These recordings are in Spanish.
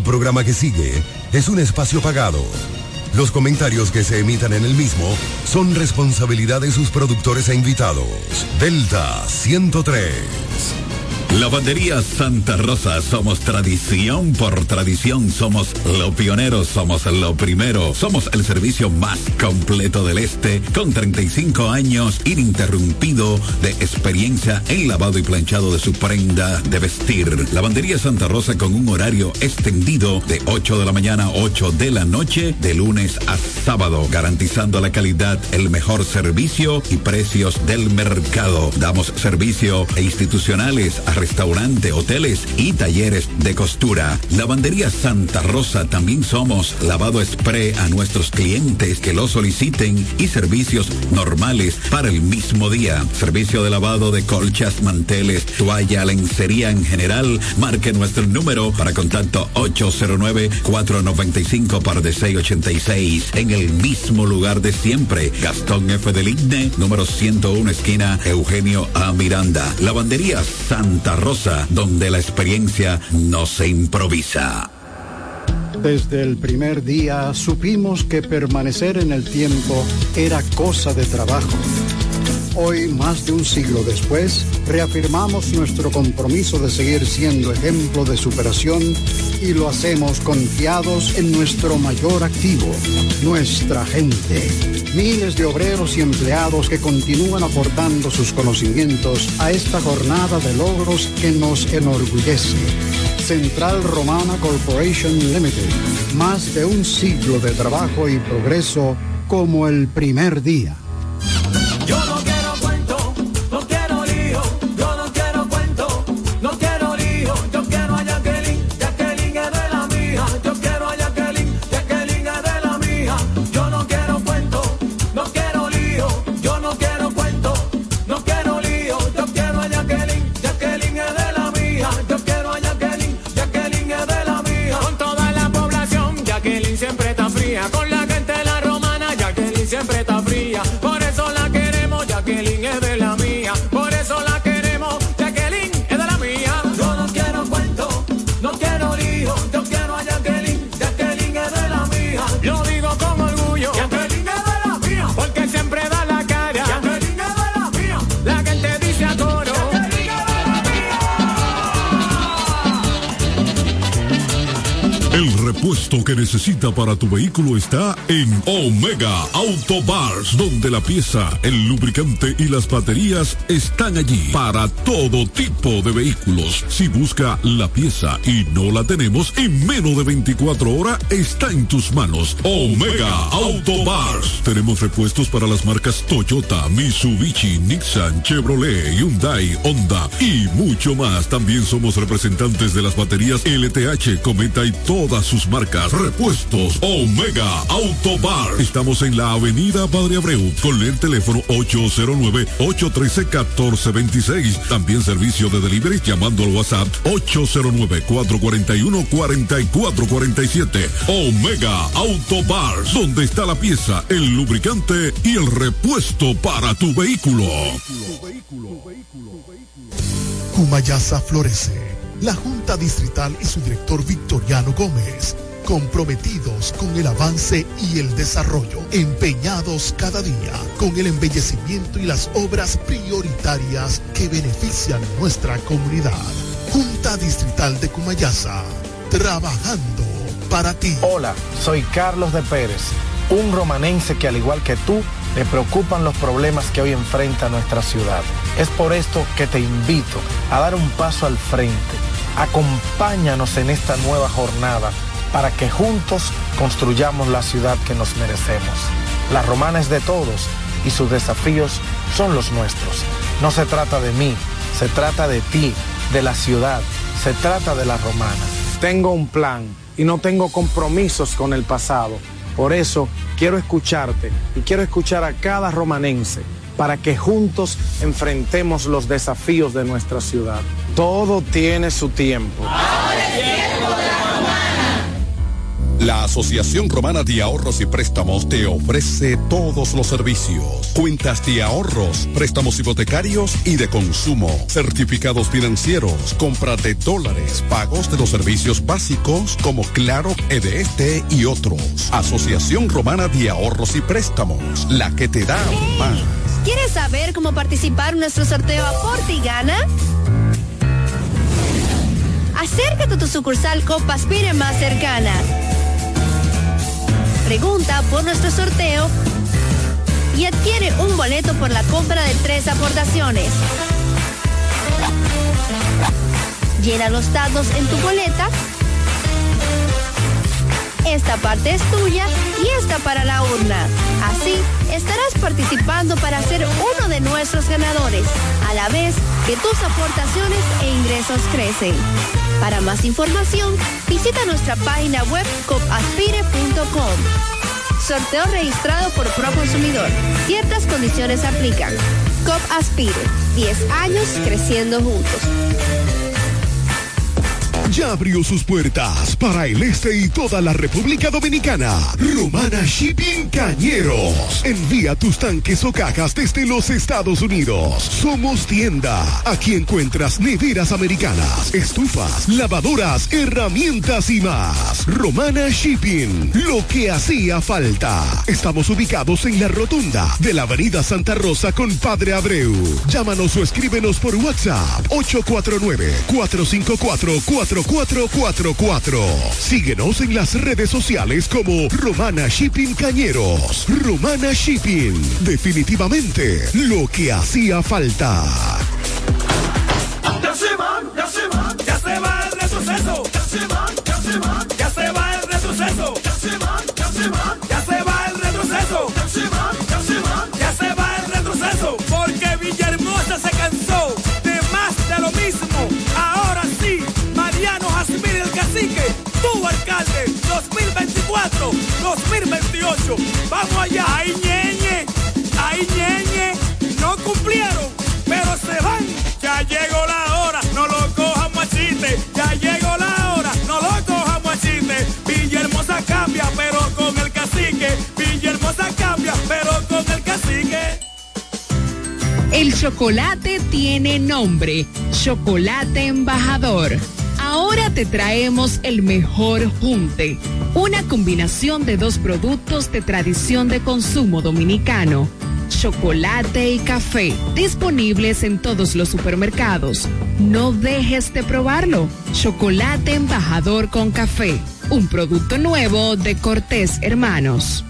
programa que sigue es un espacio pagado. Los comentarios que se emitan en el mismo son responsabilidad de sus productores e invitados. Delta 103. Lavandería Santa Rosa, somos tradición por tradición, somos los pioneros, somos lo primero, somos el servicio más completo del este, con 35 años ininterrumpido de experiencia en lavado y planchado de su prenda de vestir. Lavandería Santa Rosa con un horario extendido de 8 de la mañana a 8 de la noche, de lunes a sábado, garantizando la calidad, el mejor servicio y precios del mercado. Damos servicio a institucionales, a restaurante, hoteles y talleres de costura. Lavandería Santa Rosa, también somos lavado express a nuestros clientes que lo soliciten y servicios normales para el mismo día. Servicio de lavado de colchas, manteles, toalla, lencería en general. Marque nuestro número para contacto 809-495-686 en el mismo lugar de siempre. Gastón F. del Igne, número 101, esquina Eugenio A. Miranda. Lavandería Santa Rosa, donde la experiencia no se improvisa. Desde el primer día supimos que permanecer en el tiempo era cosa de trabajo. Hoy, más de un siglo después, reafirmamos nuestro compromiso de seguir siendo ejemplo de superación y lo hacemos confiados en nuestro mayor activo, nuestra gente. Miles de obreros y empleados que continúan aportando sus conocimientos a esta jornada de logros que nos enorgullece. Central Romana Corporation Limited, más de un siglo de trabajo y progreso como el primer día. Yo no quiero cuento, no quiero lío, yo no quiero cuento, no quiero lío, yo quiero a Jacqueline, Jacqueline es de la mía, yo quiero a Jacqueline, Jacqueline es de la mía, yo no quiero cuento, no quiero lío, yo no quiero cuento, no quiero lío, yo quiero a Jacqueline, Jacqueline es de la mía, yo quiero a Jacqueline, Jacqueline es de la mía. Con toda la población, Jacqueline siempre está fría, con la gente de la romana, Jacqueline siempre está fría, por eso la Jacqueline es de la mía, por eso la queremos, Jacqueline es de la mía. Yo no quiero cuento, no quiero lío, yo quiero a Jacqueline, Jacqueline es de la mía. Lo digo con orgullo, Jacqueline es de la mía, porque siempre da la cara, Jacqueline es de la mía. La gente dice a coro, Jacqueline es de la mía. El repuesto que necesita para tu vehículo está en Omega Auto Bars, donde la pieza, el lubricante y las baterías están allí para todo tipo de vehículos. Si busca la pieza y no la tenemos, en menos de 24 horas está en tus manos. Omega Auto Bars. Tenemos repuestos para las marcas Toyota, Mitsubishi, Nissan, Chevrolet, Hyundai, Honda y mucho más. También somos representantes de las baterías LTH, Cometa y todas sus marcas. Repuestos Omega Auto Bar. Estamos en la avenida Padre Abreu con el teléfono 809-813-1426. También servicio de delivery llamando al WhatsApp 809-441-4447. Omega Auto Bar, donde está la pieza, el lubricante y el repuesto para tu vehículo. Cumayasa florece. La Junta Distrital y su director Victoriano Gómez, comprometidos con el avance y el desarrollo, empeñados cada día con el embellecimiento y las obras prioritarias que benefician nuestra comunidad. Junta Distrital de Cumayasa, trabajando para ti. Hola, soy Carlos de Pérez, un romanense que al igual que tú, le preocupan los problemas que hoy enfrenta nuestra ciudad. Es por esto que te invito a dar un paso al frente. Acompáñanos en esta nueva jornada para que juntos construyamos la ciudad que nos merecemos. La Romana es de todos y sus desafíos son los nuestros. No se trata de mí, se trata de ti, de la ciudad, se trata de la Romana. Tengo un plan y no tengo compromisos con el pasado. Por eso quiero escucharte y quiero escuchar a cada romanense para que juntos enfrentemos los desafíos de nuestra ciudad. Todo tiene su tiempo. Ahora es tiempo de la Romana. La Asociación Romana de Ahorros y Préstamos te ofrece todos los servicios. Cuentas de ahorros, préstamos hipotecarios y de consumo, certificados financieros, compra de dólares, pagos de los servicios básicos como Claro, EDT y otros. Asociación Romana de Ahorros y Préstamos, la que te da más. ¿Quieres saber cómo participar en nuestro sorteo Aporte y Gana? Acércate a tu sucursal Copa Aspire más cercana. Pregunta por nuestro sorteo y adquiere un boleto por la compra de 3 aportaciones. Llena los datos en tu boleta. Esta parte es tuya y esta para la urna. Así estarás participando para ser uno de nuestros ganadores, a la vez que tus aportaciones e ingresos crecen. Para más información, visita nuestra página web copaspire.com. Sorteo registrado por Proconsumidor. Ciertas condiciones aplican. Copaspire, 10 años creciendo juntos. Ya abrió sus puertas para el este y toda la República Dominicana. Romana Shipping Cañeros. Envía tus tanques o cajas desde los Estados Unidos. Somos tienda. Aquí encuentras neveras americanas, estufas, lavadoras, herramientas y más. Romana Shipping. Lo que hacía falta. Estamos ubicados en la rotunda de la Avenida Santa Rosa con Padre Abreu. Llámanos o escríbenos por WhatsApp 849-454-4444. Síguenos en las redes sociales como Romana Shipping Cañeros. Romana Shipping, definitivamente lo que hacía falta. Ya se va el retroceso. Ya se va el retroceso. Ya se va el retroceso. Ya se va el retroceso. Porque Villahermosa se cansó de más de lo mismo. Ahora sí, Mariano Jazmín el Cacique, tu alcalde, 2024, 2028. Vamos allá. Ay, ñeñe, no cumplieron, pero se van. Ya llegó la hora, no lo cojamos a chiste. Ya llegó la hora, no lo cojamos a chiste. Villahermosa cambia, pero con el cacique. Villahermosa cambia, pero con el cacique. El chocolate tiene nombre, Chocolate Embajador. Ahora te traemos el mejor junte, una combinación de 2 productos de tradición de consumo dominicano, chocolate y café, disponibles en todos los supermercados. No dejes de probarlo. Chocolate Embajador con café, un producto nuevo de Cortés Hermanos.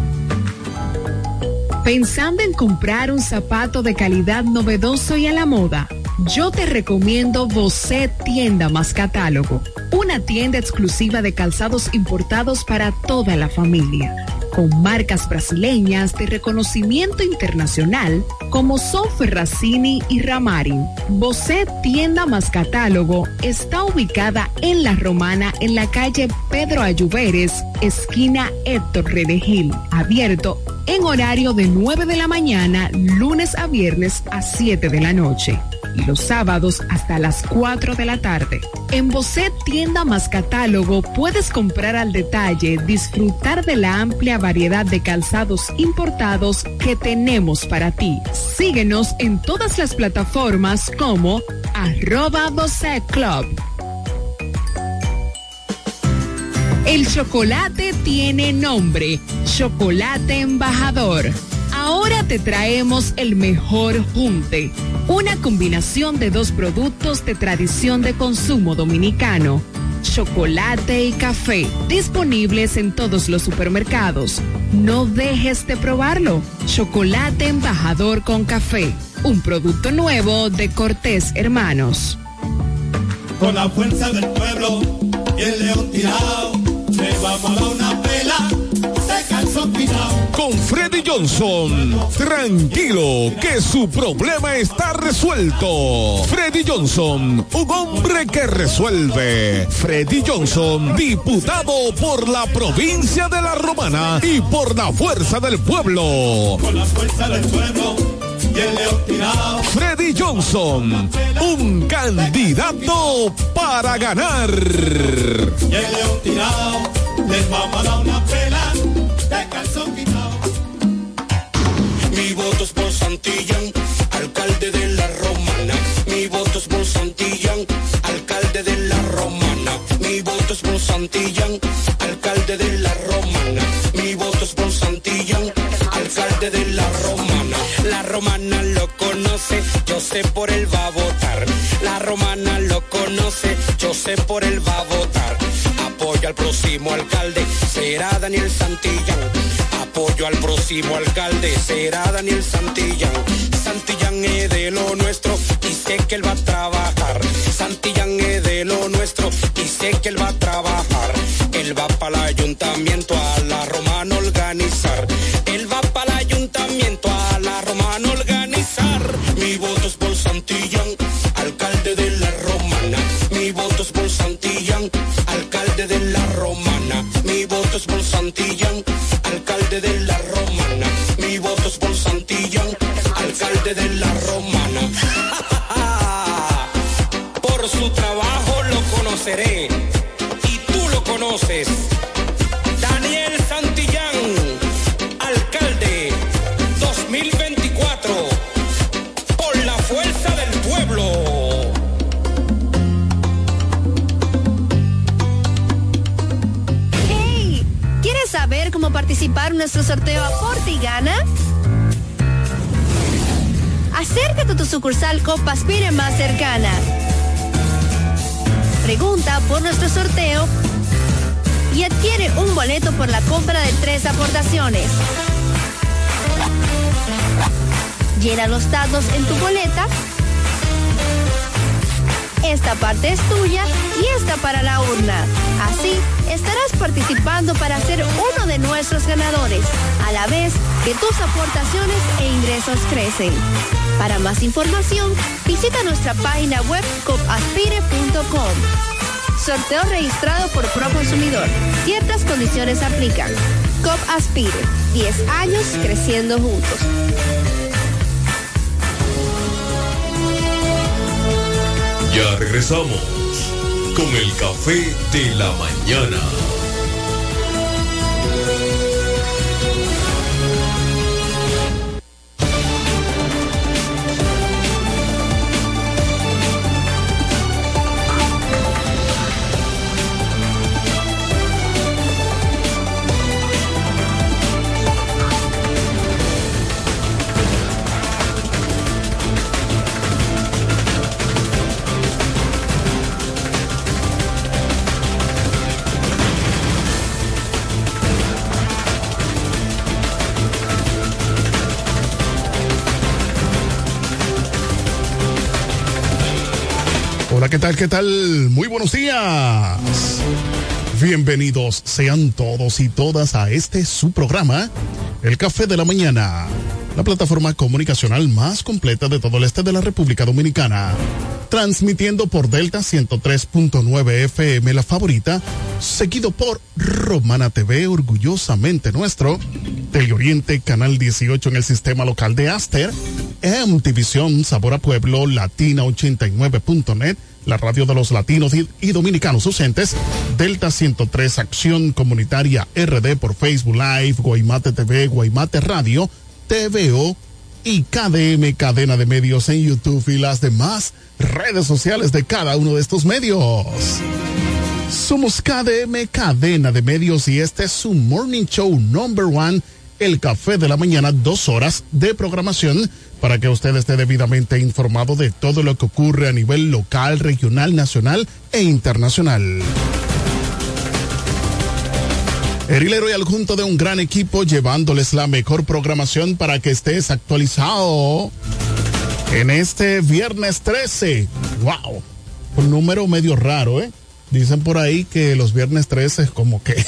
¿Pensando en comprar un zapato de calidad novedoso y a la moda? Yo te recomiendo Bosé Tienda Más Catálogo, una tienda exclusiva de calzados importados para toda la familia, con marcas brasileñas de reconocimiento internacional como son Ferracini y Ramarin. Bosé Tienda Más Catálogo está ubicada en La Romana, en la calle Pedro Ayuberes, esquina Héctor Redegil, abierto en horario de 9 de la mañana, lunes a viernes a 7 de la noche. Y los sábados hasta las 4 de la tarde. En Bosé Tienda Más Catálogo puedes comprar al detalle, disfrutar de la amplia variedad de calzados importados que tenemos para ti. Síguenos en todas las plataformas como @Bosé Club. El chocolate tiene nombre, Chocolate Embajador. Ahora te traemos el mejor junte, una combinación de 2 productos de tradición de consumo dominicano, chocolate y café, disponibles en todos los supermercados. No dejes de probarlo. Chocolate Embajador con café, un producto nuevo de Cortés Hermanos. Con la fuerza del pueblo y el león tirado, le vamos a dar una pela. Con Freddy Johnson, tranquilo que su problema está resuelto. Freddy Johnson, un hombre que resuelve. Freddy Johnson, diputado por la provincia de La Romana y por la fuerza del pueblo. Con la fuerza del pueblo y el león tirado. Freddy Johnson, un candidato para ganar. Y el león tirado. vamos a dar una pela de calzón quitado. Mi voto es por Santillán, alcalde de la Romana. Mi voto es por Santillán, alcalde de la Romana. Mi voto es por Santillán, alcalde de la Romana. Mi voto es por Santillán, alcalde de la Romana. La Romana lo conoce, yo sé por él va a votar. La Romana lo conoce, yo sé por él va a votar. Apoyo al próximo alcalde, será Daniel Santillán. Apoyo al próximo alcalde, será Daniel Santillán. Santillán es de lo nuestro y sé que él va a trabajar. Santillán es de lo nuestro y sé que él va a trabajar. Él va para el ayuntamiento a la Romana organizar. Él va para el ayuntamiento a la Romana organizar. Mi voto es por Santillán, alcalde de la Romana. Mi voto es por Santillán, alcalde de la Romana. Mi voto es por Santillán, alcalde de la Romana. Mi voto es por Santillán, alcalde de la Romana. Por su trabajo lo conoceré y tú lo conoces. Daniel Santillán, alcalde 2024, por la fuerza del pueblo. Hey, ¿quieres saber cómo participar en nuestro sorteo Aporte y Gana? Acércate a tu sucursal Copa Aspire más cercana. Pregunta por nuestro sorteo y adquiere un boleto por la compra de 3 aportaciones. Llena los datos en tu boleta. Esta parte es tuya y esta para la urna. Así estarás participando para ser uno de nuestros ganadores, a la vez que tus aportaciones e ingresos crecen. Para más información, visita nuestra página web copaspire.com. Sorteo registrado por Proconsumidor. Ciertas condiciones aplican. COP Aspire, 10 años creciendo juntos. Ya regresamos con el café de la mañana. ¿Qué tal? Muy buenos días. Bienvenidos sean todos y todas a este su programa, El Café de la Mañana, la plataforma comunicacional más completa de todo el este de la República Dominicana. Transmitiendo por Delta 103.9 FM, la favorita, seguido por Romana TV, orgullosamente nuestro, Teleoriente, Canal 18 en el sistema local de Aster, MTVision, Sabor a Pueblo, Latina 89.net, la radio de los latinos y dominicanos ausentes, Delta 103, Acción Comunitaria RD por Facebook Live, Guaymate TV, Guaymate Radio, TVO y KDM, cadena de medios en YouTube y las demás redes sociales de cada uno de estos medios. Somos KDM, cadena de medios, y este es su Morning Show Number 1, El Café de la Mañana, 2 horas de programación para que usted esté debidamente informado de todo lo que ocurre a nivel local, regional, nacional e internacional. El hilero y al junto de un gran equipo llevándoles la mejor programación para que estés actualizado en este viernes 13. ¡Wow! Un número medio raro, ¿eh? Dicen por ahí que los viernes 13 es como que...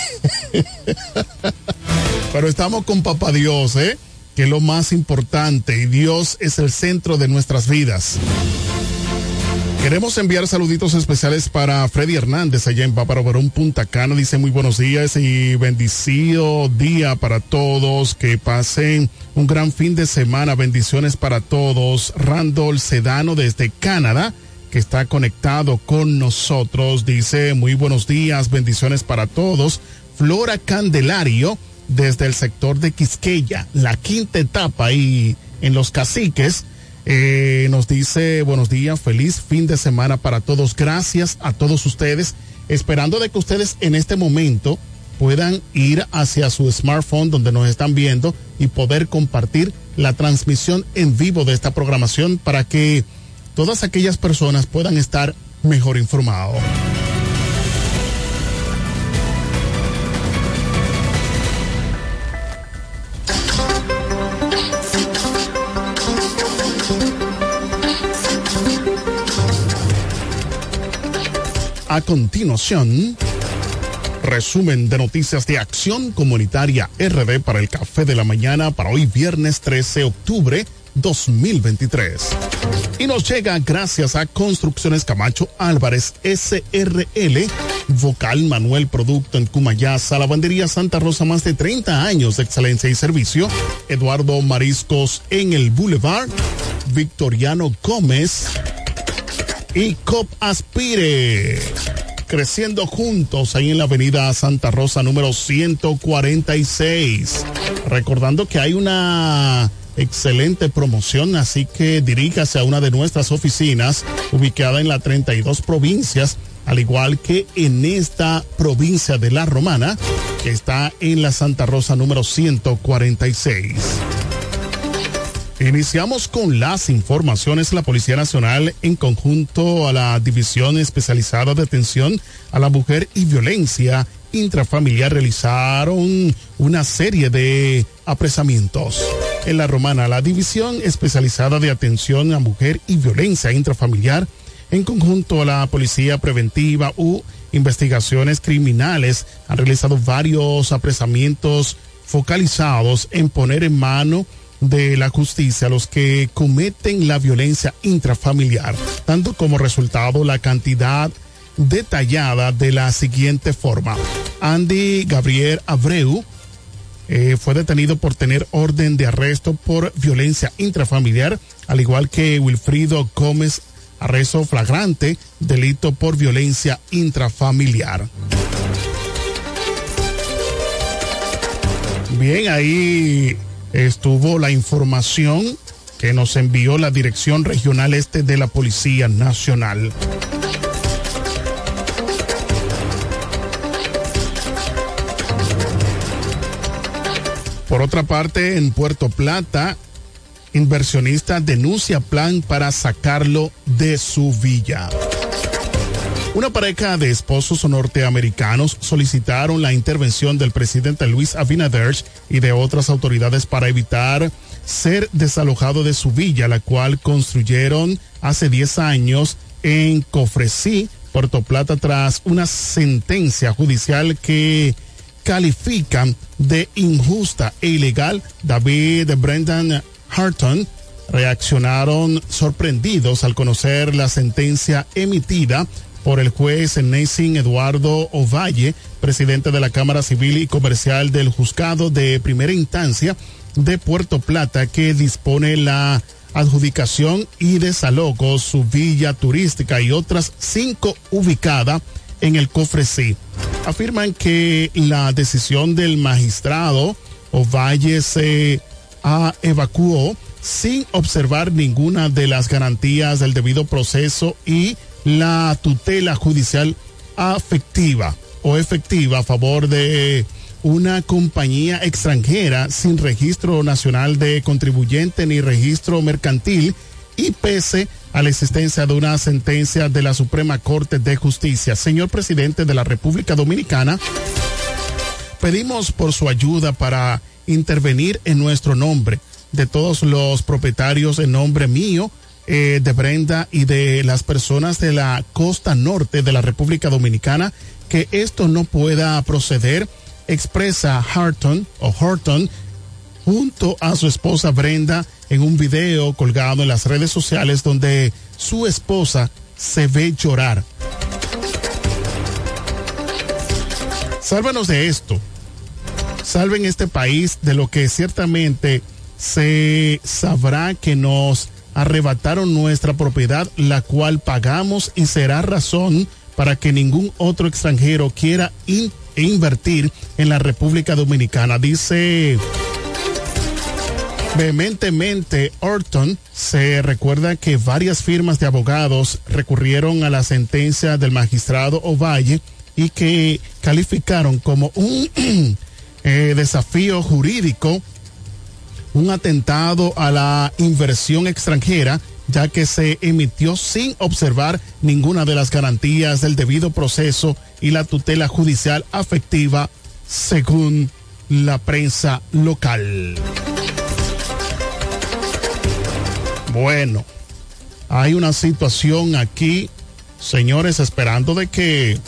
Pero estamos con Papá Dios, ¿eh? Que es lo más importante, y Dios es el centro de nuestras vidas. Queremos enviar saluditos especiales para Freddy Hernández allá en Bávaro Verón, Punta Cana. Dice muy buenos días y bendecido día para todos. Que pasen un gran fin de semana. Bendiciones para todos. Randall Sedano desde Canadá. que está conectado con nosotros. Dice, muy buenos días, bendiciones para todos. Flora Candelario, desde el sector de Quisqueya, la quinta etapa ahí en Los Caciques. Nos dice, buenos días, feliz fin de semana para todos. Gracias a todos ustedes, esperando de que ustedes en este momento puedan ir hacia su smartphone donde nos están viendo y poder compartir la transmisión en vivo de esta programación para que todas aquellas personas puedan estar mejor informados. A continuación, resumen de noticias de Acción Comunitaria RD para el Café de la Mañana para hoy viernes 13 de octubre 2023. Y nos llega gracias a Construcciones Camacho Álvarez SRL, Vocal Manuel Producto en Cumayasa, Lavandería Santa Rosa, más de 30 años de excelencia y servicio, Eduardo Mariscos en el Boulevard, Victoriano Gómez y COP Aspire, creciendo juntos ahí en la avenida Santa Rosa número 146. Recordando que hay una excelente promoción, así que diríjase a una de nuestras oficinas ubicada en las 32 provincias, al igual que en esta provincia de La Romana, que está en la Santa Rosa número 146. Iniciamos con las informaciones. La Policía Nacional, en conjunto a la División Especializada de Atención a la Mujer y Violencia Intrafamiliar, realizaron una serie de apresamientos. En La Romana, la División Especializada de Atención a Mujer y Violencia Intrafamiliar, en conjunto a la Policía Preventiva u Investigaciones Criminales, han realizado varios apresamientos focalizados en poner en mano de la justicia a los que cometen la violencia intrafamiliar, dando como resultado la cantidad detallada de la siguiente forma. Andy Gabriel Abreu fue detenido por tener orden de arresto por violencia intrafamiliar, al igual que Wilfrido Gómez, arresto flagrante, delito por violencia intrafamiliar. Bien, ahí estuvo la información que nos envió la Dirección Regional Este de la Policía Nacional. Por otra parte, en Puerto Plata, inversionista denuncia plan para sacarlo de su villa. Una pareja de esposos norteamericanos solicitaron la intervención del presidente Luis Abinader y de otras autoridades para evitar ser desalojado de su villa, la cual construyeron hace 10 años en Cofresí, Puerto Plata, tras una sentencia judicial que califican de injusta e ilegal. David Brendan Harton reaccionaron sorprendidos al conocer la sentencia emitida por el juez Nessin Eduardo Ovalle, presidente de la Cámara Civil y Comercial del Juzgado de Primera Instancia de Puerto Plata, que dispone la adjudicación y desalojo su villa turística y otras 5 ubicadas en el Cofresí. Afirman que la decisión del magistrado Ovalle se evacuó sin observar ninguna de las garantías del debido proceso y la tutela judicial efectiva a favor de una compañía extranjera sin registro nacional de contribuyente ni registro mercantil, y pese a la existencia de una sentencia de la Suprema Corte de Justicia. Señor presidente de la República Dominicana, pedimos por su ayuda para intervenir en nuestro nombre, de todos los propietarios, en nombre mío, de Brenda y de las personas de la costa norte de la República Dominicana, que esto no pueda proceder, expresa Horton junto a su esposa Brenda en un video colgado en las redes sociales donde su esposa se ve llorar. Sálvanos de esto, salven este país de lo que ciertamente se sabrá que nos arrebataron nuestra propiedad, la cual pagamos, y será razón para que ningún otro extranjero quiera invertir en la República Dominicana. Dice vehementemente Orton. Se recuerda que varias firmas de abogados recurrieron a la sentencia del magistrado Ovalle y que calificaron como un desafío jurídico, un atentado a la inversión extranjera, ya que se emitió sin observar ninguna de las garantías del debido proceso y la tutela judicial afectiva, según la prensa local. Bueno, hay una situación aquí, señores, esperando de que,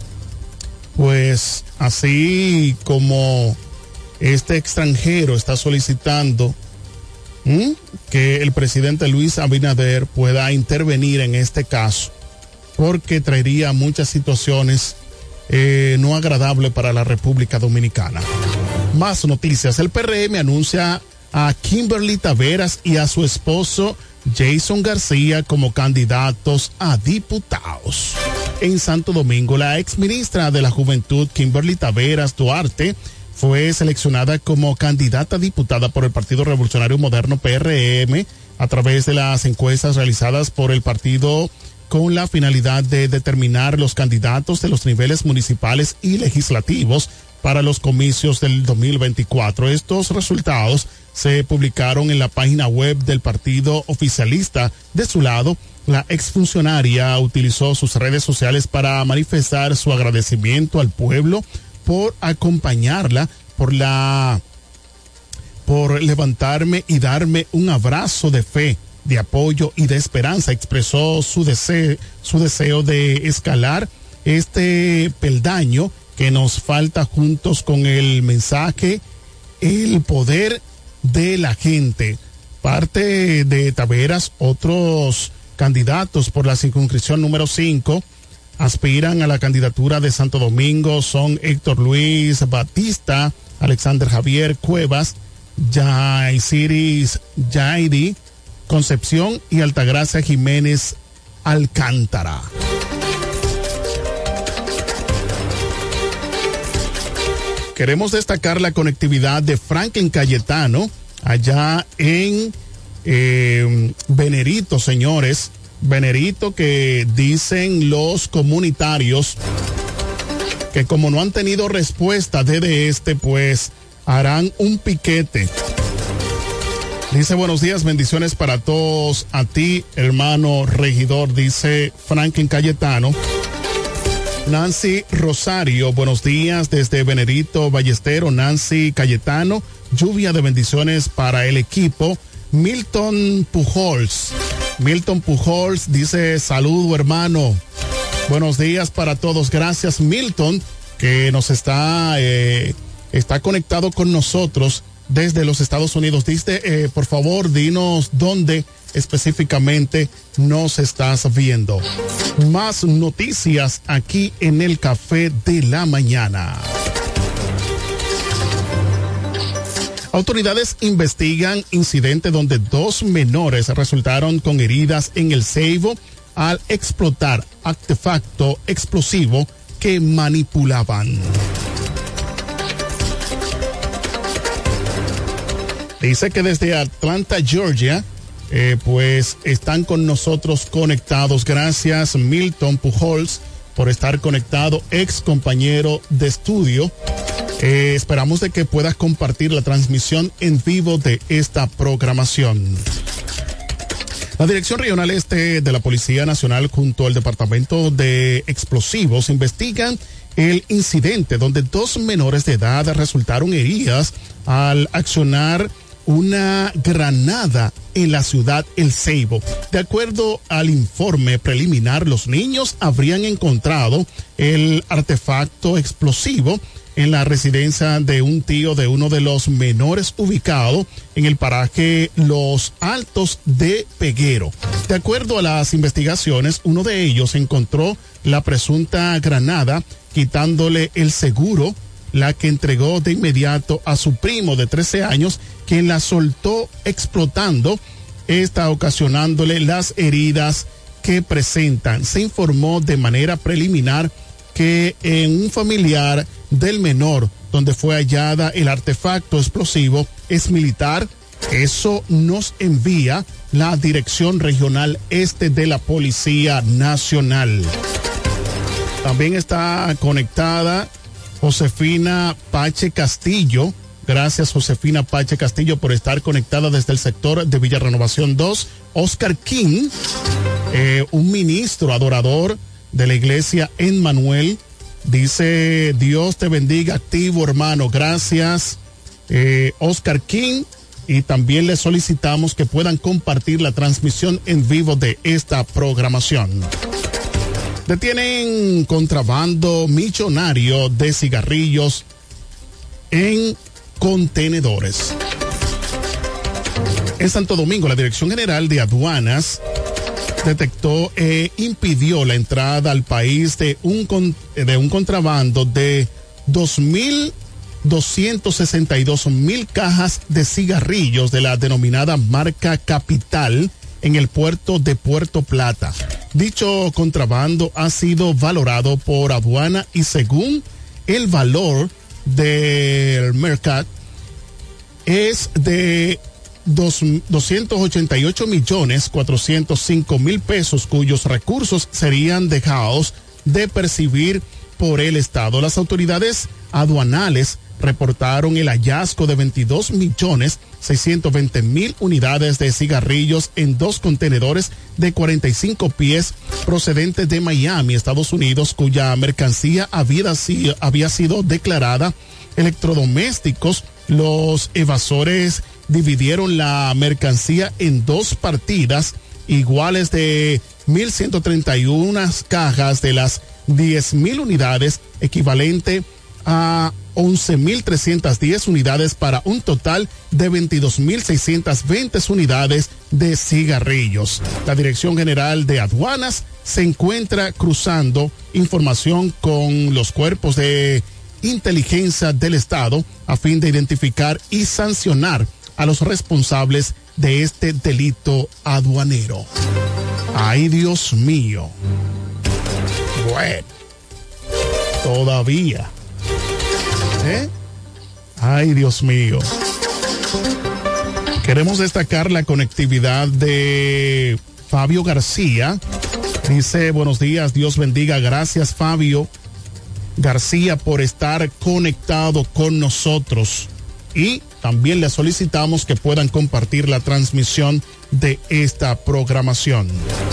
pues, así como este extranjero está solicitando que el presidente Luis Abinader pueda intervenir en este caso, porque traería muchas situaciones no agradables para la República Dominicana. Más noticias. El PRM anuncia a Kimberly Taveras y a su esposo Jason García como candidatos a diputados. En Santo Domingo, la exministra de la Juventud, Kimberly Taveras Duarte, fue seleccionada como candidata a diputada por el Partido Revolucionario Moderno PRM a través de las encuestas realizadas por el partido con la finalidad de determinar los candidatos de los niveles municipales y legislativos para los comicios del 2024. Estos resultados se publicaron en la página web del partido oficialista. De su lado, la exfuncionaria utilizó sus redes sociales para manifestar su agradecimiento al pueblo por acompañarla, por levantarme y darme un abrazo de fe, de apoyo y de esperanza. Expresó su deseo de escalar este peldaño que nos falta juntos con el mensaje, el poder de la gente. Parte de Taveras, otros candidatos por la circunscripción número 5 aspiran a la candidatura de Santo Domingo son Héctor Luis Batista, Alexander Javier Cuevas, Yaisiris Yaidi, Concepción y Altagracia Jiménez Alcántara. Queremos destacar la conectividad de Franklin Cayetano allá en Venerito, señores. Venerito, que dicen los comunitarios que como no han tenido respuesta desde pues harán un piquete. Dice: buenos días, bendiciones para todos, a ti, hermano regidor, dice Franklin Cayetano. Nancy Rosario, buenos días desde Venerito Ballestero. Nancy Cayetano, lluvia de bendiciones para el equipo. Milton Pujols dice: saludo, hermano, buenos días para todos. Gracias, Milton, que nos está conectado con nosotros desde los Estados Unidos. Dice, por favor, dinos dónde específicamente nos estás viendo. Más noticias aquí en el Café de la Mañana. Autoridades investigan incidente donde 2 menores resultaron con heridas en El Ceibo al explotar artefacto explosivo que manipulaban. Dice que desde Atlanta, Georgia, pues están con nosotros conectados. Gracias, Milton Pujols, por estar conectado, ex compañero de estudio. Esperamos de que puedas compartir la transmisión en vivo de esta programación. La Dirección Regional Este de la Policía Nacional junto al Departamento de Explosivos investigan el incidente donde 2 menores de edad resultaron heridas al accionar una granada en la ciudad El Ceibo. De acuerdo al informe preliminar, los niños habrían encontrado el artefacto explosivo en la residencia de un tío de uno de los menores ubicado en el paraje Los Altos de Peguero. De acuerdo a las investigaciones, uno de ellos encontró la presunta granada quitándole el seguro, la que entregó de inmediato a su primo de 13 años, quien la soltó explotando está ocasionándole las heridas que presentan. Se informó de manera preliminar que en un familiar del menor, donde fue hallada el artefacto explosivo, es militar. Eso nos envía la Dirección Regional Este de la Policía Nacional. También está conectada Josefina Pache Castillo. Gracias, Josefina Pache Castillo, por estar conectada desde el sector de Villa Renovación 2. Oscar King, un ministro adorador de la iglesia en Manuel, dice: Dios te bendiga, activo, hermano. Gracias, Oscar King. Y también les solicitamos que puedan compartir la transmisión en vivo de esta programación. Detienen contrabando millonario de cigarrillos en contenedores. En Santo Domingo, la Dirección General de Aduanas detectó e impidió la entrada al país de un contrabando de 2.262.000 cajas de cigarrillos de la denominada marca Capital en el puerto de Puerto Plata. Dicho contrabando ha sido valorado por aduana y según el valor del mercado es de 288.405.000 pesos, cuyos recursos serían dejados de percibir por el Estado. Las autoridades aduanales reportaron el hallazgo de 22.620.000 unidades de cigarrillos en 2 contenedores de 45 pies procedentes de Miami, Estados Unidos, cuya mercancía había sido declarada electrodomésticos. Los evasores dividieron la mercancía en 2 partidas iguales de 1.131 cajas de las 10.000 unidades, equivalente a 11.310 unidades para un total de 22.620 unidades de cigarrillos. La Dirección General de Aduanas se encuentra cruzando información con los cuerpos de inteligencia del Estado a fin de identificar y sancionar a los responsables de este delito aduanero. ¡Ay, Dios mío! Bueno, todavía. Ay, Dios mío. Queremos destacar la conectividad de Fabio García. Dice: buenos días, Dios bendiga. Gracias, Fabio García, por estar conectado con nosotros. Y también les solicitamos que puedan compartir la transmisión de esta programación.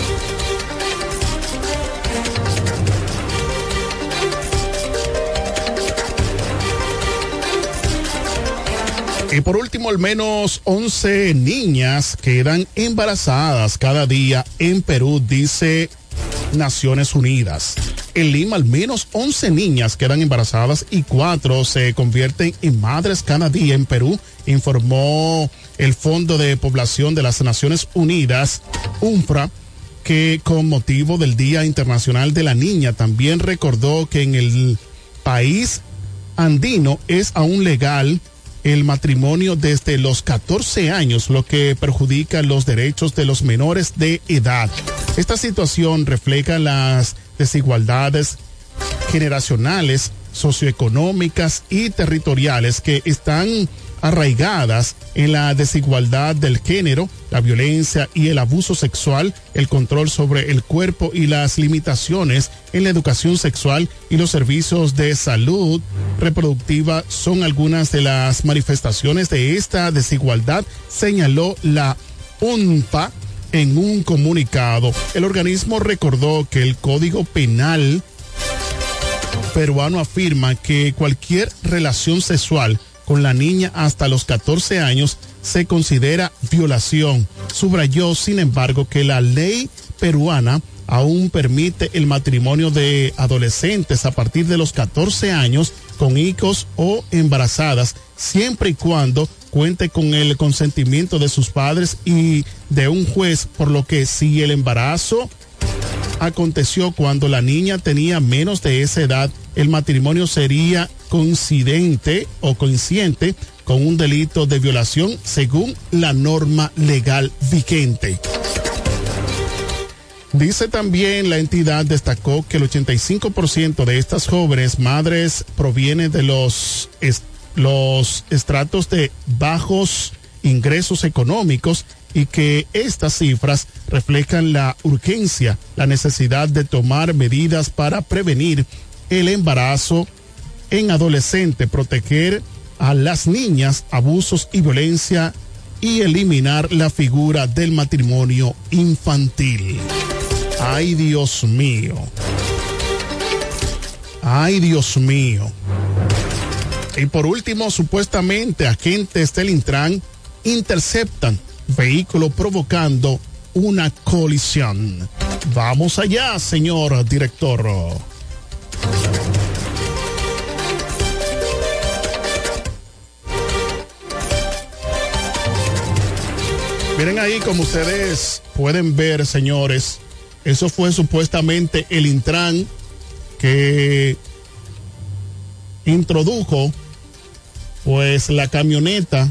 Y por último, al menos 11 niñas quedan embarazadas cada día en Perú, dice Naciones Unidas. En Lima, al menos 11 niñas quedan embarazadas y 4 se convierten en madres cada día en Perú, informó el Fondo de Población de las Naciones Unidas, UNFRA, que con motivo del Día Internacional de la Niña también recordó que en el país andino es aún legal el matrimonio desde los 14 años, lo que perjudica los derechos de los menores de edad. Esta situación refleja las desigualdades generacionales, socioeconómicas y territoriales que están arraigadas en la desigualdad del género, la violencia y el abuso sexual, el control sobre el cuerpo y las limitaciones en la educación sexual y los servicios de salud reproductiva son algunas de las manifestaciones de esta desigualdad, señaló la UNPA en un comunicado. El organismo recordó que el Código Penal peruano afirma que cualquier relación sexual con la niña hasta los 14 años se considera violación. Subrayó, sin embargo, que la ley peruana aún permite el matrimonio de adolescentes a partir de los 14 años con hijos o embarazadas, siempre y cuando cuente con el consentimiento de sus padres y de un juez, por lo que si el embarazo aconteció cuando la niña tenía menos de esa edad, el matrimonio sería coincidente con un delito de violación según la norma legal vigente. Dice también la entidad, destacó que el 85% de estas jóvenes madres proviene de los estratos de bajos ingresos económicos y que estas cifras reflejan la urgencia, la necesidad de tomar medidas para prevenir el embarazo en adolescente, proteger a las niñas, abusos y violencia y eliminar la figura del matrimonio infantil. Ay, Dios mío. Ay, Dios mío. Y por último, supuestamente agentes del Intran interceptan vehículo provocando una colisión. Vamos allá, señor director. Miren ahí, como ustedes pueden ver, señores, eso fue supuestamente el Intran que introdujo pues la camioneta,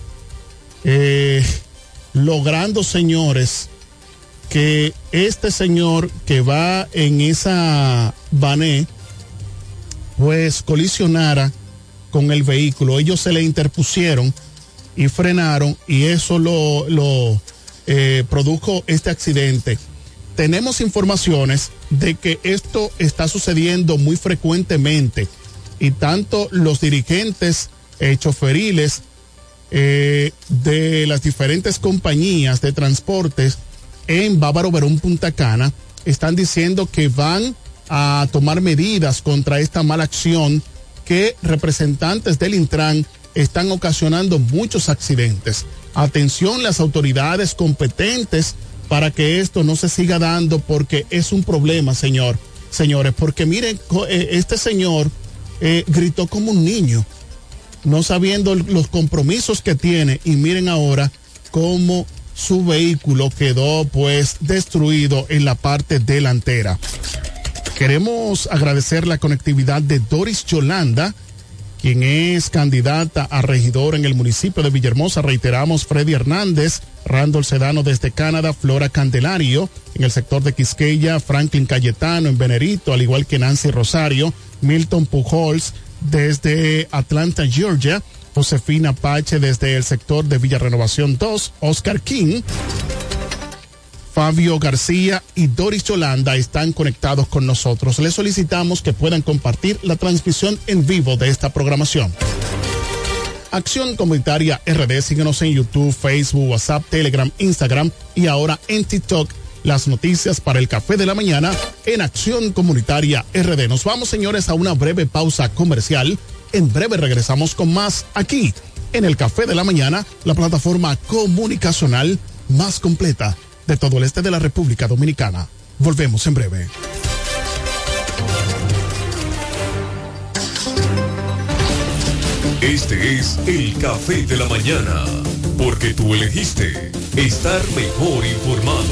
logrando, señores, que este señor que va en esa vané pues colisionara con el vehículo. Ellos se le interpusieron y frenaron, y eso lo produjo este accidente. Tenemos informaciones de que esto está sucediendo muy frecuentemente, y tanto los dirigentes choferiles de las diferentes compañías de transportes en Bávaro Verón, Punta Cana, están diciendo que van a tomar medidas contra esta mala acción que representantes del Intran están ocasionando muchos accidentes. Atención, las autoridades competentes, para que esto no se siga dando, porque es un problema, señores, porque miren, este señor gritó como un niño, no sabiendo los compromisos que tiene, y miren ahora cómo su vehículo quedó pues destruido en la parte delantera. Queremos agradecer la conectividad de Doris Yolanda, quien es candidata a regidor en el municipio de Villahermosa. Reiteramos, Freddy Hernández, Randall Sedano desde Canadá, Flora Candelario en el sector de Quisqueya, Franklin Cayetano en Venerito, al igual que Nancy Rosario, Milton Pujols desde Atlanta, Georgia, Josefina Pache desde el sector de Villa Renovación 2, Oscar King, Fabio García y Doris Yolanda están conectados con nosotros. Les solicitamos que puedan compartir la transmisión en vivo de esta programación. Acción Comunitaria RD, síguenos en YouTube, Facebook, WhatsApp, Telegram, Instagram y ahora en TikTok. Las noticias para el café de la mañana en Acción Comunitaria RD. Nos vamos, señores, a una breve pausa comercial. En breve regresamos con más aquí en el Café de la Mañana, la plataforma comunicacional más completa de todo el este de la República Dominicana. Volvemos en breve. Este es el Café de la Mañana, porque tú elegiste estar mejor informado.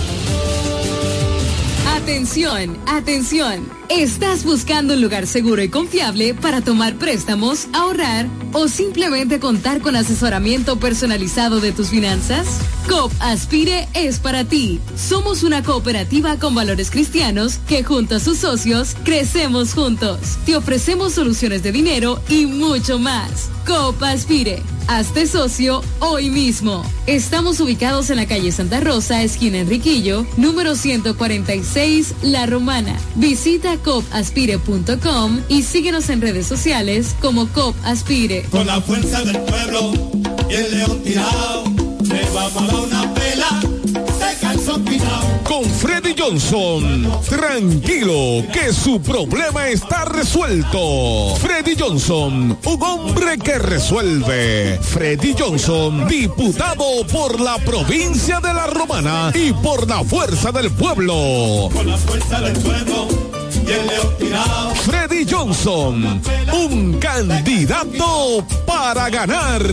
Atención, atención. ¿Estás buscando un lugar seguro y confiable para tomar préstamos, ahorrar o simplemente contar con asesoramiento personalizado de tus finanzas? COP Aspire es para ti. Somos una cooperativa con valores cristianos que junto a sus socios crecemos juntos. Te ofrecemos soluciones de dinero y mucho más. COP Aspire. Hazte socio hoy mismo. Estamos ubicados en la calle Santa Rosa, esquina Enriquillo, número 146, La Romana. Visita copaspire.com y síguenos en redes sociales como COP Aspire. Con la fuerza del pueblo y el león tirado, le vamos a dar una pela de calzón quitado. Con Freddy Johnson, tranquilo que su problema está resuelto. Freddy Johnson, un hombre que resuelve. Freddy Johnson, diputado por la provincia de La Romana y por la fuerza del pueblo. Con la fuerza del pueblo y el león tirado. Freddy Johnson, un candidato para ganar.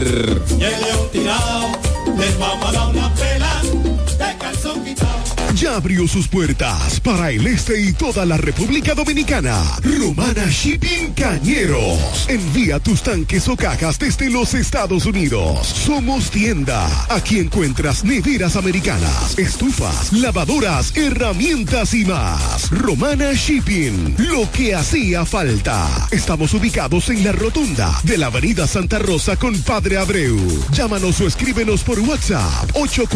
Y el león tirado, les vamos a dar una pela de calzón quitado. Ya abrió sus puertas para el este y toda la República Dominicana. Romana Shipping Cañeros. Envía tus tanques o cajas desde los Estados Unidos. Somos tienda. Aquí encuentras neveras americanas, estufas, lavadoras, herramientas y más. Romana Shipping. Lo que hacía falta. Estamos ubicados en la rotunda de la Avenida Santa Rosa con Padre Abreu. Llámanos o escríbenos por WhatsApp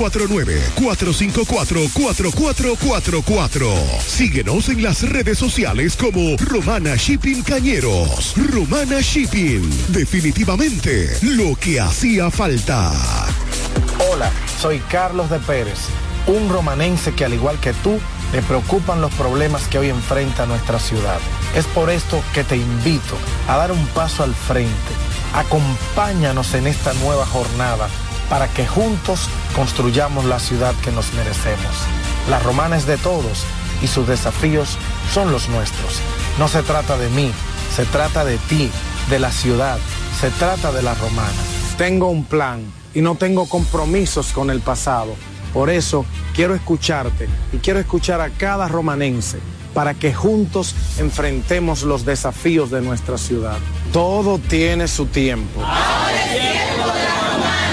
849-454-4444. Síguenos en las redes sociales como Romana Shipping Cañeros. Romana Shipping, definitivamente lo que hacía falta. Hola, soy Carlos de Pérez, un romanense que al igual que tú, le preocupan los problemas que hoy enfrenta nuestra ciudad. Es por esto que te invito a dar un paso al frente. Acompáñanos en esta nueva jornada para que juntos construyamos la ciudad que nos merecemos. La Romana es de todos y sus desafíos son los nuestros. No se trata de mí, se trata de ti, de la ciudad, se trata de la Romana. Tengo un plan y no tengo compromisos con el pasado. Por eso quiero escucharte y quiero escuchar a cada romanense para que juntos enfrentemos los desafíos de nuestra ciudad. Todo tiene su tiempo. Ahora es tiempo de la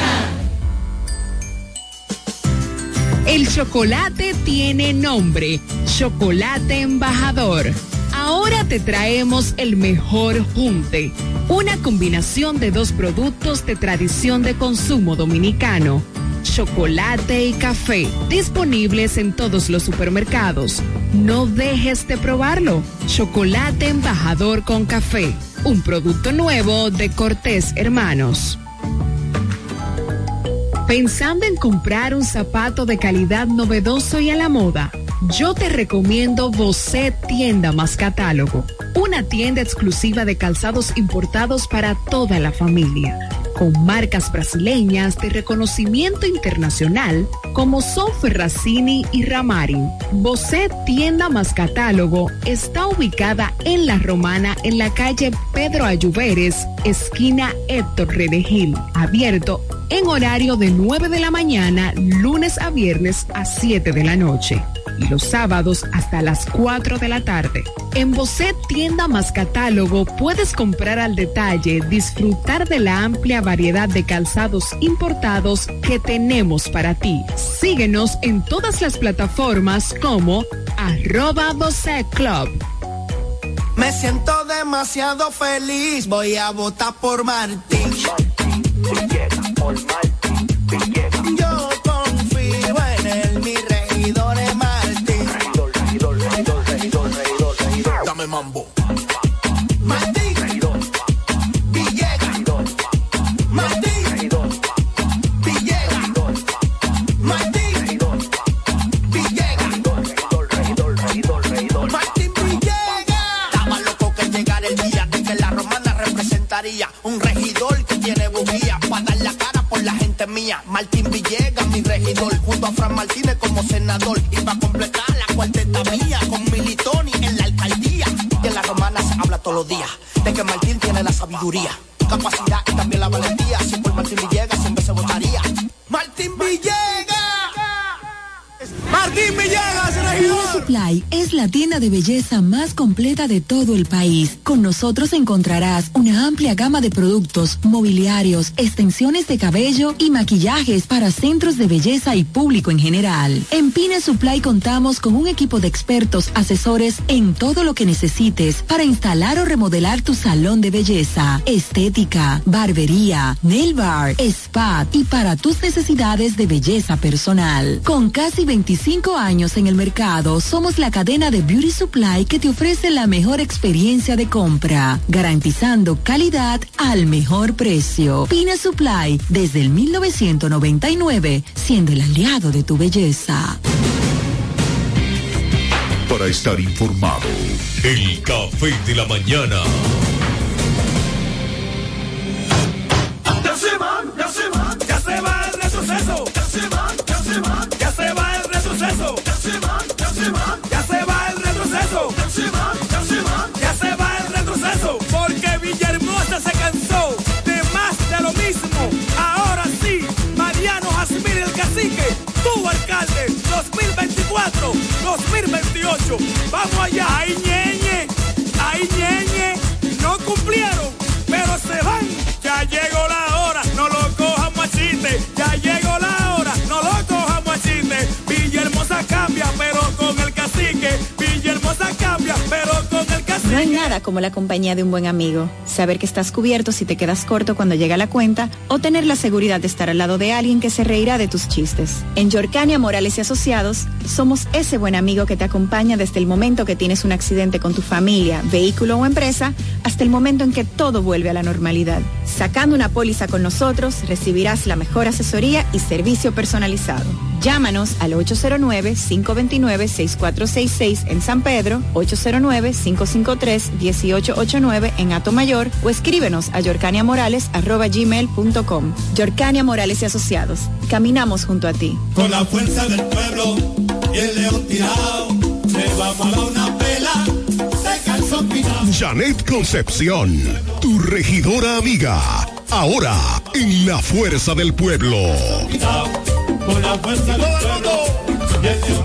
Romana. El chocolate tiene nombre, Chocolate Embajador. Ahora te traemos el mejor junte, una combinación de dos productos de tradición de consumo dominicano. Chocolate y café, disponibles en todos los supermercados. No dejes de probarlo. Chocolate Embajador con café, un producto nuevo de Cortés Hermanos. ¿Pensando en comprar un zapato de calidad novedoso y a la moda? Yo te recomiendo Bosé Tienda Más Catálogo, una tienda exclusiva de calzados importados para toda la familia, con marcas brasileñas de reconocimiento internacional como son Ferracini y Ramarin. Bosé Tienda Más Catálogo está ubicada en La Romana, en la calle Pedro Ayuberes, esquina Héctor Redegil, abierto en horario de 9 de la mañana, lunes a viernes a 7 de la noche. Y los sábados hasta las 4 de la tarde. En Bosé Tienda Más Catálogo puedes comprar al detalle, disfrutar de la amplia variedad de calzados importados que tenemos para ti. Síguenos en todas las plataformas como @BoséClub. Me siento demasiado feliz, voy a votar por Martín. Por Martín, yo confío en él, mi regidor es Martín. Regidor. Dame mambo. Martín. Villegas. Martín. Villegas. Martín. Villegas. Martín Villegas. Estaba loco que llegara el día de que la Romana representaría un regidor que tiene bujía para dar la cara por la gente mía. Martín Villegas, mi regidor, junto a Fran Martínez como senador. Y para completar la cuarteta mía, con Militoni en la alcaldía. Y en la Romana se habla todos los días de que Martín tiene la sabiduría, capacidad y también la valentía. Si por Martín Villegas siempre se votaría. ¡Martín Villegas! ¡Martín Villegas, regidor! Pina Supply es la tienda de belleza más completa de todo el país. Con nosotros encontrarás una amplia gama de productos, mobiliarios, extensiones de cabello y maquillajes para centros de belleza y público en general. En Pina Supply contamos con un equipo de expertos asesores en todo lo que necesites para instalar o remodelar tu salón de belleza, estética, barbería, nail bar, spa y para tus necesidades de belleza personal. Con casi 25 años en el mercado, somos la cadena de Beauty Supply que te ofrece la mejor experiencia de compra, garantizando calidad al mejor precio. Pina Supply, desde el 1999, siendo el aliado de tu belleza. Para estar informado, el café de la mañana. Ya se va el retroceso. Ya se va el retroceso. Ya se va el retroceso. Ya se va el retroceso. Porque Villahermosa se cansó de más de lo mismo. Ahora sí, Mariano Jazmín el cacique, tu alcalde, 2024, No hay nada como la compañía de un buen amigo. Saber que estás cubierto si te quedas corto cuando llega la cuenta o tener la seguridad de estar al lado de alguien que se reirá de tus chistes. En Yorcania Morales y Asociados somos ese buen amigo que te acompaña desde el momento que tienes un accidente con tu familia, vehículo o empresa hasta el momento en que todo vuelve a la normalidad. Sacando una póliza con nosotros recibirás la mejor asesoría y servicio personalizado. Llámanos al 809-529-6466 en San Pedro, 809-553-1889 en Atomayor o escríbenos a yorcaniamorales@gmail.com. Yorcania Morales y Asociados. Caminamos junto a ti. Con la fuerza del pueblo y el león tirado, le vamos a dar una pela de calzón pintado. Janet Concepción, tu regidora amiga, ahora en la fuerza del pueblo. Con la fuerza del pueblo y el león.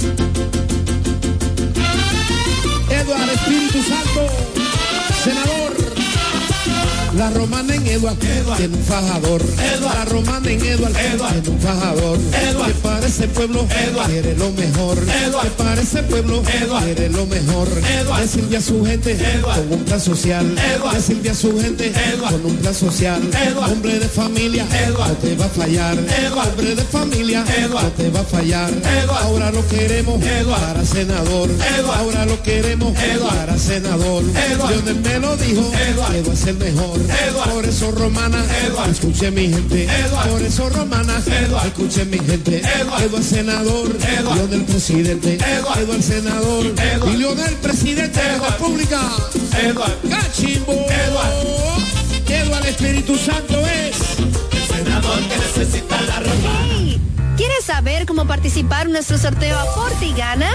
Eduardo Espíritu Santo, senador. La romana en Eduardo tiene un fajador. La romana en Eduardo tiene un fajador. Que para ese pueblo quiere lo mejor. Que para ese pueblo quiere lo mejor. Decirle a su gente con un plan social. Decirle a su gente con un plan social. Hombre de familia no te va a fallar. Hombre de familia no te va a fallar. Ahora lo queremos para senador. Ahora lo queremos para senador. Lionel me lo dijo, que va a ser mejor. Por eso romana, escuche mi gente. Por eso romana, escuche mi gente. Eduardo senador, Lionel presidente. Eduardo senador, y Lionel presidente de la República. Cachimbo. Eduardo Espíritu Santo es el senador que necesita la romana. Hey, ¿quieres saber cómo participar en nuestro sorteo Aporte y Gana?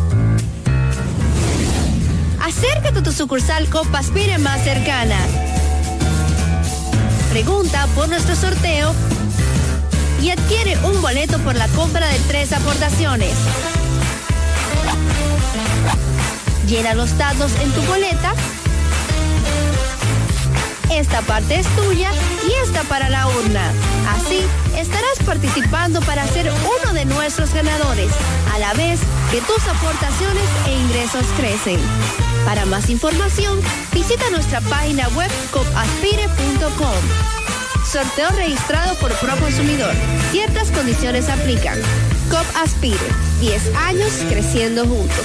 Acércate a tu sucursal Copa Aspire más cercana. Pregunta por nuestro sorteo y adquiere un boleto por la compra de 3 aportaciones. Llena los datos en tu boleta. Esta parte es tuya y esta para la urna. Así estarás participando para ser uno de nuestros ganadores, a la vez que tus aportaciones e ingresos crecen. Para más información, visita nuestra página web copaspire.com. Sorteo registrado por Proconsumidor. Ciertas condiciones aplican. COP Aspire, 10 años creciendo juntos.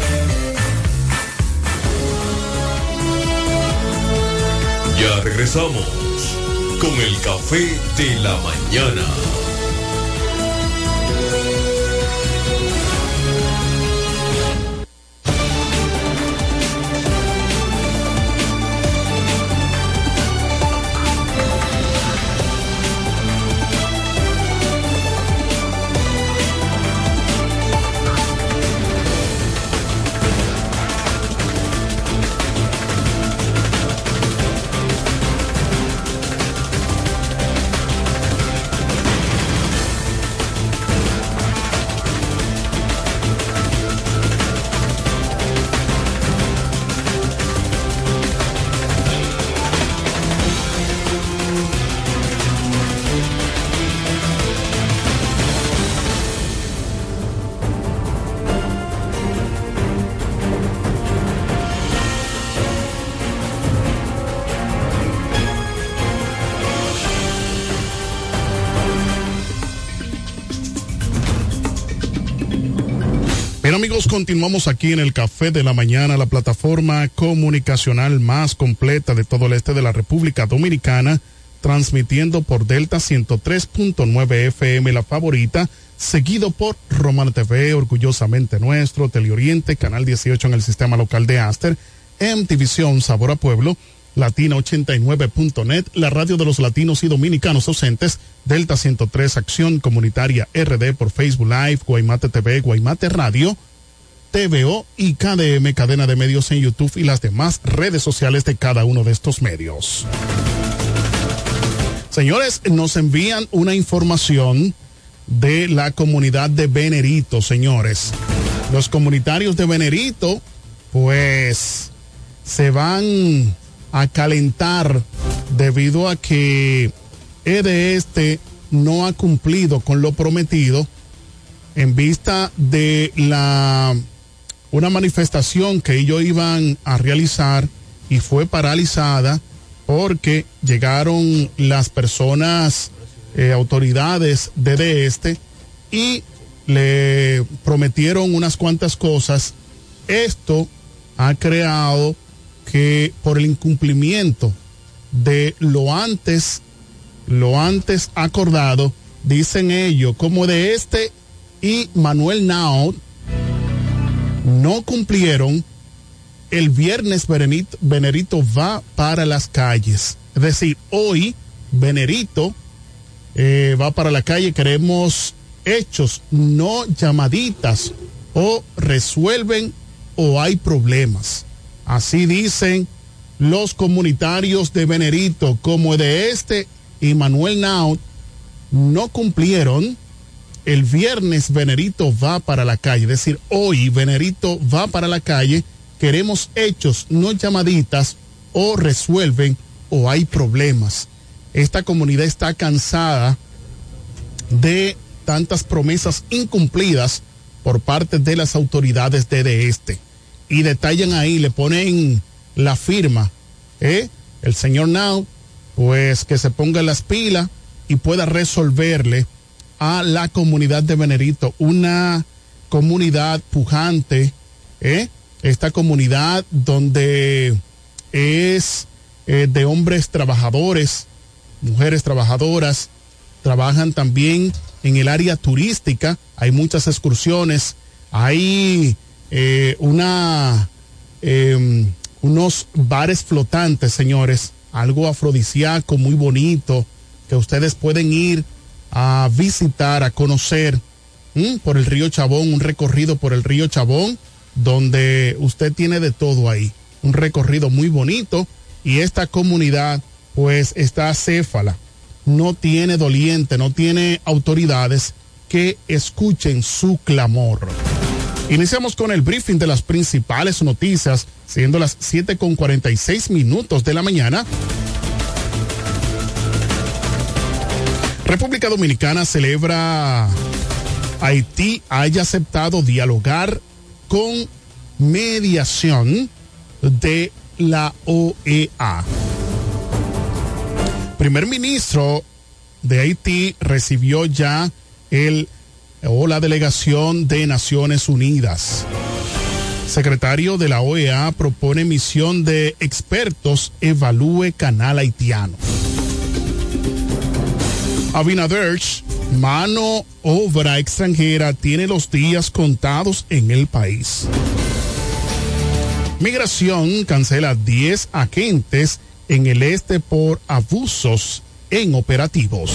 Ya regresamos con el café de la mañana. Bien amigos, continuamos aquí en el Café de la Mañana, la plataforma comunicacional más completa de todo el este de la República Dominicana, transmitiendo por Delta 103.9 FM, la favorita, seguido por Romana TV, orgullosamente nuestro, Teleoriente, Canal 18 en el sistema local de Aster, MTVision, Sabor a Pueblo, Latina89.net, la radio de los latinos y dominicanos ausentes, Delta 103, Acción Comunitaria RD por Facebook Live, Guaymate TV, Guaymate Radio, TVO y KDM, cadena de medios en YouTube y las demás redes sociales de cada uno de estos medios. Señores, nos envían una información de la comunidad de Venerito, señores. Los comunitarios de Venerito, pues, se van a calentar debido a que EDE no ha cumplido con lo prometido en vista de una manifestación que ellos iban a realizar y fue paralizada porque llegaron las personas, autoridades de este y le prometieron unas cuantas cosas. Esto ha creado que por el incumplimiento de lo antes acordado, dicen ellos, como de este y Manuel Naut no cumplieron, el viernes Venerito va para las calles. Es decir, hoy Venerito va para la calle. Queremos hechos, no llamaditas, o resuelven o hay problemas. Así dicen los comunitarios de Venerito, como de este y Manuel Naut no cumplieron. El viernes Venerito va para la calle, es decir, hoy Venerito va para la calle. Queremos hechos, no llamaditas, o resuelven o hay problemas. Esta comunidad está cansada de tantas promesas incumplidas por parte de las autoridades de este. Y detallan ahí, le ponen la firma, el señor Now, pues que se ponga las pilas y pueda resolverle a la comunidad de Venerito, una comunidad pujante, esta comunidad donde es de hombres trabajadores, mujeres trabajadoras, trabajan también en el área turística, hay muchas excursiones, hay unos bares flotantes, señores, algo afrodisíaco muy bonito que ustedes pueden ir a visitar, a conocer, por el río Chabón, un recorrido por el río Chabón, donde usted tiene de todo ahí, un recorrido muy bonito. Y esta comunidad pues está acéfala, no tiene doliente, no tiene autoridades que escuchen su clamor. Iniciamos con el briefing de las principales noticias, siendo las 7:46 de la mañana. República Dominicana celebra Haití haya aceptado dialogar con mediación de la OEA. Primer ministro de Haití recibió ya la delegación de Naciones Unidas. Secretario de la OEA propone misión de expertos evalúe canal haitiano. Abinader, mano obra extranjera, tiene los días contados en el país. Migración cancela 10 agentes en el este por abusos en operativos.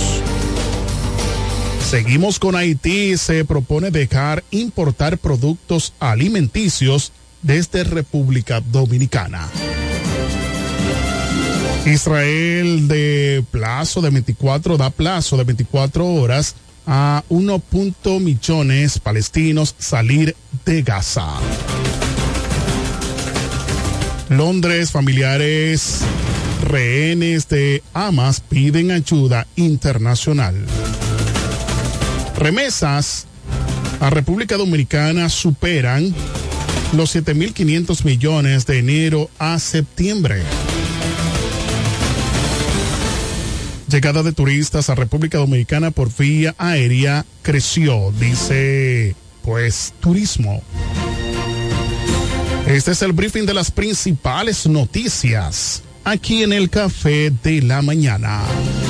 Seguimos con Haití. Se propone dejar importar productos alimenticios desde República Dominicana. Israel da plazo de 24 horas a 1 millones palestinos salir de Gaza. Londres, familiares rehenes de Hamas piden ayuda internacional. Remesas a República Dominicana superan los 7.500 millones de enero a septiembre. Llegada de turistas a República Dominicana por vía aérea creció, dice pues turismo. Este es el briefing de las principales noticias aquí en el Café de la Mañana.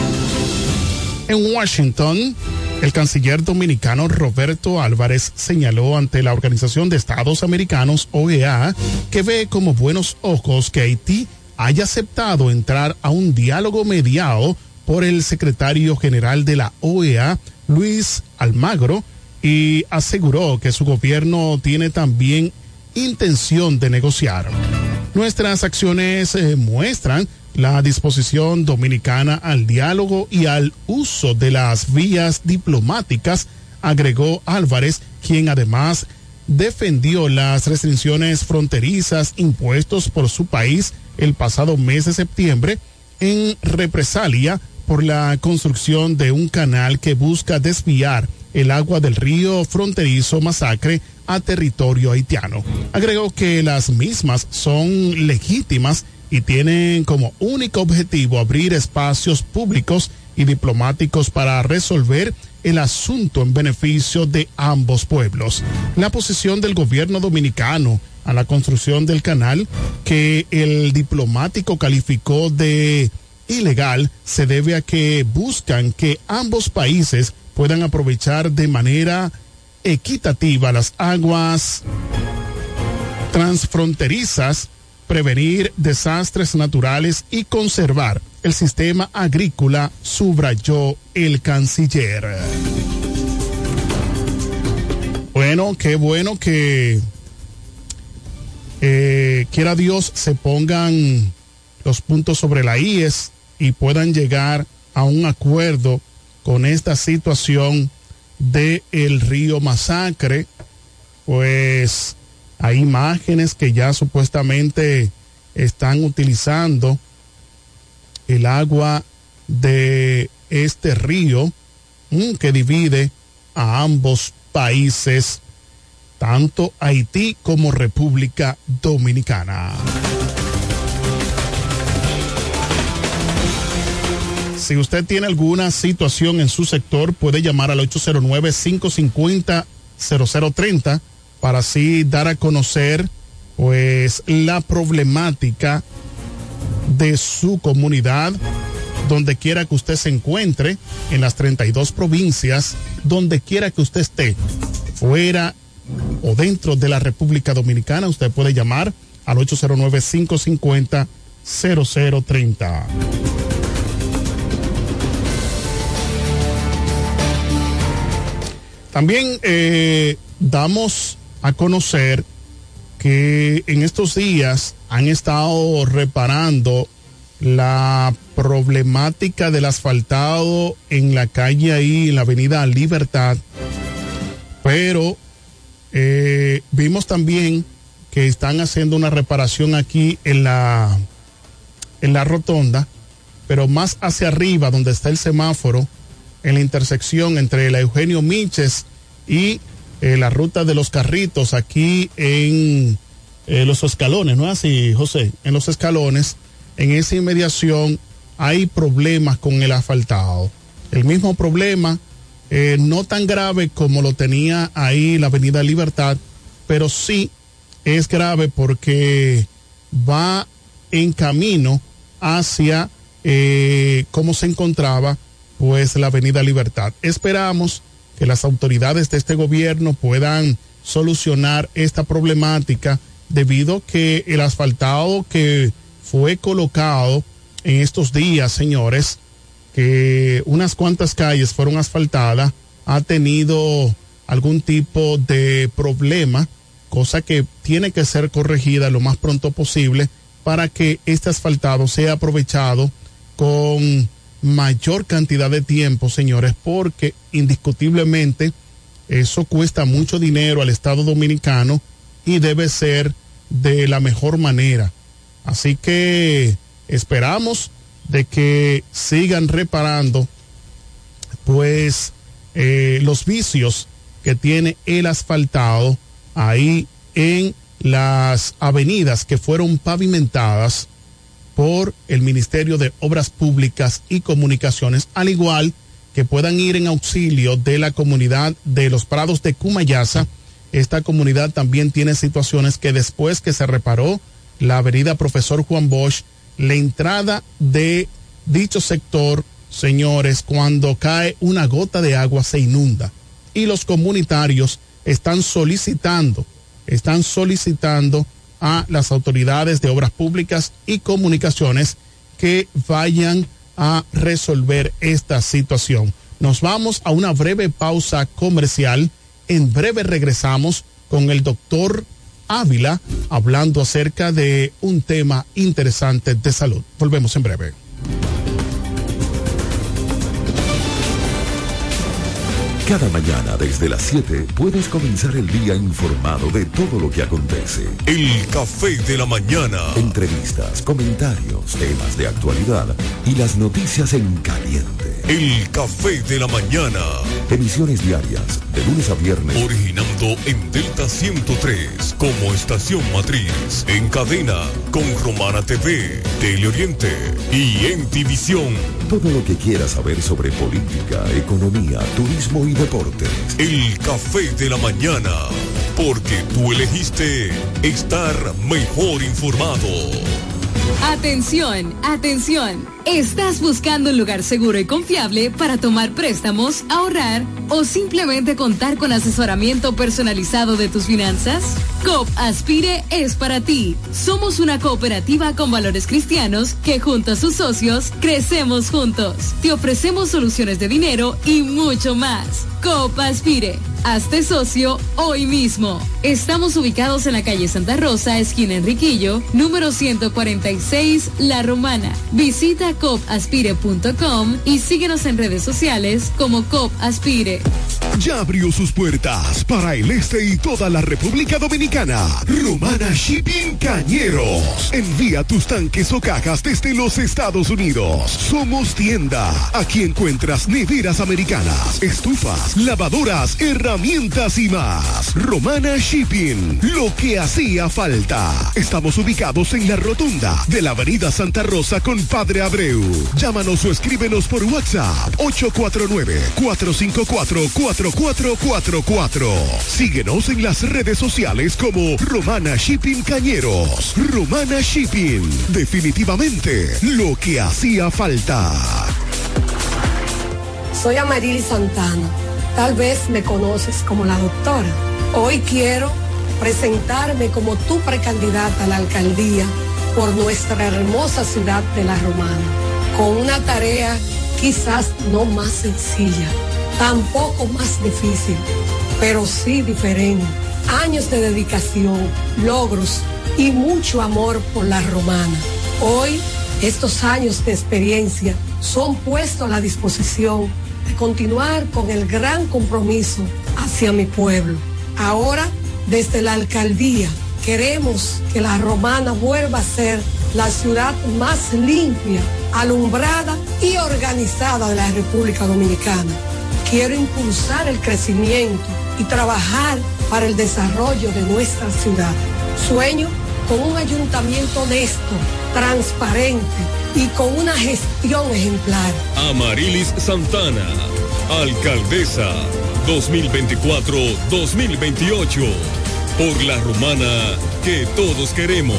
En Washington, el canciller dominicano Roberto Álvarez señaló ante la Organización de Estados Americanos, OEA, que ve como buenos ojos que Haití haya aceptado entrar a un diálogo mediado por el secretario general de la OEA, Luis Almagro, y aseguró que su gobierno tiene también intención de negociar. Nuestras acciones muestran la disposición dominicana al diálogo y al uso de las vías diplomáticas, agregó Álvarez, quien además defendió las restricciones fronterizas impuestos por su país el pasado mes de septiembre en represalia por la construcción de un canal que busca desviar el agua del río fronterizo Masacre a territorio haitiano. Agregó que las mismas son legítimas y tienen como único objetivo abrir espacios públicos y diplomáticos para resolver el asunto en beneficio de ambos pueblos. La posición del gobierno dominicano a la construcción del canal, que el diplomático calificó de ilegal, se debe a que buscan que ambos países puedan aprovechar de manera equitativa las aguas transfronterizas, prevenir desastres naturales y conservar el sistema agrícola, subrayó el canciller. Bueno, qué bueno que quiera Dios se pongan los puntos sobre la IES y puedan llegar a un acuerdo con esta situación de el río Masacre. Pues hay imágenes que ya supuestamente están utilizando el agua de este río que divide a ambos países, tanto Haití como República Dominicana. Si usted tiene alguna situación en su sector, puede llamar al 809-550-0030 para así dar a conocer pues la problemática de su comunidad, donde quiera que usted se encuentre, en las 32 provincias, donde quiera que usted esté, fuera o dentro de la República Dominicana. Usted puede llamar al 809-550-0030. También damos a conocer que en estos días han estado reparando la problemática del asfaltado en la calle ahí, en la avenida Libertad, pero vimos también que están haciendo una reparación aquí en la rotonda, pero más hacia arriba, donde está el semáforo, en la intersección entre la Eugenio Míchez y la ruta de los carritos, aquí en los escalones, ¿no es así, José? En los escalones, en esa inmediación hay problemas con el asfaltado. El mismo problema, no tan grave como lo tenía ahí la avenida Libertad, pero sí es grave porque va en camino hacia cómo se encontraba pues la avenida Libertad. Esperamos que las autoridades de este gobierno puedan solucionar esta problemática, debido que el asfaltado que fue colocado en estos días, señores, que unas cuantas calles fueron asfaltadas, ha tenido algún tipo de problema, cosa que tiene que ser corregida lo más pronto posible para que este asfaltado sea aprovechado con mayor cantidad de tiempo, señores, porque indiscutiblemente eso cuesta mucho dinero al Estado Dominicano y debe ser de la mejor manera. Así que esperamos de que sigan reparando pues los vicios que tiene el asfaltado ahí en las avenidas que fueron pavimentadas por el Ministerio de Obras Públicas y Comunicaciones, al igual que puedan ir en auxilio de la comunidad de los Prados de Cumayasa. Esta comunidad también tiene situaciones que después que se reparó la avenida Profesor Juan Bosch, la entrada de dicho sector, señores, cuando cae una gota de agua se inunda y los comunitarios están solicitando a las autoridades de Obras Públicas y Comunicaciones que vayan a resolver esta situación. Nos vamos a una breve pausa comercial. En breve regresamos con el doctor Ávila hablando acerca de un tema interesante de salud. Volvemos en breve. Cada mañana desde las 7 puedes comenzar el día informado de todo lo que acontece. El Café de la Mañana. Entrevistas, comentarios, temas de actualidad y las noticias en caliente. El Café de la Mañana. Emisiones diarias, de lunes a viernes. Originando en Delta 103 como estación matriz. En cadena con Romana TV, Teleoriente y Entivisión. Todo lo que quieras saber sobre política, economía, turismo y deportes. El café de la mañana. Porque tú elegiste estar mejor informado. Atención, atención. ¿Estás buscando un lugar seguro y confiable para tomar préstamos, ahorrar o simplemente contar con asesoramiento personalizado de tus finanzas? COP Aspire es para ti. Somos una cooperativa con valores cristianos que junto a sus socios crecemos juntos. Te ofrecemos soluciones de dinero y mucho más. COP Aspire. Hazte socio hoy mismo. Estamos ubicados en la calle Santa Rosa, esquina Enriquillo, número 146, La Romana. Visita copaspire.com y síguenos en redes sociales como COP Aspire. Ya abrió sus puertas para el este y toda la República Dominicana. Romana Shipping Cañeros. Envía tus tanques o cajas desde los Estados Unidos. Somos tienda. Aquí encuentras neveras americanas, estufas, lavadoras, herramientas y más. Romana Shipping. Lo que hacía falta. Estamos ubicados en la rotunda de la avenida Santa Rosa con Padre Abreu. Llámanos o escríbenos por WhatsApp 849-454-4444. Síguenos en las redes sociales como Romana Shipping Cañeros. Romana Shipping, definitivamente lo que hacía falta. Soy Amarilis Santana. Tal vez me conoces como la doctora. Hoy quiero presentarme como tu precandidata a la alcaldía por nuestra hermosa ciudad de La Romana, con una tarea quizás no más sencilla, tampoco más difícil, pero sí diferente. Años de dedicación, logros y mucho amor por La Romana. Hoy, estos años de experiencia son puestos a la disposición de continuar con el gran compromiso hacia mi pueblo. Ahora, desde la alcaldía, queremos que La Romana vuelva a ser la ciudad más limpia, alumbrada y organizada de la República Dominicana. Quiero impulsar el crecimiento y trabajar para el desarrollo de nuestra ciudad. Sueño con un ayuntamiento honesto, transparente y con una gestión ejemplar. Amarilis Santana, alcaldesa 2024-2028. Por La Romana que todos queremos.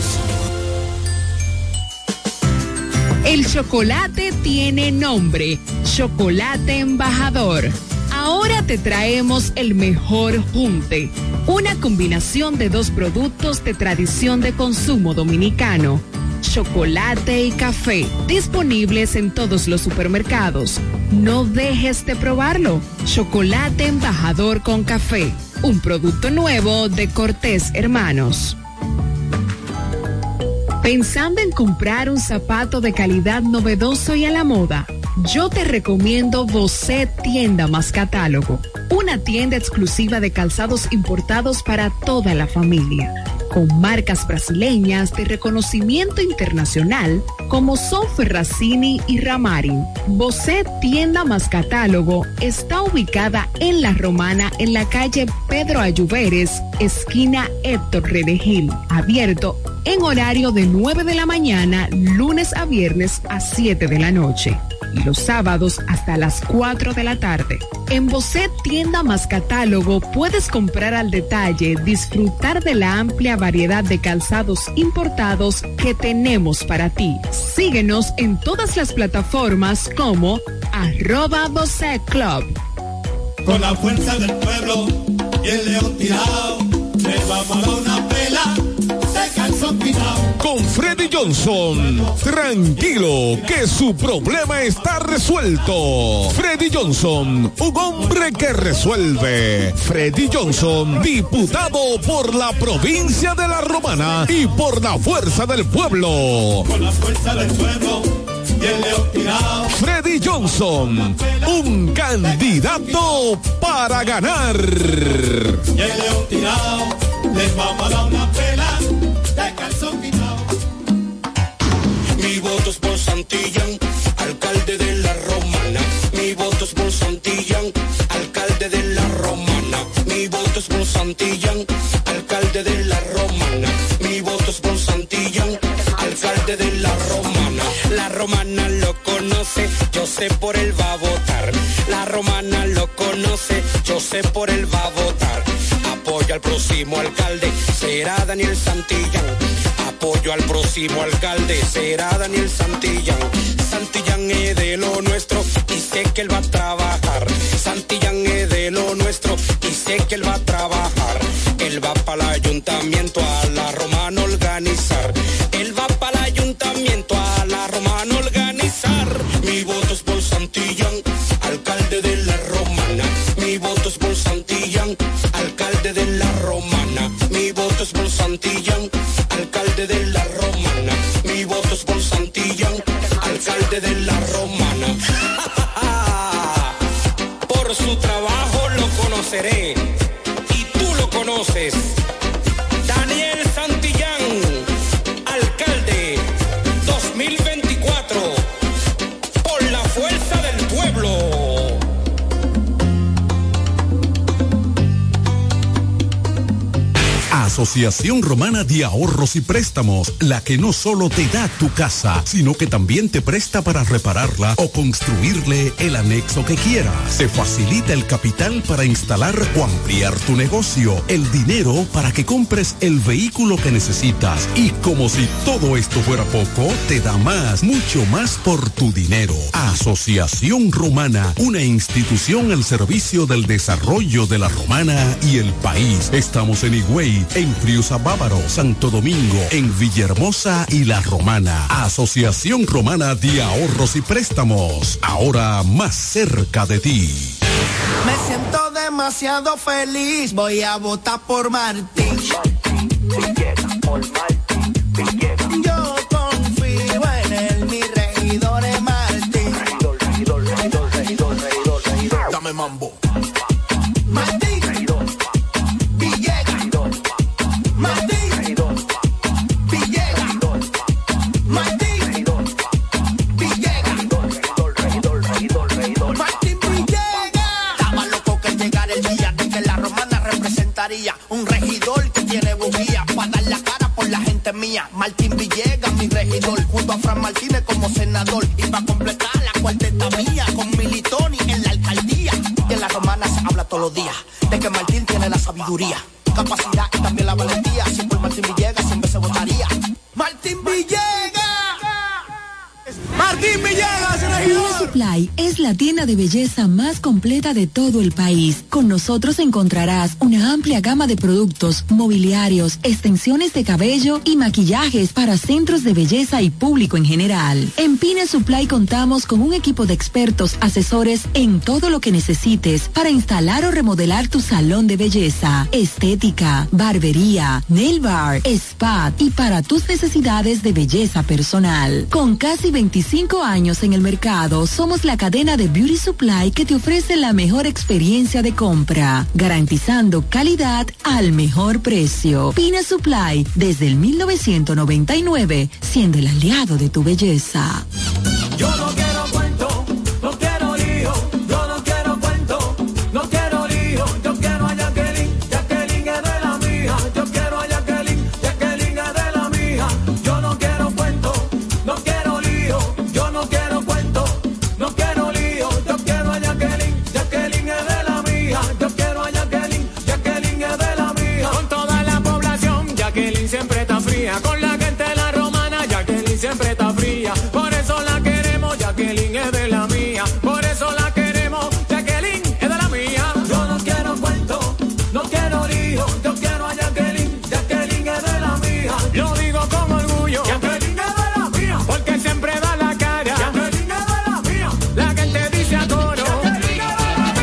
El chocolate tiene nombre, Chocolate Embajador. Ahora te traemos el mejor junte, una combinación de dos productos de tradición de consumo dominicano, chocolate y café, disponibles en todos los supermercados. No dejes de probarlo. Chocolate Embajador con café, un producto nuevo de Cortés Hermanos. ¿Pensando en comprar un zapato de calidad novedoso y a la moda? Yo te recomiendo Bosé Tienda Más Catálogo, una tienda exclusiva de calzados importados para toda la familia, con marcas brasileñas de reconocimiento internacional como son Ferracini y Ramarin. Bosé Tienda Más Catálogo está ubicada en La Romana, en la calle Pedro Ayuberes, esquina Héctor Redegil, abierto en horario de 9 de la mañana, lunes a viernes a 7 de la noche. Y los sábados hasta las 4 de la tarde. En Bosé Tienda Más Catálogo puedes comprar al detalle, disfrutar de la amplia variedad de calzados importados que tenemos para ti. Síguenos en todas las plataformas como @Bosé Club. Con la fuerza del pueblo y el león tirado, le vamos a dar una pela. Con Freddy Johnson, tranquilo que su problema está resuelto. Freddy Johnson, un hombre que resuelve. Freddy Johnson, diputado por la provincia de La Romana y por la fuerza del pueblo. Con la fuerza del pueblo y el león tirado. Freddy Johnson, un candidato para ganar. Y el león tirado, les vamos a dar una pela. Mi voto es por Santillán, alcalde de La Romana. Mi voto es por Santillán, romana lo conoce, yo sé por él va a votar. La romana lo conoce, yo sé por él va a votar. Apoyo al próximo alcalde, será Daniel Santillán. Apoyo al próximo alcalde, será Daniel Santillán. Santillán es de lo nuestro y sé que él va a trabajar. Santillán es de lo nuestro y sé que él va a trabajar. Él va para el ayuntamiento a la romana organizar. Él va para el ayuntamiento a la romana organizar. Mi voto es por Santillán, alcalde de la romana. Mi voto es por Santillán, alcalde de la romana. Mi voto es por Santillán, alcalde de la romana. Mi voto es por Santillán, alcalde de la romana. Por su trabajo lo conoceré y tú lo conoces. Daniel Santillán, alcalde 2024, por la fuerza del pueblo. Asociación Romana de Ahorros y Préstamos, la que no solo te da tu casa, sino que también te presta para repararla o construirle el anexo que quieras. Te facilita el capital para instalar o ampliar tu negocio, el dinero para que compres el vehículo que necesitas y, como si todo esto fuera poco, te da más, mucho más por tu dinero. Asociación Romana, una institución al servicio del desarrollo de la Romana y el país. Estamos en Higüey, en Friusa Bávaro, Santo Domingo, en Villahermosa y La Romana. Asociación Romana de Ahorros y Préstamos, ahora más cerca de ti. Me siento demasiado feliz, voy a votar por Martín. Yo confío en él, mi regidor es Martín. Regidor. Dame mambo. Martín. Un regidor que tiene bujía para dar la cara por la gente mía. Martín Villegas, mi regidor, junto a Fran Martínez como senador. Y para completar la cuarteta mía, con Militoni en la alcaldía. Y en la romana se habla todos los días de que Martín tiene la sabiduría, capacidad y también la valentía. Si por Martín Villegas siempre se votaría. Martín Villegas. Martín Villegas, regidor. Pina Supply es la tienda de belleza más completa de todo el país. Con nosotros encontrarás una amplia gama de productos, mobiliarios, extensiones de cabello y maquillajes para centros de belleza y público en general. En Pina Supply contamos con un equipo de expertos asesores en todo lo que necesites para instalar o remodelar tu salón de belleza, estética, barbería, nail bar, spa y para tus necesidades de belleza personal. Con casi 25 años en el mercado, somos la cadena de Beauty Supply que te ofrece la mejor experiencia de compra, garantizando calidad al mejor precio. Pina Supply, desde el 1999, siendo el aliado de tu belleza. Yo no quiero cuento, no quiero lío. Yo no quiero cuento, no quiero lío. Yo quiero a Jacqueline, Jacqueline es de la mía. Yo quiero a Jacqueline, Jacqueline es de la mía. Yo no quiero cuento, no quiero lío. Yo no quiero cuento, no quiero lío. Yo quiero a Jacqueline, Jacqueline es de la mía. Yo quiero a Jacqueline, Jacqueline es de la mía. Con toda la población, Jacqueline siempre está fría. Con la gente de la romana, Jacqueline siempre está fría. Por eso la queremos, Jacqueline es de la mía. Por eso la queremos, Jacqueline es de la mía. Yo no quiero cuento, no quiero lío. Yo quiero a Jacqueline, Jacqueline es de la mía. Lo digo con orgullo, Jacqueline es de la mía. Porque siempre da la cara, Jacqueline es de la mía. La gente dice a coro, Jacqueline es de la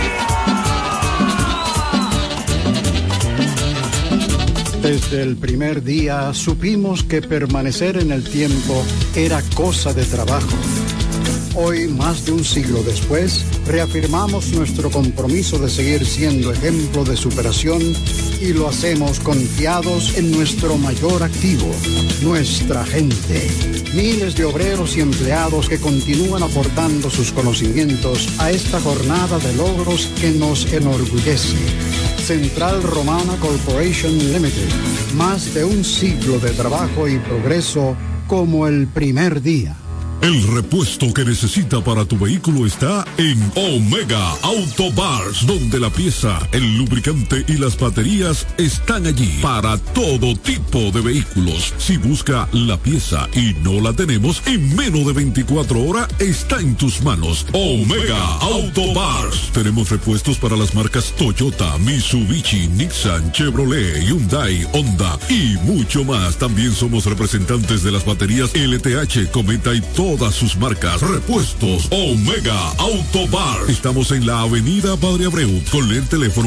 mía. Desde el primer día supimos que permanecer en el tiempo era cosa de trabajo. Hoy, más de un siglo después, reafirmamos nuestro compromiso de seguir siendo ejemplo de superación y lo hacemos confiados en nuestro mayor activo, nuestra gente. Miles de obreros y empleados que continúan aportando sus conocimientos a esta jornada de logros que nos enorgullece. Central Romana Corporation Limited, más de un siglo de trabajo y progreso como el primer día. El repuesto que necesita para tu vehículo está en Omega Auto Bars, donde la pieza, el lubricante y las baterías están allí para todo tipo de vehículos. Si busca la pieza y no la tenemos, en menos de 24 horas está en tus manos. Omega Auto Bars. Tenemos repuestos para las marcas Toyota, Mitsubishi, Nissan, Chevrolet, Hyundai, Honda y mucho más. También somos representantes de las baterías LTH, Cometa y todas sus marcas. Repuestos Omega Auto Bar. Estamos en la avenida Padre Abreu con el teléfono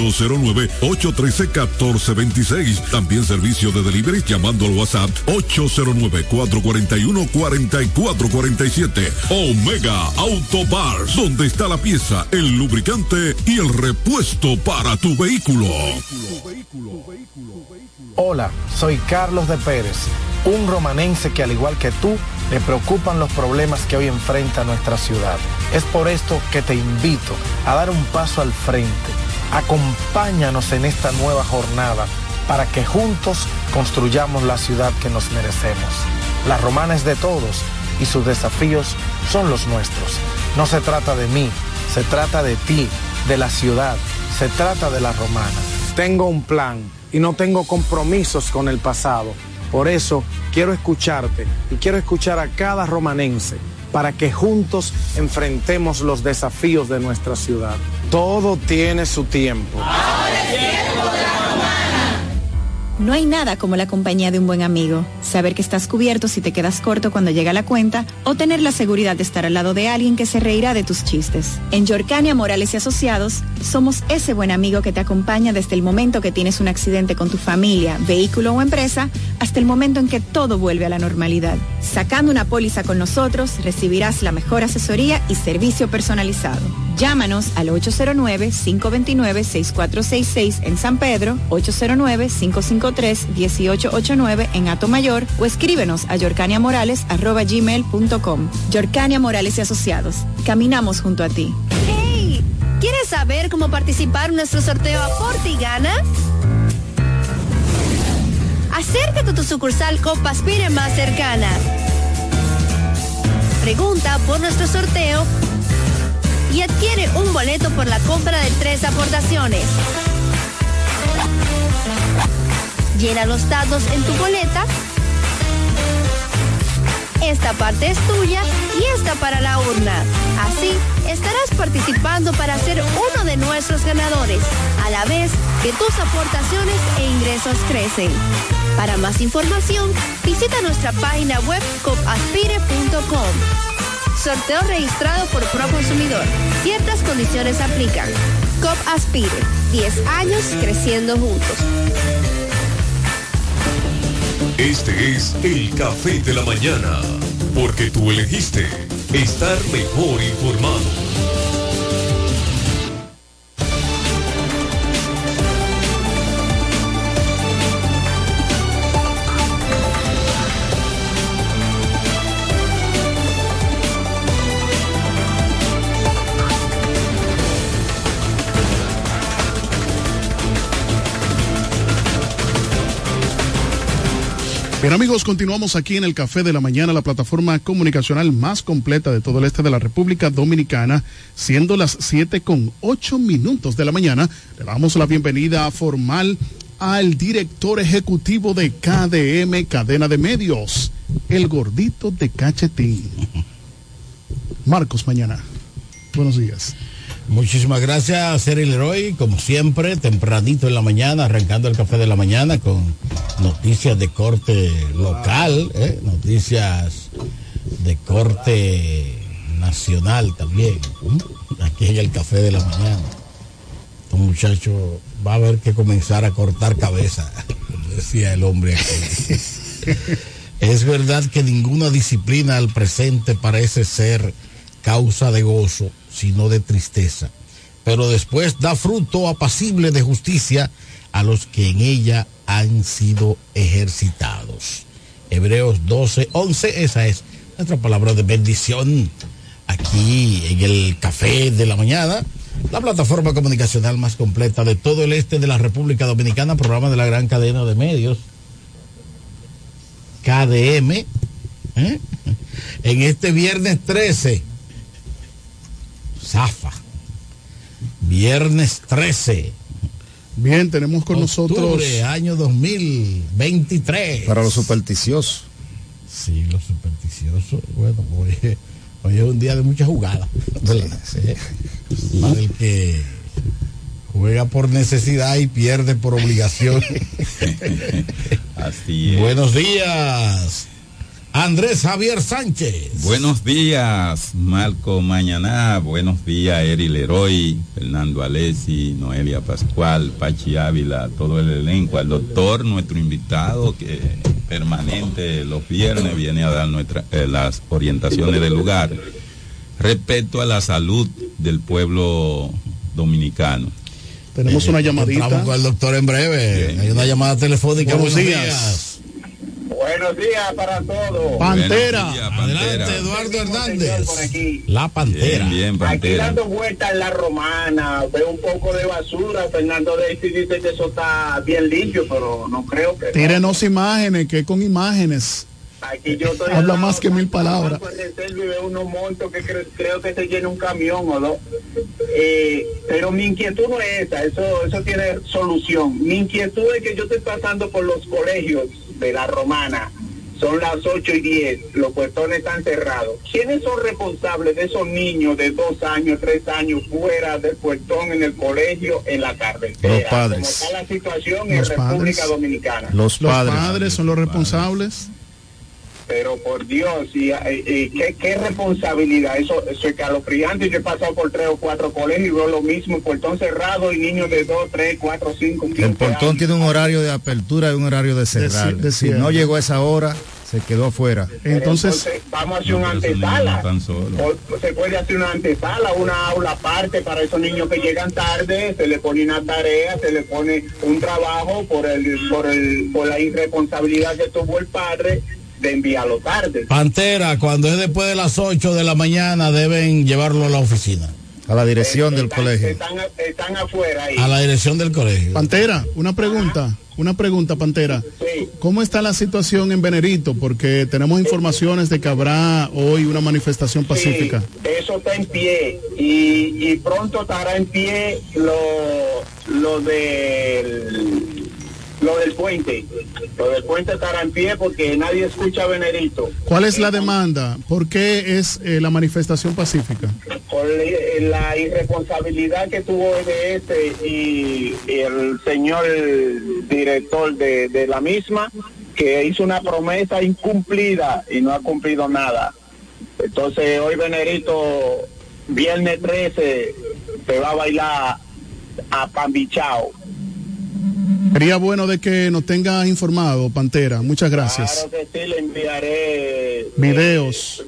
809-813-1426. También servicio de delivery llamando al WhatsApp 809-441-4447. Omega Auto Bar, donde está la pieza, el lubricante y el repuesto para tu vehículo. Hola, soy Carlos de Pérez, un romanense que al igual que tú, le preocupan los problemas que hoy enfrenta nuestra ciudad. Es por esto que te invito a dar un paso al frente. Acompáñanos en esta nueva jornada para que juntos construyamos la ciudad que nos merecemos. La Romana es de todos y sus desafíos son los nuestros. No se trata de mí, se trata de ti, de la ciudad, se trata de la Romana. Tengo un plan y no tengo compromisos con el pasado. Por eso quiero escucharte y quiero escuchar a cada romanense para que juntos enfrentemos los desafíos de nuestra ciudad. Todo tiene su tiempo. Ahora es tiempo de la Romana. No hay nada como la compañía de un buen amigo. Saber que estás cubierto si te quedas corto cuando llega la cuenta o tener la seguridad de estar al lado de alguien que se reirá de tus chistes. En Yorcania Morales y Asociados somos ese buen amigo que te acompaña desde el momento que tienes un accidente con tu familia, vehículo o empresa hasta el momento en que todo vuelve a la normalidad. Sacando una póliza con nosotros recibirás la mejor asesoría y servicio personalizado. Llámanos al 809-529-6466 en San Pedro, 809-553-1889 en Atomayor o escríbenos a yorcaniamorales@gmail.com. Yorcania Morales y Asociados. Caminamos junto a ti. ¡Hey! ¿Quieres saber cómo participar en nuestro sorteo Aporte y Gana? Acércate a tu sucursal Copa Aspire más cercana. Pregunta por nuestro sorteo y adquiere un boleto por la compra de 3 aportaciones. Llena los datos en tu boleta. Esta parte es tuya y esta para la urna. Así estarás participando para ser uno de nuestros ganadores, a la vez que tus aportaciones e ingresos crecen. Para más información, visita nuestra página web copaspire.com. Sorteo registrado por Proconsumidor. Ciertas condiciones aplican. COP Aspire. 10 años creciendo juntos. Este es el Café de la Mañana, porque tú elegiste estar mejor informado. Bien amigos, continuamos aquí en el Café de la Mañana, la plataforma comunicacional más completa de todo el este de la República Dominicana, siendo las 7:08 de la mañana. Le damos la bienvenida formal al director ejecutivo de KDM, Cadena de Medios, el gordito de cachetín. Marcos Mañana, buenos días. Muchísimas gracias, Cyril Leroy, como siempre, tempranito en la mañana, arrancando el Café de la Mañana con noticias de corte local, noticias de corte nacional también, aquí en el Café de la Mañana. Un muchacho va a haber que comenzar a cortar cabeza, decía el hombre aquí. Es verdad que ninguna disciplina al presente parece ser causa de gozo, sino de tristeza, pero después da fruto apacible de justicia a los que en ella han sido ejercitados. Hebreos 12:11, esa es nuestra palabra de bendición aquí en el Café de la Mañana, la plataforma comunicacional más completa de todo el este de la República Dominicana, programa de la gran cadena de medios KDM, En este viernes 13, zafa. Viernes 13. Bien, tenemos con nosotros. Año 2023. Para los supersticiosos. Sí, los supersticiosos. Bueno, hoy es un día de mucha jugada. Sí. Para el que juega por necesidad y pierde por obligación. Así es. Buenos días, Andrés Javier Sánchez. Buenos días, Marco Mañaná. Buenos días, Eri Leroy, Fernando Alessi, Noelia Pascual, Pachi Ávila, todo el elenco, al doctor, nuestro invitado que permanente los viernes viene a dar las orientaciones del lugar respecto a la salud del pueblo dominicano. Tenemos una llamadita. Entramos con el doctor en breve. Bien. Hay una llamada telefónica. Buenos días. Buenos días para todos. Pantera. Días, Pantera. Adelante, Eduardo Hernández. La Pantera. Bien, Pantera. Aquí dando vueltas en la Romana, veo un poco de basura. Fernando Deisy dice que eso está bien limpio, pero no creo que... Tírenos imágenes, que con imágenes. Aquí yo estoy habla más que 1000 palabras. Veo unos montos que creo que se llena un camión o dos. Pero mi inquietud no es esa, eso tiene solución. Mi inquietud es que yo estoy pasando por los colegios de la Romana. Son las 8:10, los puestones están cerrados. ¿Quiénes son responsables de esos niños de 2 años, 3 años fuera del puestón en el colegio en la carretera? Los padres. Como está la situación en República Dominicana. Los padres son los responsables. Pero por Dios, ¿qué responsabilidad? Eso es escalofriante. Yo he pasado por 3 o 4 colegios y veo lo mismo, portón cerrado y niños de 2, 3, 4, 5, 15 El portón años. tiene un horario de apertura y un horario de cerrar. Si no llegó a esa hora, se quedó afuera. Entonces vamos a hacer una antesala. Se puede hacer una antesala, una aula aparte para esos niños que llegan tarde, se le pone una tarea, se le pone un trabajo por la irresponsabilidad que tuvo el padre de enviarlo tarde. Pantera, cuando es después de las 8 de la mañana deben llevarlo a la oficina. A la dirección del colegio. Están afuera ahí. A la dirección del colegio. Pantera, una pregunta, Pantera. Sí. ¿Cómo está la situación en Venerito? Porque tenemos informaciones de que habrá hoy una manifestación pacífica. Sí, eso está en pie y pronto estará en pie lo del puente. Lo del puente estará en pie porque nadie escucha a Venerito. ¿Cuál es la demanda? ¿Por qué es la manifestación pacífica? Por la irresponsabilidad que tuvo y el señor director de la misma, que hizo una promesa incumplida y no ha cumplido nada. Entonces hoy Venerito, viernes 13, se va a bailar a Pambichao. Sería bueno de que nos tengas informado, Pantera. Muchas gracias. Claro que sí, le enviaré videos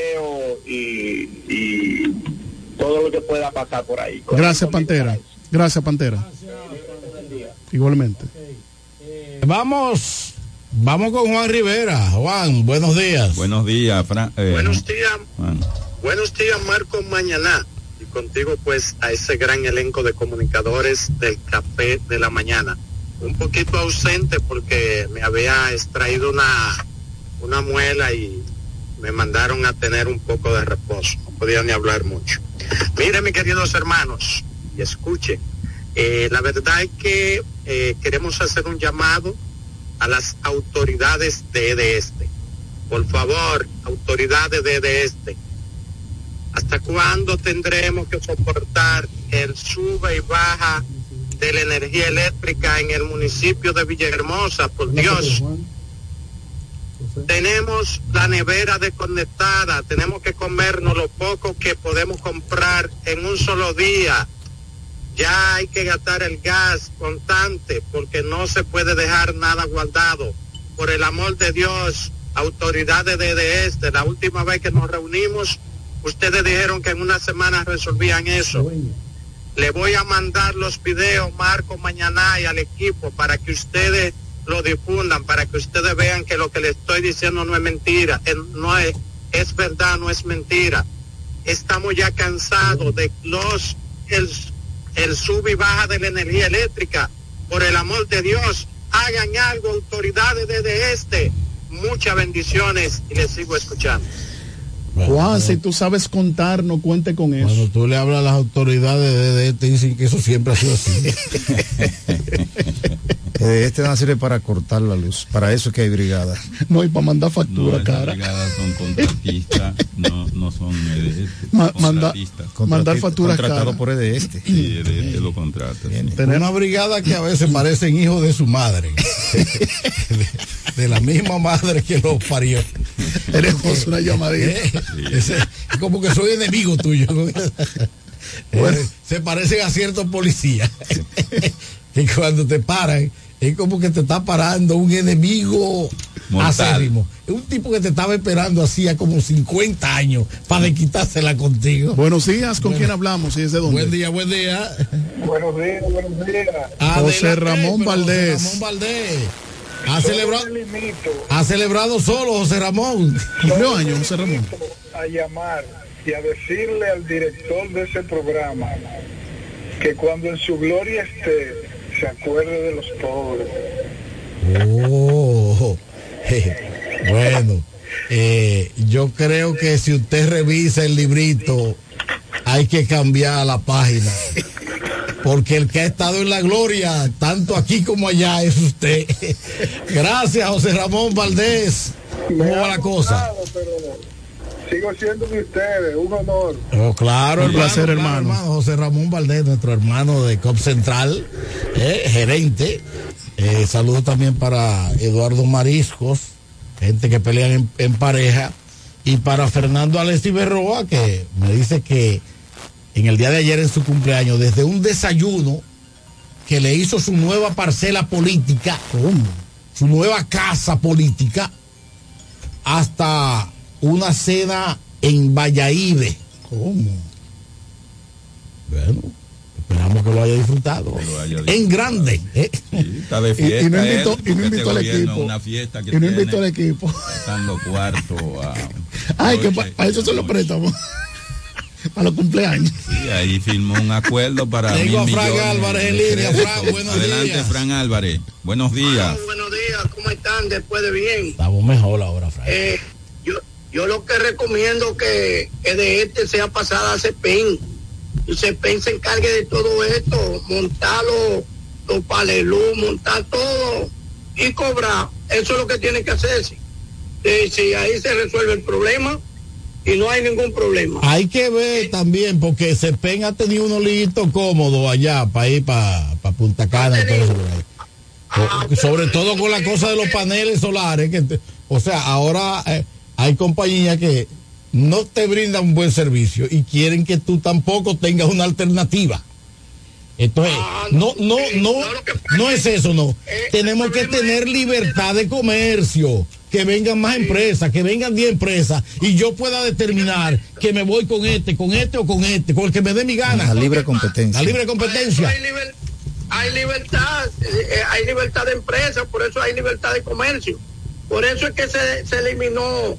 y todo lo que pueda pasar por ahí. Gracias, Pantera. Gracias, Pantera. Igualmente. Vamos con Juan Rivera. Juan, buenos días. Buenos días, Buenos días. Juan. Buenos días, Marco Mañaná. Y contigo, pues, a ese gran elenco de comunicadores del Café de la Mañana. Un poquito ausente porque me había extraído una muela y me mandaron a tener un poco de reposo. No podía ni hablar mucho. Miren, mis queridos hermanos, y escuchen. La verdad es que queremos hacer un llamado a las autoridades de EDESTE. Por favor, autoridades de EDESTE. ¿Hasta cuándo tendremos que soportar el sube y baja de la energía eléctrica en el municipio de Villahermosa? Por Dios. Tenemos la nevera desconectada, tenemos que comernos lo poco que podemos comprar en un solo día. Ya hay que gastar el gas constante porque no se puede dejar nada guardado. Por el amor de Dios, autoridades de este, la última vez que nos reunimos, ustedes dijeron que en una semana resolvían eso. Le voy a mandar los videos, Marco Mañaná, y al equipo para que ustedes lo difundan, para que ustedes vean que lo que le estoy diciendo no es mentira, es verdad, no es mentira. Estamos ya cansados de el sub y baja de la energía eléctrica. Por el amor de Dios, hagan algo, autoridades desde este. muchas bendiciones y les sigo escuchando. Juan, si tú sabes contar, no cuente con eso. Cuando tú le hablas a las autoridades de te dicen que eso siempre ha sido así. Este no sirve para cortar la luz. Para eso es que hay brigada. No, y para mandar factura, no, cara. Las brigadas son contratistas, no son contratistas. Mandar facturas contratado por EDE. Sí, EDE lo contrata. Tenemos una brigada que a veces parecen hijos de su madre. de la misma madre que los parió. Tenemos una llamadita. Es como que soy enemigo tuyo. Bueno, se parecen a ciertos policías. Y cuando te paran, es como que te está parando un enemigo acérrimo. Es un tipo que te estaba esperando hacía como 50 años para quitársela contigo. Buenos días, ¿con quién hablamos? ¿Y es de dónde? Buen día, buen día. Buenos días. José Ramón Valdés. José Ramón Valdés. Ha celebrado solo José Ramón. ¿Cumplió años José Ramón? A llamar y a decirle al director de ese programa que cuando en su gloria esté, se acuerde de los pobres. Bueno, yo creo que si usted revisa el librito, hay que cambiar la página. Porque el que ha estado en la gloria, tanto aquí como allá, es usted. Gracias, José Ramón Valdés. ¿Cómo va la cosa? Pero sigo siendo de ustedes, un honor. Oh, claro, un placer, hermano. José Ramón Valdés, nuestro hermano de COP Central, gerente. Saludos también para Eduardo Mariscos, gente que pelean en pareja. Y para Fernando Alessi Berroa, que me dice que en el día de ayer en su cumpleaños, desde un desayuno que le hizo su nueva parcela política, su nueva casa política, hasta una cena en Valladolid. ¿Cómo? Bueno, esperamos que lo haya disfrutado. En grande. Sí, está de fiesta. Y no invitó al equipo. Una fiesta que y no invitó al equipo. Dando cuarto Ay, que para eso se lo prestamos. Para los cumpleaños. Sí, ahí firmó un acuerdo para Tengo a Fran Álvarez en línea. Fran, buenos días. Adelante, Fran Álvarez. Buenos días. Buenos días, ¿cómo están después de bien? Estamos mejor ahora, Fran. Yo lo que recomiendo que de sea pasada a CEPEN. Y CEPEN se encargue de todo esto, montar los palelús, montar todo y cobrar. Eso es lo que tiene que hacerse. Si ahí se resuelve el problema y no hay ningún problema. Hay que ver también, porque CEPEN ha tenido unos liguitos cómodos allá para ir para Punta Cana y todo eso. Sobre todo con la cosa de los paneles solares. O sea, ahora hay compañías que no te brindan un buen servicio y quieren que tú tampoco tengas una alternativa. Entonces, no es eso, no. Tenemos que tener libertad de comercio, que vengan más empresas, que vengan 10 empresas y yo pueda determinar que me voy con este o con este, con el que me dé mi gana. La libre competencia. La libre competencia. Hay libertad de empresas, por eso hay libertad de comercio. Por eso es que se eliminó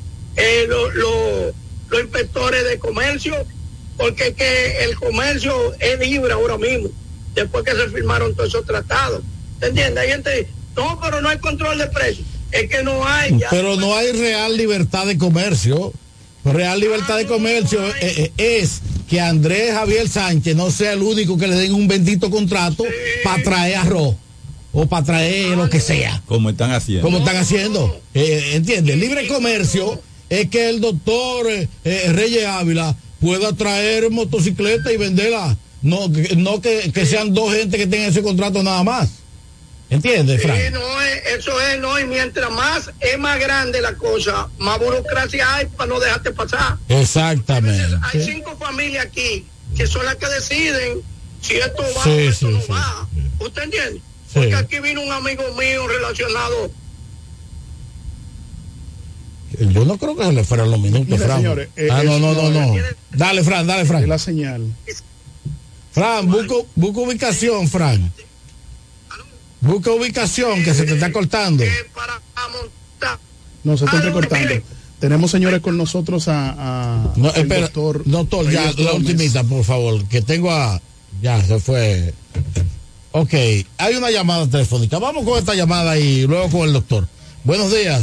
los inspectores de comercio, porque es que el comercio es libre ahora mismo, después que se firmaron todos esos tratados. ¿Te entiendes? Hay gente dice, no, pero no hay control de precios. Es que no hay. Pero no hay real libertad de comercio. Real libertad de comercio es que Andrés Javier Sánchez no sea el único que le den un bendito contrato para traer arroz o para traer lo que sea. Como están haciendo. ¿Entiendes? Libre comercio es que el doctor Reyes Ávila pueda traer motocicleta y venderla. No que sean dos gente que tengan ese contrato nada más. ¿Entiendes, Frank? Sí, y mientras más es más grande la cosa, más burocracia hay para no dejarte pasar. Exactamente. Hay 5 familias aquí que son las que deciden si esto va o esto no va. ¿Usted entiende? Porque aquí vino un amigo mío relacionado. Yo no creo que se le fueran los minutos, Fran. Señores, no. Dale, Fran. Es la señal. Fran, busca ubicación, Fran. Busca ubicación, que se te está cortando. No, se está entrecortando. Tenemos, señores, con nosotros no, espera, doctor, ya, la ultimita, por favor, que tengo ya, se fue. Ok, hay una llamada telefónica. Vamos con esta llamada y luego con el doctor. Buenos días.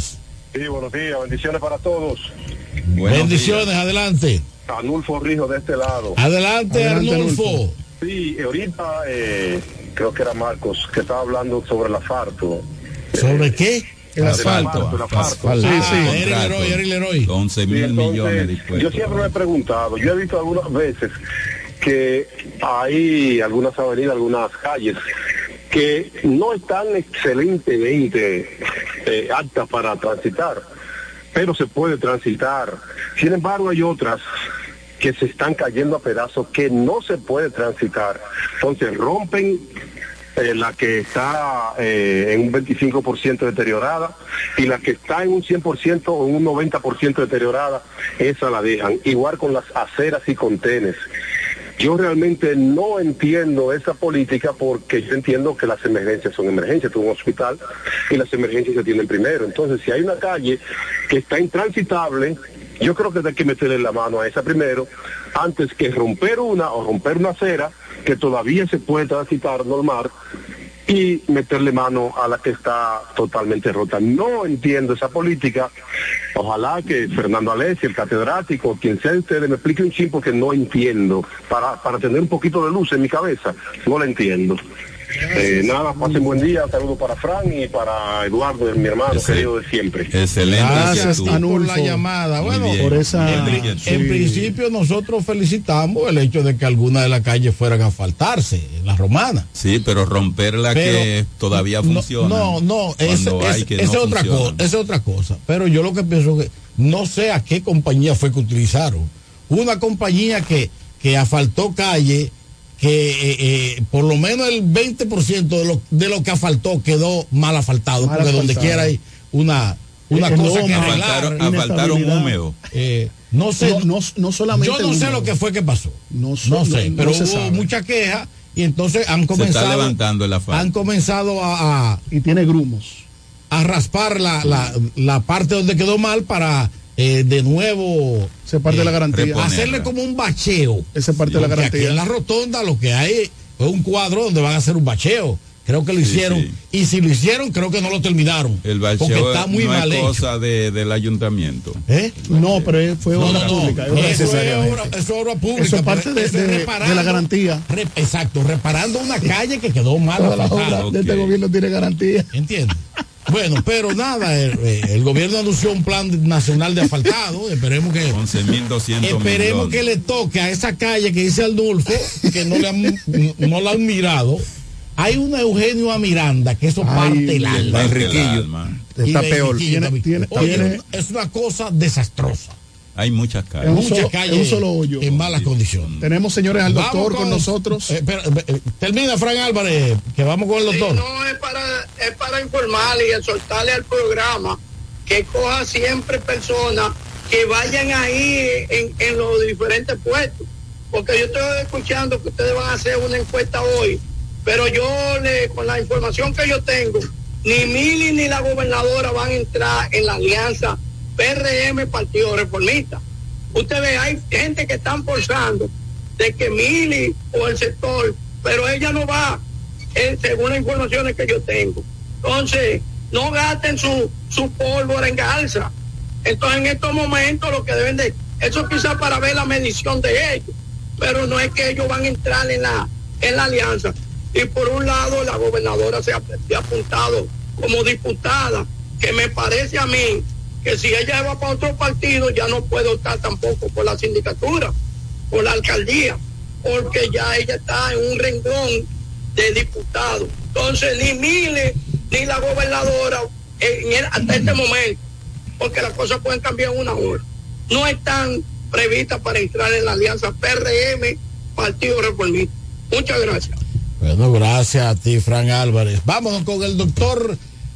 Sí, buenos días, bendiciones para todos. Bendiciones, adelante. Arnulfo Rijo de este lado. Adelante Arnulfo. Sí, ahorita creo que era Marcos que estaba hablando sobre el asfalto. ¿Sobre qué? El asfalto. Eric Leroy. 11.000 millones dispuestos. Yo siempre me he preguntado, yo he visto algunas veces que hay algunas avenidas, algunas calles que no están excelentemente aptas para transitar, pero se puede transitar. Sin embargo, hay otras que se están cayendo a pedazos que no se puede transitar. Entonces rompen la que está en un 25% deteriorada y la que está en un 100% o un 90% deteriorada, esa la dejan. Igual con las aceras y contenes. Yo realmente no entiendo esa política porque yo entiendo que las emergencias son emergencias, tú un hospital y las emergencias se tienen primero. Entonces, si hay una calle que está intransitable, yo creo que hay que meterle la mano a esa primero, antes que romper una acera que todavía se puede transitar normal y meterle mano a la que está totalmente rota. No entiendo esa política. Ojalá que Fernando Alessi, el catedrático, quien sea ustedes, me explique un chin porque no entiendo. Para tener un poquito de luz en mi cabeza, no la entiendo. Nada, pasen buen día, saludos para Fran y para Eduardo, mi hermano querido de siempre. Excelente. Gracias por la llamada. Bueno, por esa en principio nosotros felicitamos el hecho de que algunas de las calles fueran a asfaltarse, la romana. Sí, pero romperla que todavía funciona. Esa es otra cosa. Pero yo lo que pienso es que no sé a qué compañía fue que utilizaron. Una compañía que asfaltó calle que por lo menos el 20% de lo que asfaltó quedó mal asfaltado, porque donde quiera hay una cosa que arreglar. Asfaltaron húmedo. No sé, no solamente yo no sé lo que fue que pasó. No sé, pero hubo mucha queja y entonces han comenzado. Se está levantando el asfalto. Han comenzado y tiene grumos. A raspar la parte donde quedó mal para de nuevo se parte de la garantía, hacerle como un bacheo. Esa parte de la garantía. Aquí en la rotonda lo que hay es un cuadro donde van a hacer un bacheo. Creo que lo hicieron, y si lo hicieron creo que no lo terminaron. El bacheo porque está muy no mal es hecho. Cosa del ayuntamiento. No, pero fue obra pública. Eso es obra pública. Eso es parte de la garantía. Exacto, reparando una calle que quedó mal asfaltada. De este gobierno tiene garantía. ¿Entiendes? Bueno, pero nada, el gobierno anunció un plan nacional de asfaltado. Esperemos que 11.200 que le toque a esa calle que dice Arnulfo, que no la han mirado. Hay una Eugenio a Miranda, que eso parte el alma. Enriquillo. Está peor. Es una cosa desastrosa. Hay muchas calles. En un solo hoyo. En malas condiciones. Tenemos, señores, al doctor con nosotros. Termina, Fran Álvarez, que vamos con el doctor. No, es para informarle y exhortarle al programa que coja siempre personas que vayan ahí en los diferentes puestos. Porque yo estoy escuchando que ustedes van a hacer una encuesta hoy, pero con la información que yo tengo, ni Mili ni la gobernadora van a entrar en la alianza PRM Partido Reformista. Usted ve, hay gente que están forzando de que Mili o el sector, pero ella no va, según las informaciones que yo tengo. Entonces, no gasten su pólvora en garza. Entonces, en estos momentos lo que deben de, eso quizás para ver la medición de ellos, pero no es que ellos van a entrar en la alianza. Y por un lado, la gobernadora se ha apuntado como diputada, que me parece a mí que si ella va para otro partido ya no puede optar tampoco por la sindicatura, por la alcaldía, porque ya ella está en un renglón de diputado. Entonces ni Mile ni la gobernadora hasta este momento, porque las cosas pueden cambiar en una hora, no están previstas para entrar en la alianza PRM Partido Reformista. Muchas gracias. Bueno, gracias a ti, Fran Álvarez. Vámonos con el doctor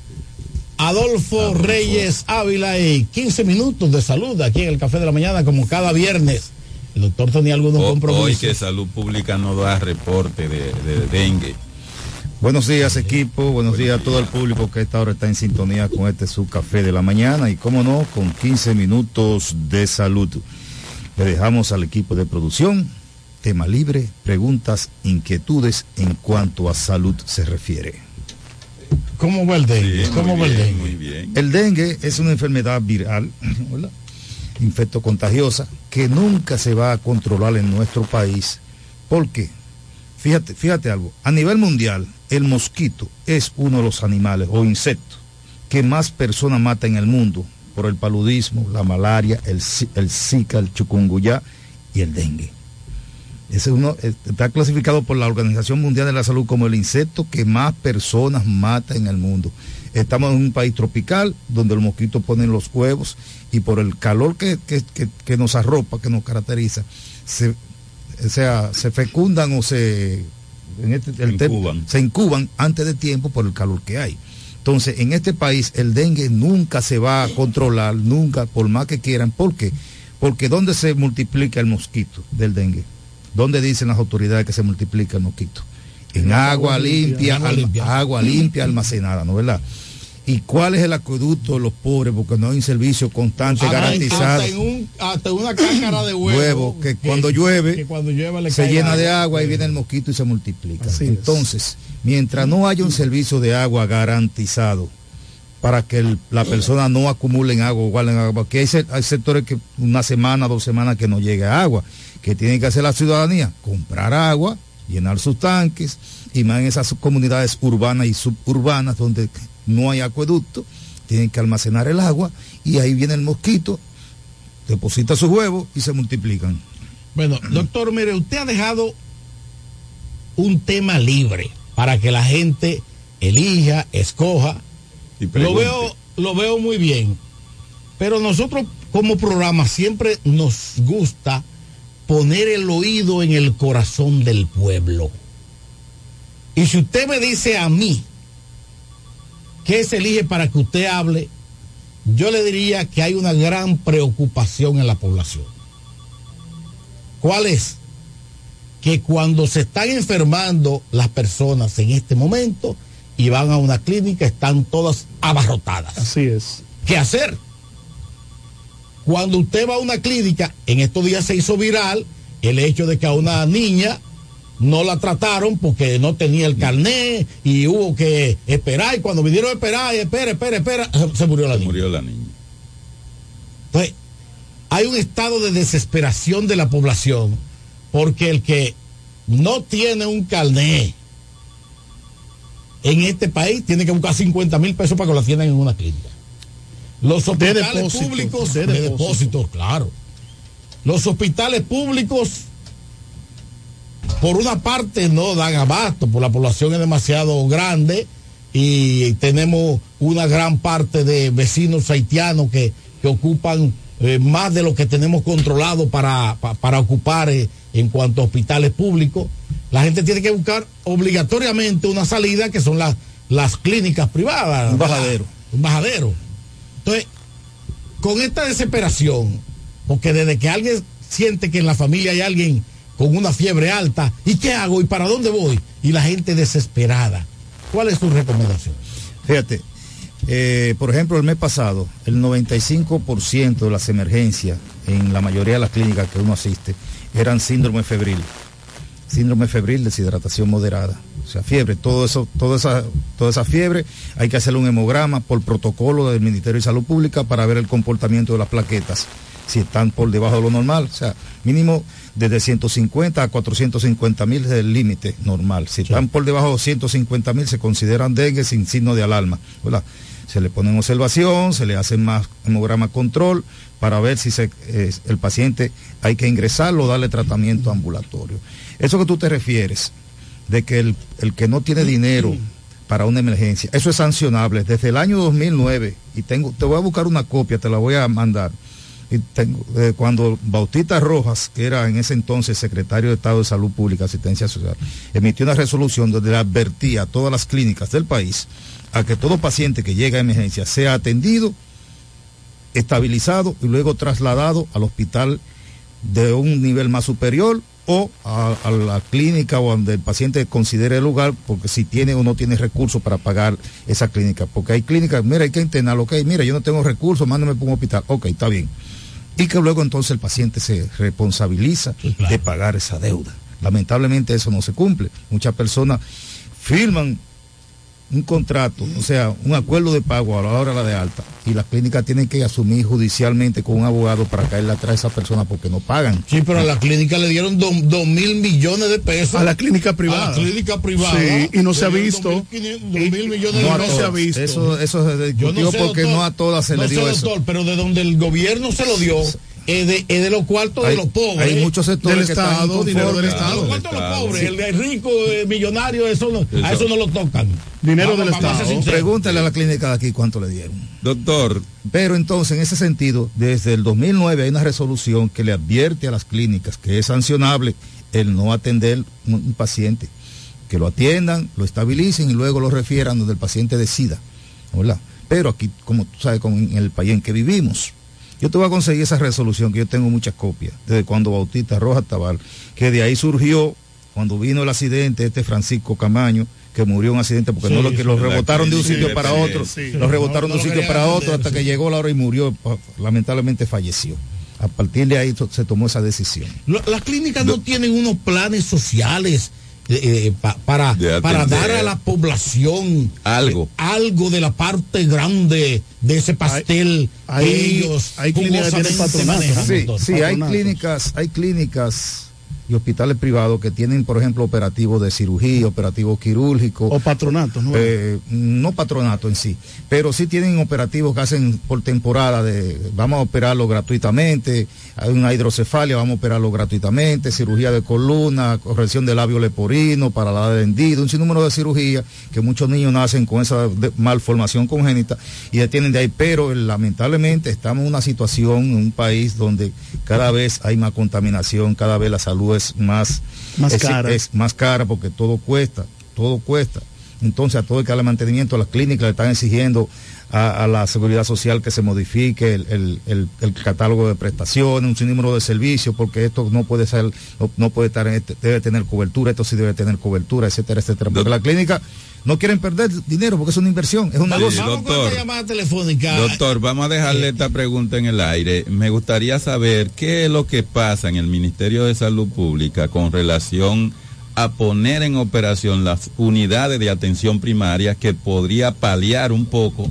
Adolfo Reyes Ávila y 15 minutos de salud aquí en el Café de la Mañana, como cada viernes. El doctor tenía algunos compromisos. Hoy que Salud Pública no da reporte de dengue. Buenos días, equipo. Buenos días a todo el público que a esta hora está en sintonía con su Café de la Mañana y, cómo no, con 15 minutos de salud. Le dejamos al equipo de producción tema libre, preguntas, inquietudes en cuanto a salud se refiere. ¿Cómo va el dengue? Sí, ¿Cómo va el dengue? Muy bien. El dengue es una enfermedad viral, ¿verdad? Infectocontagiosa, que nunca se va a controlar en nuestro país. ¿Por qué? Fíjate algo. A nivel mundial, el mosquito es uno de los animales o insectos que más personas mata en el mundo por el paludismo, la malaria, el Zika, el chikungunya y el dengue. Está clasificado por la Organización Mundial de la Salud como el insecto que más personas mata en el mundo. Estamos en un país tropical donde los mosquitos ponen los huevos y por el calor que nos arropa, que nos caracteriza, se fecundan o se incuban antes de tiempo por el calor que hay. Entonces, en este país el dengue nunca se va a controlar, nunca, por más que quieran. ¿Por qué? Porque ¿dónde se multiplica el mosquito del dengue? ¿Dónde dicen las autoridades que se multiplica el mosquito? En agua limpia, agua limpia almacenada, ¿no? ¿Verdad? ¿Y cuál es el acueducto de los pobres? Porque no hay un servicio constante garantizado. Hasta una cáscara de huevo que cuando llueve se llena de agua y sí. viene el mosquito y se multiplica. Así Entonces, mientras no haya un servicio de agua garantizado para que la persona no acumule en agua o guarden agua, porque hay sectores que una semana, 2 semanas que no llega agua, que tiene que hacer la ciudadanía, comprar agua, llenar sus tanques, y más en esas comunidades urbanas y suburbanas donde no hay acueducto, tienen que almacenar el agua y ahí viene el mosquito, deposita sus huevos y se multiplican. Bueno, doctor, mire, usted ha dejado un tema libre para que la gente elija, escoja. Lo veo muy bien, pero nosotros como programa siempre nos gusta poner el oído en el corazón del pueblo. Y si usted me dice a mí qué se elige para que usted hable, yo le diría que hay una gran preocupación en la población. ¿Cuál es? Que cuando se están enfermando las personas en este momento y van a una clínica, están todas abarrotadas. Así es. ¿Qué hacer? Cuando usted va a una clínica, en estos días se hizo viral el hecho de que a una niña no la trataron porque no tenía el carné y hubo que esperar, y cuando vinieron a esperar, espera, se murió la niña. Entonces, hay un estado de desesperación de la población porque el que no tiene un carné en este país tiene que buscar 50,000 pesos para que lo atiendan en una clínica. Los hospitales públicos de depósitos, claro. Los hospitales públicos, por una parte, no dan abasto, por la población es demasiado grande y tenemos una gran parte de vecinos haitianos que ocupan más de lo que tenemos controlado para ocupar en cuanto a hospitales públicos. La gente tiene que buscar obligatoriamente una salida que son las clínicas privadas. Un bajadero. Entonces, con esta desesperación, porque desde que alguien siente que en la familia hay alguien con una fiebre alta, ¿y qué hago? ¿Y para dónde voy? Y la gente desesperada. ¿Cuál es su recomendación? Fíjate, por ejemplo, el mes pasado, el 95% de las emergencias en la mayoría de las clínicas que uno asiste eran síndrome febril, deshidratación moderada. O sea, fiebre, toda esa fiebre, hay que hacerle un hemograma por protocolo del Ministerio de Salud Pública para ver el comportamiento de las plaquetas, si están por debajo de lo normal. O sea, mínimo desde 150 a 450,000 es el límite normal. Si están por debajo de 150,000 se consideran dengue sin signo de alarma, ¿verdad? Se le pone en observación, se le hace más hemograma control para ver si el paciente hay que ingresarlo o darle tratamiento ambulatorio. Eso que tú te refieres, de que el que no tiene dinero para una emergencia, eso es sancionable. Desde el año 2009, y te voy a buscar una copia, te la voy a mandar, y cuando Bautista Rojas, que era en ese entonces secretario de Estado de Salud Pública, Asistencia Social, emitió una resolución donde le advertía a todas las clínicas del país a que todo paciente que llega a emergencia sea atendido, estabilizado y luego trasladado al hospital de un nivel más superior o a la clínica o donde el paciente considere el lugar, porque si tiene o no tiene recursos para pagar esa clínica, porque hay clínicas, mira, hay que internarlo, ok, mira, yo no tengo recursos, mándame por un hospital, ok, está bien, y que luego entonces el paciente se responsabiliza de pagar esa deuda. Lamentablemente eso no se cumple. Muchas personas firman un contrato, o sea, un acuerdo de pago a la hora de la de alta, y las clínicas tienen que asumir judicialmente con un abogado para caerle atrás a esa persona porque no pagan. Sí, pero a la clínica le dieron 2.000 millones de pesos. A la clínica privada. A la clínica privada. Sí, y no se ha visto. 2.000 millones de pesos. No se ha visto. Eso se discutió porque no a todas se le dio eso. Doctor, pero de donde el gobierno se lo dio, es de los cuartos de los pobres. Hay muchos sectores del que Estado, están dinero del Estado. Los cuartos de los pobres, el rico, el millonario, a eso no lo tocan. Dinero del Estado. Pregúntale a la clínica de aquí cuánto le dieron. Doctor. Pero entonces, en ese sentido, desde el 2009 hay una resolución que le advierte a las clínicas que es sancionable el no atender un paciente. Que lo atiendan, lo estabilicen y luego lo refieran donde el paciente decida, ¿verdad? Pero aquí, como tú sabes, como en el país en que vivimos, yo te voy a conseguir esa resolución, que yo tengo muchas copias, desde cuando Bautista Rojas Tabal, que de ahí surgió, cuando vino el accidente, Francisco Camaño, que murió en un accidente porque no lo rebotaron de un sitio para otro, lo rebotaron de un sitio para otro hasta que llegó la hora y murió, lamentablemente falleció. A partir de ahí se tomó esa decisión. Las clínicas no tienen unos planes sociales para dar a la población algo de la parte grande de ese pastel. Hay clínicas que tienen patronatos. Sí, hay clínicas y hospitales privados que tienen, por ejemplo, operativos de cirugía, operativos quirúrgicos. O patronatos, ¿no? No patronato en sí, pero sí tienen operativos que hacen por temporada vamos a operarlo gratuitamente, hay una hidrocefalia, vamos a operarlo gratuitamente, cirugía de columna, corrección de labio leporino, para la de hendido, un sinnúmero de cirugía que muchos niños nacen con esa malformación congénita y detienen de ahí, pero lamentablemente estamos en una situación en un país donde cada vez hay más contaminación, cada vez la salud es más cara porque todo cuesta. Entonces a todo el que haga mantenimiento, las clínicas le están exigiendo a la seguridad social que se modifique el catálogo de prestaciones, un sinnúmero de servicios, porque esto no puede ser, no puede estar debe tener cobertura, esto sí debe tener cobertura, etcétera, etcétera. Porque la clínica no quieren perder dinero porque es una inversión, es un negocio. Vamos con esta llamada telefónica. Doctor, vamos a dejarle esta pregunta en el aire. Me gustaría saber qué es lo que pasa en el Ministerio de Salud Pública con relación a poner en operación las unidades de atención primaria que podría paliar un poco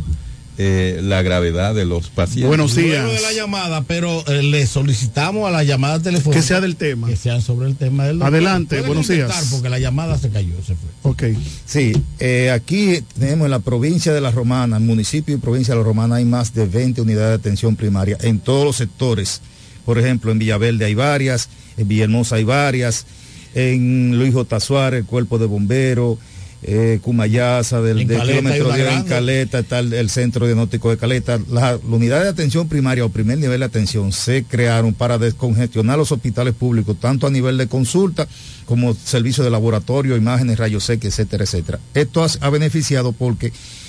la gravedad de los pacientes. Buenos días. Luego de la llamada, pero le solicitamos a la llamada telefónica que sea del tema. Que sean sobre el tema del doctor. Adelante, buenos días. Porque la llamada se cayó, se fue. Ok. Sí, aquí tenemos en la provincia de La Romana, en municipio y provincia de La Romana, hay más de 20 unidades de atención primaria en todos los sectores. Por ejemplo, en Villaverde hay varias, en Villahermosa hay varias, en Luis J. Suárez, el Cuerpo de Bomberos, Cumayasa, del kilómetro 10 en Caleta, está el Centro Diagnóstico de Caleta. La unidad de atención primaria o primer nivel de atención se crearon para descongestionar los hospitales públicos, tanto a nivel de consulta como servicio de laboratorio, imágenes, rayos X, etcétera, etcétera. Esto ha beneficiado porque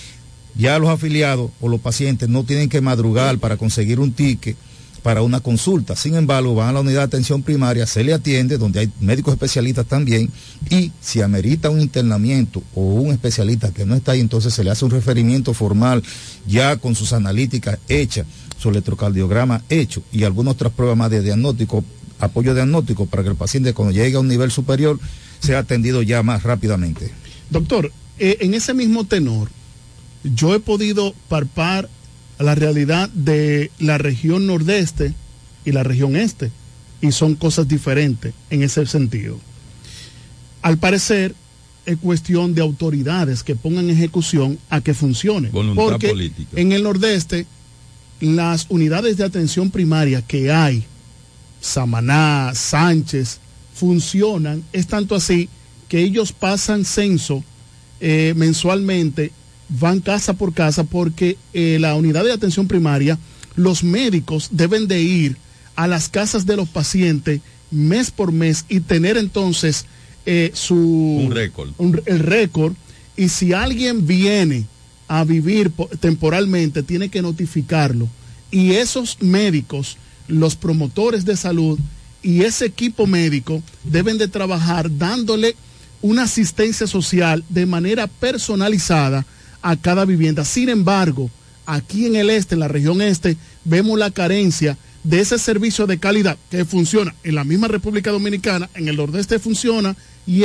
ya los afiliados o los pacientes no tienen que madrugar para conseguir un ticket para una consulta. Sin embargo, van a la unidad de atención primaria, se le atiende, donde hay médicos especialistas también, y si amerita un internamiento o un especialista que no está ahí, entonces se le hace un referimiento formal, ya con sus analíticas hechas, su electrocardiograma hecho, y algunas otras pruebas más de diagnóstico, apoyo diagnóstico, para que el paciente cuando llegue a un nivel superior sea atendido ya más rápidamente. Doctor, en ese mismo tenor, yo he podido palpar la realidad de la región nordeste y la región este, y son cosas diferentes en ese sentido. Al parecer es cuestión de autoridades que pongan en ejecución a que funcione. Voluntad porque política. En el nordeste las unidades de atención primaria que hay, Samaná, Sánchez, funcionan, es tanto así que ellos pasan censo mensualmente, van casa por casa, porque la unidad de atención primaria, los médicos deben de ir a las casas de los pacientes mes por mes y tener entonces un récord. El récord, y si alguien viene a vivir temporalmente, tiene que notificarlo, y esos médicos, los promotores de salud y ese equipo médico deben de trabajar dándole una asistencia social de manera personalizada a cada vivienda. Sin embargo, aquí en el este, en la región este, vemos la carencia de ese servicio de calidad que funciona en la misma República Dominicana, en el nordeste funciona y en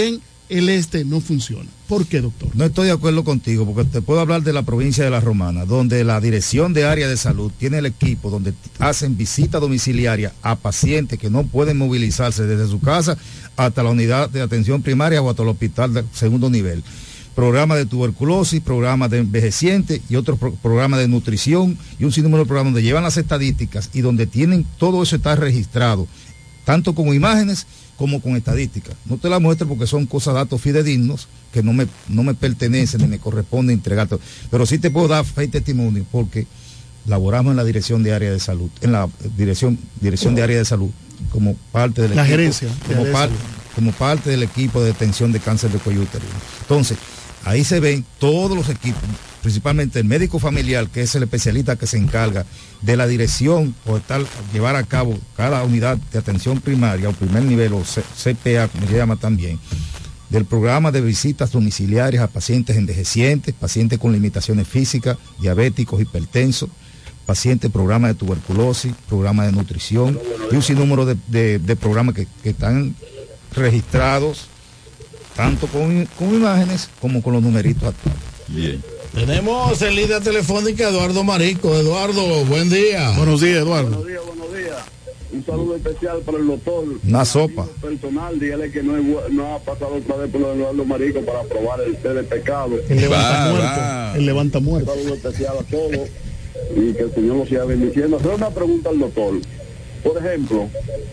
el este no funciona. ¿Por qué, doctor? No estoy de acuerdo contigo, porque te puedo hablar de la provincia de La Romana, donde la Dirección de Área de Salud tiene el equipo donde hacen visita domiciliaria a pacientes que no pueden movilizarse desde su casa hasta la unidad de atención primaria o hasta el hospital de segundo nivel. Programas de tuberculosis, programas de envejecientes y otros programas de nutrición y un sinnúmero de programas donde llevan las estadísticas y donde tienen todo eso está registrado, tanto como imágenes como con estadísticas. No te la muestro porque son cosas, datos fidedignos que no me pertenecen ni me corresponde entregar, pero sí te puedo dar fe y testimonio porque laboramos en la Dirección de Área de Salud, en la Dirección de Área de Salud como parte del la equipo, gerencia como parte del equipo de detención de cáncer de cuello uterino. Entonces, ahí se ven todos los equipos, principalmente el médico familiar, que es el especialista que se encarga de la dirección o llevar a cabo cada unidad de atención primaria o primer nivel o CPA, como se llama también, del programa de visitas domiciliarias a pacientes envejecientes, pacientes con limitaciones físicas, diabéticos, hipertensos, pacientes, programa de tuberculosis, programa de nutrición y un sinnúmero de programas que están registrados tanto con imágenes como con los numeritos actuales. Bien. Tenemos en línea telefónica a Eduardo Marico. Eduardo, buen día. Buenos días, Eduardo. Buenos días. Un saludo especial para el doctor. Una sopa. Personal, dígale que no ha pasado otra vez por Eduardo Marico para probar el té de pecado. El levanta muerto. El levanta muerto. Un saludo especial a todos y que el Señor los siga bendiciendo. Hacer una pregunta al doctor. Por ejemplo,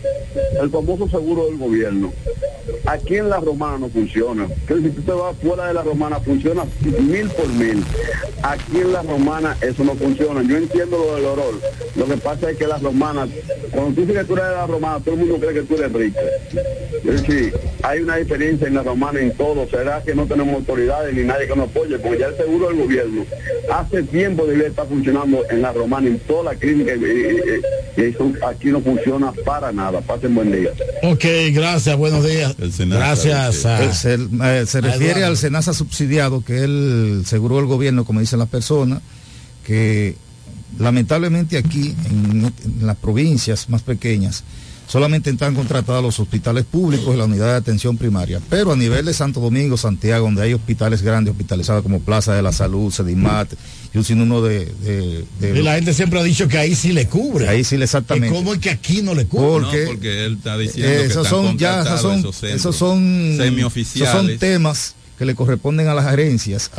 el famoso seguro del gobierno. Aquí en La Romana no funciona. Que si usted va fuera de La Romana funciona 1000 por 1000. Aquí en La Romana eso no funciona. Yo entiendo lo del horror. Lo que pasa es que La Romana, cuando tú dices que tú eres de La Romana, todo el mundo cree que tú eres rico. Es decir, hay una diferencia en La Romana en todo. ¿Será que no tenemos autoridades ni nadie que nos apoye? Porque ya el seguro del gobierno hace tiempo debía estar funcionando en La Romana, en toda la clínica, y eso aquí no funciona para nada. Pasen buen día. Ok, gracias, buenos días. Gracias. Se refiere al SENASA subsidiado, que es el seguro del gobierno, como dicen las personas, que lamentablemente aquí, en las provincias más pequeñas, solamente están contratados los hospitales públicos y la unidad de atención primaria, pero a nivel de Santo Domingo, Santiago, donde hay hospitales grandes, hospitalizados como Plaza de la Salud, Sedimat, y un sinnúmero y la gente siempre ha dicho que ahí sí le cubre. Ahí sí, exactamente. ¿Cómo es que aquí no le cubre? Porque él está diciendo que esos son semioficiales. Esos son temas que le corresponden a las gerencias,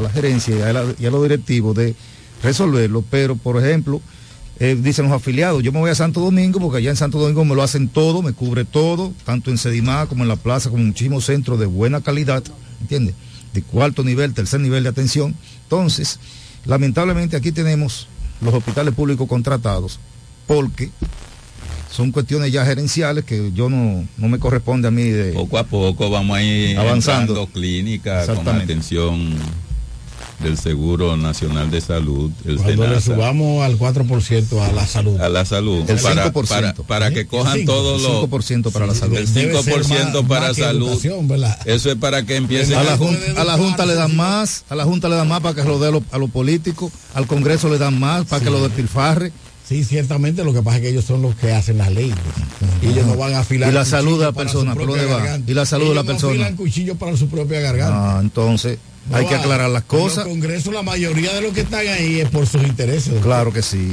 y a los directivos de resolverlo, pero por ejemplo, dicen los afiliados, yo me voy a Santo Domingo porque allá en Santo Domingo me lo hacen todo, me cubre todo, tanto en Sedimá como en la plaza, como en muchísimos centros de buena calidad, ¿entiendes? De cuarto nivel, tercer nivel de atención. Entonces, lamentablemente aquí tenemos los hospitales públicos contratados porque son cuestiones ya gerenciales que yo no me corresponde a mí de... Poco a poco vamos a ir avanzando clínicas con atención del Seguro Nacional de Salud, el Cuando SENASA. le subamos al 4% a la salud. A la salud. El 5%. Para que cojan todos los... El 5% para la salud. El 5% para salud. Eso es para que empiecen a la Junta le dan más, para que lo dé a los políticos, al Congreso le dan más para que lo despilfarre. Sí, ciertamente, lo que pasa es que ellos son los que hacen las leyes. Y ellos no van a afilar. Y la salud de la persona, ¿por dónde va? Y la salud de la persona. No afilan cuchillos para su propia garganta. Entonces, hay que aclarar las cosas. En el Congreso, la mayoría de los que están ahí es por sus intereses. Claro que sí.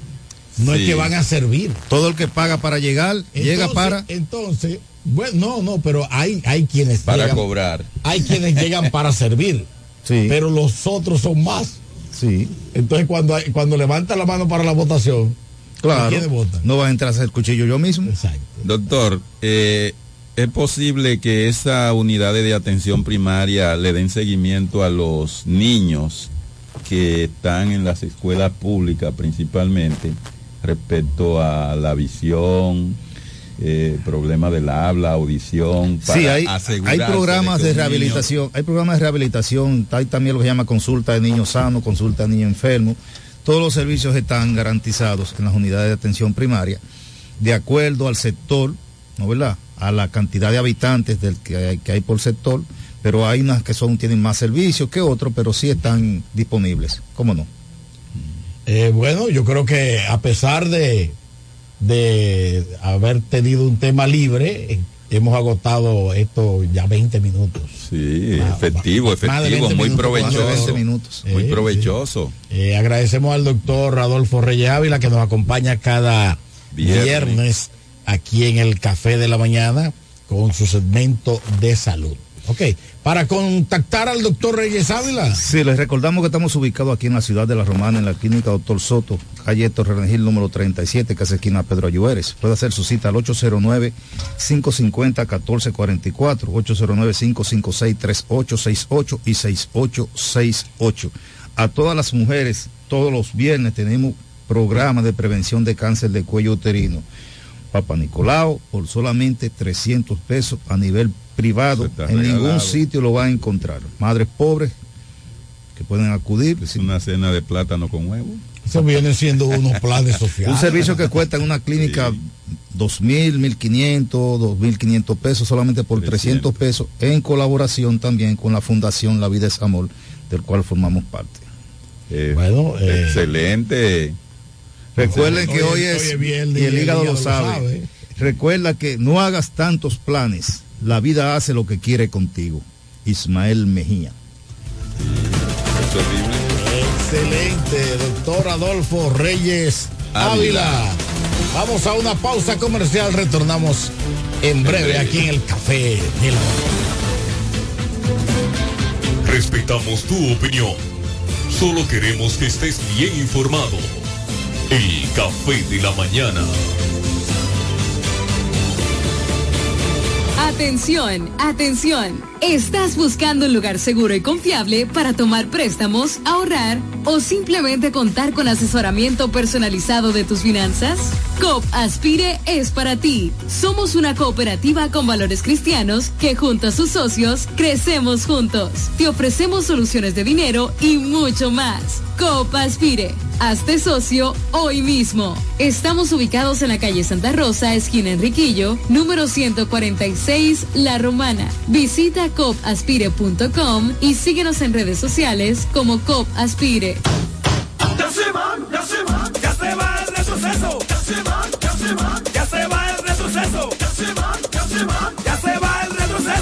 No es que van a servir. Todo el que paga para llegar, llega para... Entonces, bueno, no, pero hay quienes para llegan, cobrar. Hay quienes llegan para servir. Sí. Pero los otros son más. Sí. Entonces cuando levanta la mano para la votación, claro, ¿quiénes votan? No va a entrar a hacer el cuchillo yo mismo. Exacto. Doctor, ¿es posible que esa unidad de atención primaria le den seguimiento a los niños que están en las escuelas públicas principalmente respecto a la visión, problema del habla, audición? Sí, hay programas de rehabilitación, hay programas de rehabilitación, hay también lo que se llama consulta de niños sanos, consulta de niños enfermos. Todos los servicios están garantizados en las unidades de atención primaria, de acuerdo al sector, ¿no verdad? A la cantidad de habitantes que hay por sector, pero hay unas que tienen más servicios que otros, pero sí están disponibles, ¿cómo no? Bueno, yo creo que a pesar de haber tenido un tema libre, hemos agotado esto ya 20 minutos. Sí, efectivo, muy provechoso. Muy provechoso. Agradecemos al doctor Adolfo Reyes Ávila, que nos acompaña cada viernes aquí en el Café de la Mañana con su segmento de salud. Ok, para contactar al doctor Reyes Ávila. Sí, les recordamos que estamos ubicados aquí en la ciudad de La Romana, en la clínica Doctor Soto, calle Héctor Rengel, número 37, casi esquina Pedro Ayueres. Puede hacer su cita al 809-550-1444, 809-556-3868 y 6868. A todas las mujeres, todos los viernes tenemos programa de prevención de cáncer de cuello uterino. Papa Nicolau, por solamente 300 pesos a nivel privado, en ningún sitio lo va a encontrar. Madres pobres que pueden acudir. Es una cena de plátano con huevo. Eso viene siendo unos planes sociales. Un servicio que cuesta en una clínica 2.000, 1.500, 2.500 pesos, solamente por 300 pesos, en colaboración también con la Fundación La Vida es Amor, del cual formamos parte. Excelente. Recuerden que hoy es, y el hígado lo sabe. Recuerda que no hagas tantos planes. La vida hace lo que quiere contigo. Ismael Mejía. Excelente, doctor Adolfo Reyes Ávila. Vamos a una pausa comercial. Retornamos en breve aquí en el Café de la Mañana. Respetamos tu opinión. Solo queremos que estés bien informado. El Café de la Mañana. Atención, atención. ¿Estás buscando un lugar seguro y confiable para tomar préstamos, ahorrar o simplemente contar con asesoramiento personalizado de tus finanzas? COP Aspire es para ti. Somos una cooperativa con valores cristianos que junto a sus socios crecemos juntos. Te ofrecemos soluciones de dinero y mucho más. COP Aspire. Hazte socio hoy mismo. Estamos ubicados en la calle Santa Rosa, esquina Enriquillo, número 146, La Romana. Visita copaspire.com y síguenos en redes sociales como COP Aspire. Ya se va el retroceso. Ya se va el retroceso. Ya se va el retroceso. Ya se va el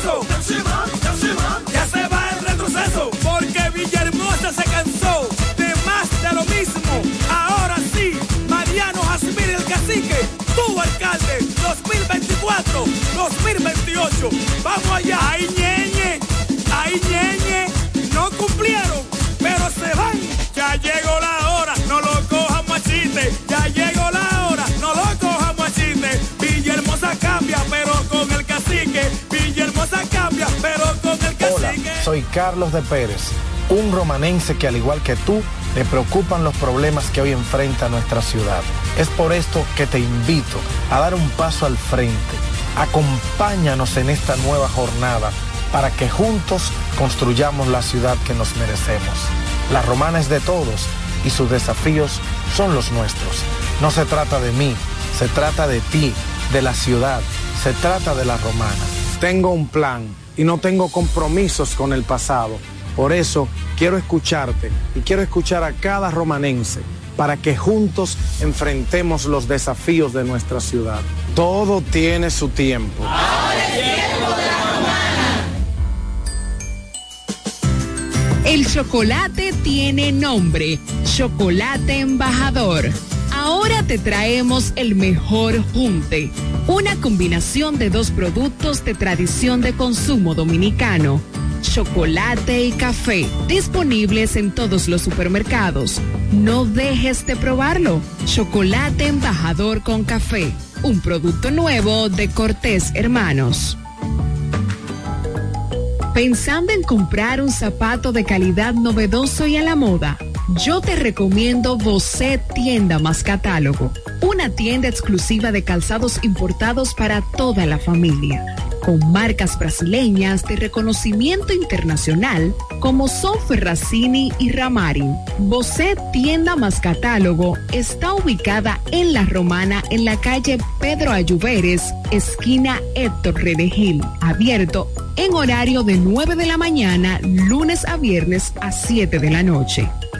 retroceso. Porque Villahermosa se cansó de más de lo mismo. Ahora sí, Mariano Jasmine el Cacique, tu alcalde, 2024, 2028. Vamos allá. Ay, ñeñe, no cumplieron, pero se van. Ya llegó la hora, no lo cojamos a chiste. Ya llegó la hora, no lo cojamos a chiste. Villahermosa cambia, pero con el Cacique. Villahermosa cambia, pero con el Cacique. Hola, soy Carlos de Pérez, un romanense que al igual que tú, le preocupan los problemas que hoy enfrenta nuestra ciudad. Es por esto que te invito a dar un paso al frente. Acompáñanos en esta nueva jornada para que juntos construyamos la ciudad que nos merecemos. La Romana es de todos y sus desafíos son los nuestros. No se trata de mí, se trata de ti, de la ciudad, se trata de la Romana. Tengo un plan y no tengo compromisos con el pasado. Por eso quiero escucharte y quiero escuchar a cada romanense para que juntos enfrentemos los desafíos de nuestra ciudad. Todo tiene su tiempo. Ahora es tiempo de la Romana. El chocolate tiene nombre, Chocolate Embajador. Ahora te traemos el mejor junte, una combinación de dos productos de tradición de consumo dominicano, chocolate y café, disponibles en todos los supermercados. No dejes de probarlo. Chocolate Embajador con café, un producto nuevo de Cortés Hermanos. ¿Pensando en comprar un zapato de calidad novedoso y a la moda? Yo te recomiendo Bosé Tienda Más Catálogo, una tienda exclusiva de calzados importados para toda la familia, con marcas brasileñas de reconocimiento internacional como son Ferracini y Ramarin. Bosé Tienda Más Catálogo está ubicada en La Romana, en la calle Pedro Ayuberes, esquina Héctor Redegil, abierto en horario de 9 de la mañana, lunes a viernes a 7 de la noche.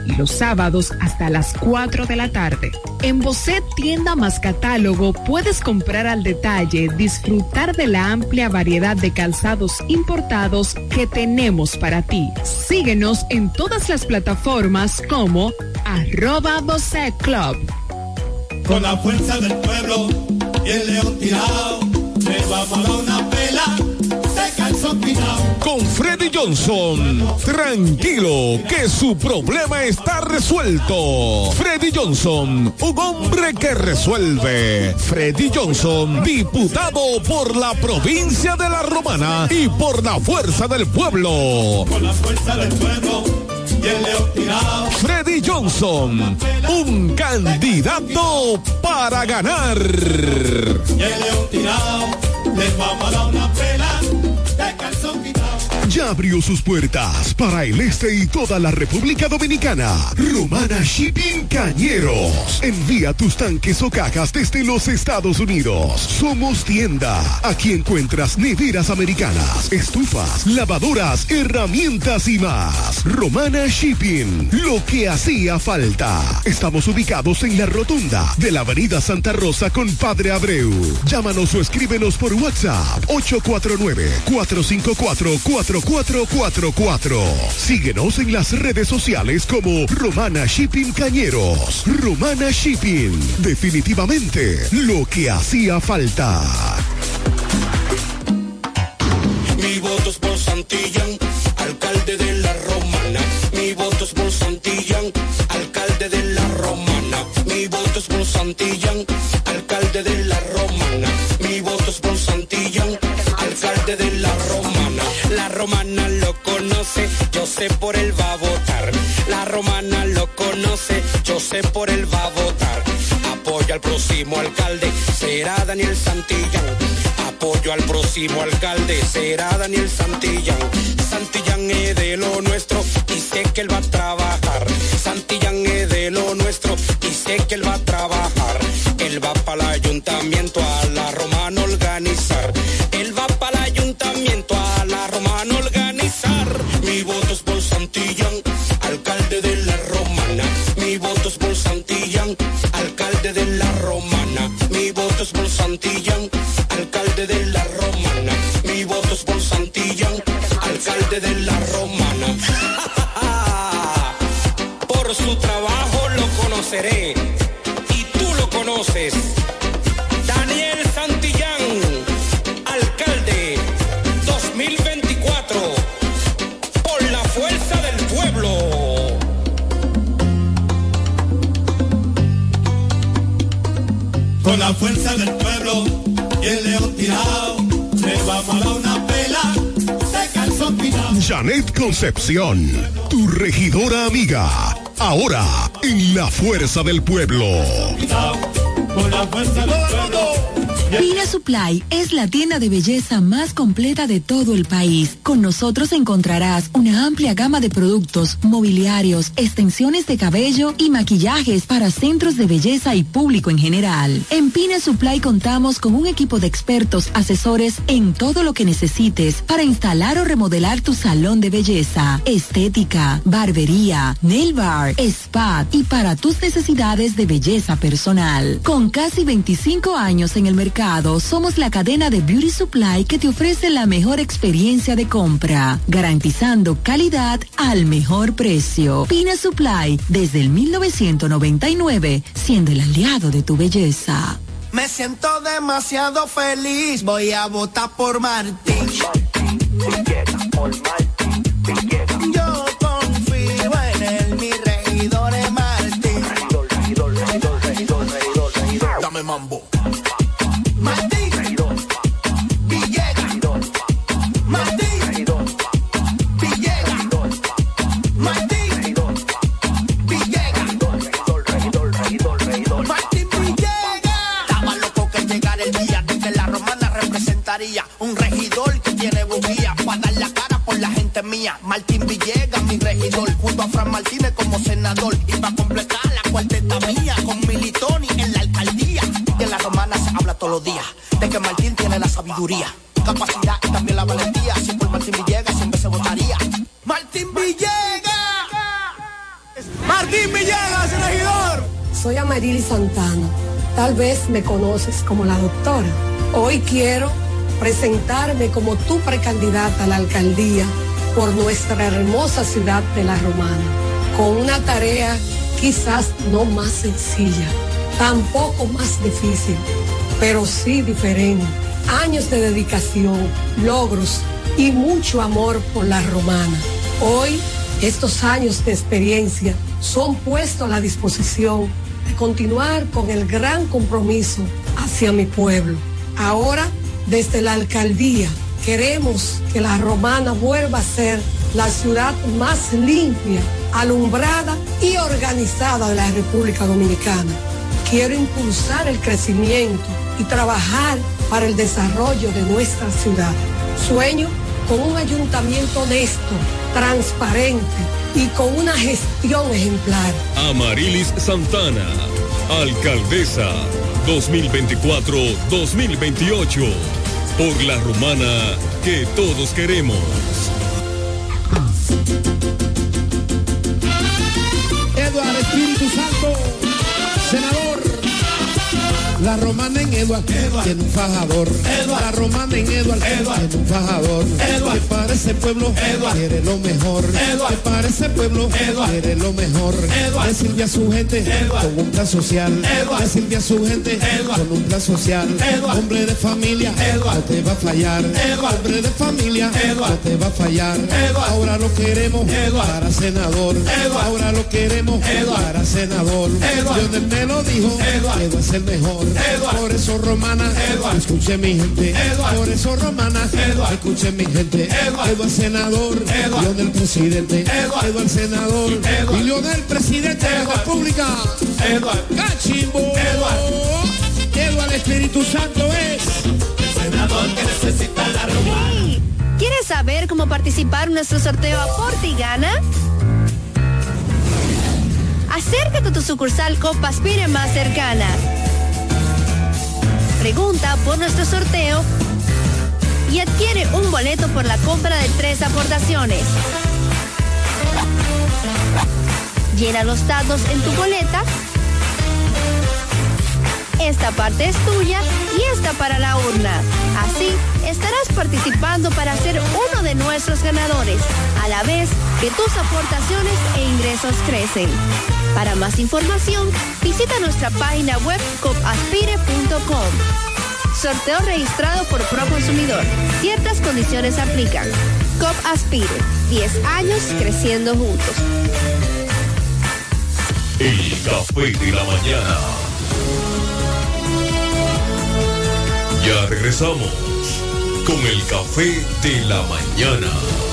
y los sábados hasta las 4 de la tarde. En Bosset Tienda más Catálogo puedes comprar al detalle, disfrutar de la amplia variedad de calzados importados que tenemos para ti. Síguenos en todas las plataformas como @Bosset Club. Con la fuerza del pueblo y el león tirado, le vamos a dar una pela de calzón quitado. Con Freddy Johnson, tranquilo que su problema está resuelto. Freddy Johnson, un hombre que resuelve. Freddy Johnson, diputado por la provincia de La Romana y por la fuerza del pueblo. Con la fuerza del pueblo y el león tirado. Freddy Johnson, un candidato para ganar. Y el león tirado, les vamos a dar una pela de calzón quitado. Ya abrió sus puertas para el este y toda la República Dominicana. Romana Shipping Cañeros. Envía tus tanques o cajas desde los Estados Unidos. Somos tienda. Aquí encuentras neveras americanas, estufas, lavadoras, herramientas y más. Romana Shipping. Lo que hacía falta. Estamos ubicados en la rotunda de la Avenida Santa Rosa con Padre Abreu. Llámanos o escríbenos por WhatsApp 849-454-4444. Síguenos en las redes sociales como Romana Shipping Cañeros. Romana Shipping, definitivamente lo que hacía falta. Mi voto es por Santillán, alcalde de La Romana. Mi voto es por Santillán, alcalde de La Romana. Mi voto es por Santillán, alcalde de La Romana. Mi voto es por Santillán, alcalde de La Romana. La Romana lo conoce, yo sé por él va a votar. La Romana lo conoce, yo sé por él va a votar. Apoyo al próximo alcalde, será Daniel Santillán. Apoyo al próximo alcalde, será Daniel Santillán. Santillán es de lo nuestro y sé que él va a trabajar. Santillán es de lo nuestro y sé que él va a trabajar. Él va para el ayuntamiento a La Romana organizar. Él va para el ayuntamiento a La Romana organizar. Mi voto es por Santillán, alcalde de La Romana. Mi voto es por Santillán, alcalde de La Romana. Mi voto es por Santillán, alcalde de La Romana. Mi voto es por Santillán, alcalde de La Romana. Por su trabajo lo conoceré y tú lo conoces. Daniel Santillán, alcalde 2024, por la fuerza del pueblo. Con la fuerza del pueblo y el león tirado, le vamos a dar una pela de calzón quitado. Janet Concepción, tu regidora amiga. Ahora en la fuerza del pueblo. Con la fuerza del pueblo. Pina Supply es la tienda de belleza más completa de todo el país. Con nosotros encontrarás una amplia gama de productos, mobiliarios, extensiones de cabello y maquillajes para centros de belleza y público en general. En Pina Supply contamos con un equipo de expertos asesores en todo lo que necesites para instalar o remodelar tu salón de belleza, estética, barbería, nail bar, spa y para tus necesidades de belleza personal. Con casi 25 años en el mercado, somos la cadena de Beauty Supply que te ofrece la mejor experiencia de compra, garantizando calidad al mejor precio. Pina Supply, desde el 1999, siendo el aliado de tu belleza. Me siento demasiado feliz, voy a votar por Martín. Yo confío en él, mi regidor es Martín. Regidor. Dame mambo. Martín Villegas. Martín Villegas. Martín Villegas. Martín Villegas. Estaba loco que llegara el día de que La Romana representaría un regidor que tiene bujía para dar la cara por la gente mía. Martín Villegas, mi regidor, junto a Fran Martínez como senador, y para completar la cuarteta mía con Militoni en la alcaldía. Y en La Romana se habla todos los días de que Martín tiene la sabiduría, capacidad y también la valentía. Si por Martín Villegas siempre se votaría. Martín Villegas. Martín Villegas, regidor. Soy Amarili Santana. Tal vez me conoces como la doctora. Hoy quiero presentarme como tu precandidata a la alcaldía por nuestra hermosa ciudad de La Romana, con una tarea quizás no más sencilla, tampoco más difícil, pero sí diferente. Años de dedicación, logros y mucho amor por La Romana. Hoy, estos años de experiencia son puestos a la disposición de continuar con el gran compromiso hacia mi pueblo. Ahora, desde la alcaldía, queremos que La Romana vuelva a ser la ciudad más limpia, alumbrada y organizada de la República Dominicana. Quiero impulsar el crecimiento y trabajar para el desarrollo de nuestra ciudad. Sueño con un ayuntamiento honesto, transparente y con una gestión ejemplar. Amarilis Santana, alcaldesa 2024-2028, por La Romana que todos queremos. Eduardo Espíritu Santo, senador. La Romana en Eduard tiene un fajador. La Romana en Eduard tiene un fajador. Que para ese pueblo quiere lo mejor. Que para ese pueblo quiere lo mejor. Le sirve a su gente con un plan social. Le sirve a su gente con un plan social. Hombre de familia no te va a fallar. Hombre de familia no te va a fallar. Ahora lo queremos para senador. Ahora lo queremos para senador. Lionel me lo dijo, que va a ser mejor. Por eso Romana, escuche mi gente. Por eso Romana, escuche mi gente. Eduardo senador, Lionel presidente. Eduardo senador y Lionel presidente de la República. Cachimbo. Eduardo Espíritu Santo es el senador que necesita la Romana. ¿Quieres saber cómo participar en nuestro sorteo Aporte y Gana? Acércate a tu sucursal Copa Aspire más cercana. Pregunta por nuestro sorteo y adquiere un boleto por la compra de 3 aportaciones. Llena los datos en tu boleta. Esta parte es tuya y esta para la urna. Así estarás participando para ser uno de nuestros ganadores, a la vez que tus aportaciones e ingresos crecen. Para más información, visita nuestra página web copaspire.com. Sorteo registrado por Proconsumidor. Ciertas condiciones aplican. Copaspire, 10 años creciendo juntos. El café de la mañana. Ya regresamos con el café de la mañana.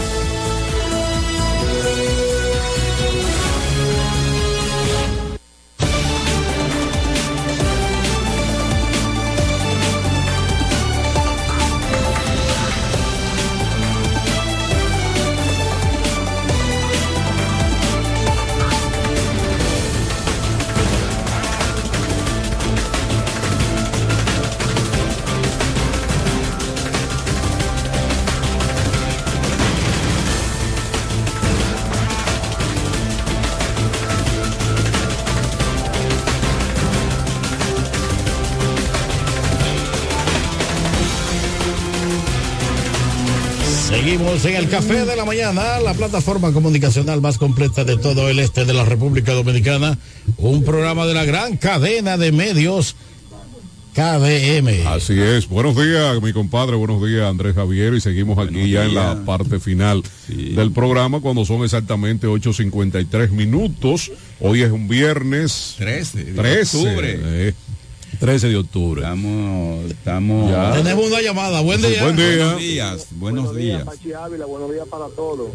Seguimos en el Café de la Mañana, la plataforma comunicacional más completa de todo el este de la República Dominicana. Un programa de la gran cadena de medios KDM. Así es. Buenos días, mi compadre. Buenos días, Andrés Javier. Y seguimos aquí ya en la parte final del programa, cuando son exactamente 8:53 minutos. Hoy es un viernes 13 de octubre. 13 de octubre. Estamos ya. Tenemos una llamada. Buen día. Buen día. Buenos días. Buenos días. Pachi Ávila, buenos días para todos.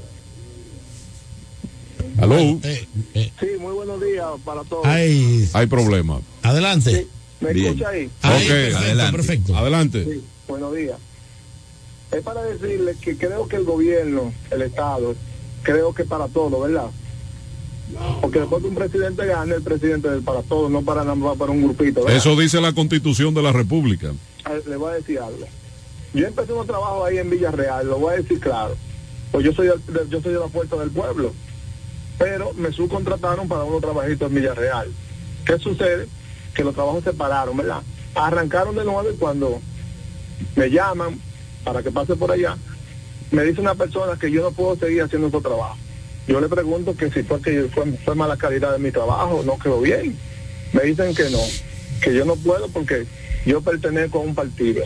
Aló. Sí, muy buenos días para todos. Hay problema. Adelante. Sí, ¿me escucha ahí? Ok, perfecto, adelante. Perfecto. Adelante. Sí, buenos días. Es para decirles que creo que el gobierno, el Estado, creo que para todo, ¿verdad? Porque después de un presidente gane, el presidente es para todos, no para nada más para un grupito, ¿verdad? Eso dice la Constitución de la República. Le voy a decir algo. Yo empecé un trabajo ahí en Villarreal, lo voy a decir claro. Pues yo soy de la Puerta del Pueblo. pero me subcontrataron para unos trabajitos en Villarreal. ¿Qué sucede? Que los trabajos se pararon, ¿verdad? Arrancaron de nuevo y cuando me llaman para que pase por allá, me dice una persona que yo no puedo seguir haciendo otro trabajo. Yo le pregunto que si fue mala calidad de mi trabajo, no quedó bien. Me dicen que no, que yo no puedo porque yo pertenezco a un partido,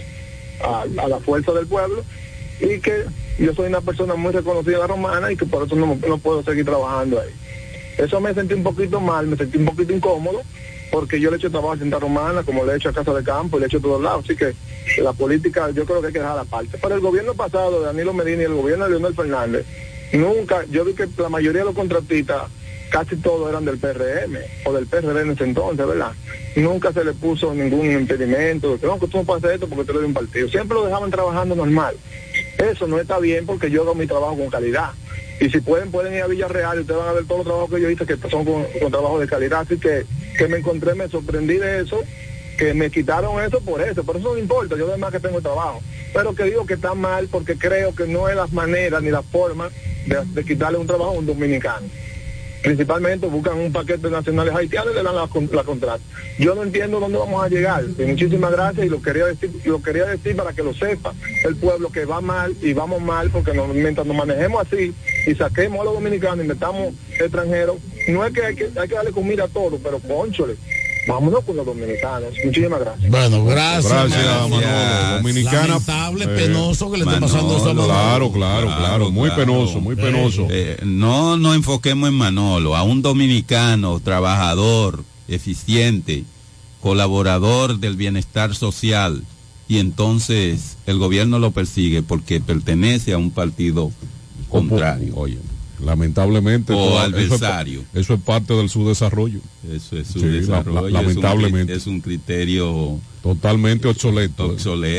a la Fuerza del Pueblo, y que yo soy una persona muy reconocida en la Romana y que por eso no puedo seguir trabajando ahí. Eso me sentí un poquito mal, me sentí un poquito incómodo, porque yo le he hecho trabajo a Central Romana, como le he hecho a Casa de Campo, le he hecho a todos lados, así que la política yo creo que hay que dejar aparte. Pero el gobierno pasado de Danilo Medina y el gobierno de Leonel Fernández, nunca, yo vi que la mayoría de los contratistas, casi todos eran del PRM o del PRD en ese entonces, ¿verdad? Nunca se le puso ningún impedimento, que no, que tú no puedes hacer esto porque tú eres de un partido. Siempre lo dejaban trabajando normal. Eso no está bien porque yo hago mi trabajo con calidad. Y si pueden ir a Villarreal y ustedes van a ver todos los trabajos que yo hice que son con trabajo de calidad. Así que me sorprendí de eso, que me quitaron eso por eso. Pero eso no importa, yo además que tengo trabajo. Pero que digo que está mal porque creo que no es la manera ni la forma de quitarle un trabajo a un dominicano. Principalmente buscan un paquete de nacionales haitianos y le dan la contrata. Yo no entiendo dónde vamos a llegar. Y muchísimas gracias y lo quería decir para que lo sepa el pueblo, que va mal y vamos mal porque mientras nos manejemos así y saquemos a los dominicanos y metamos extranjeros, no es que hay que darle comida a todos, pero cónchole, vámonos con los dominicanos. Muchísimas gracias. Bueno, gracias Manolo. Dominicana. Lamentable, penoso que le esté pasando eso a Manolo. Claro, muy penoso, muy penoso. No nos enfoquemos en Manolo, a un dominicano trabajador, eficiente, colaborador del bienestar social, y entonces el gobierno lo persigue porque pertenece a un partido contrario. Oye, lamentablemente o adversario. Eso es parte del subdesarrollo. Eso es subdesarrollo. Lamentablemente. Es un criterio totalmente obsoleto.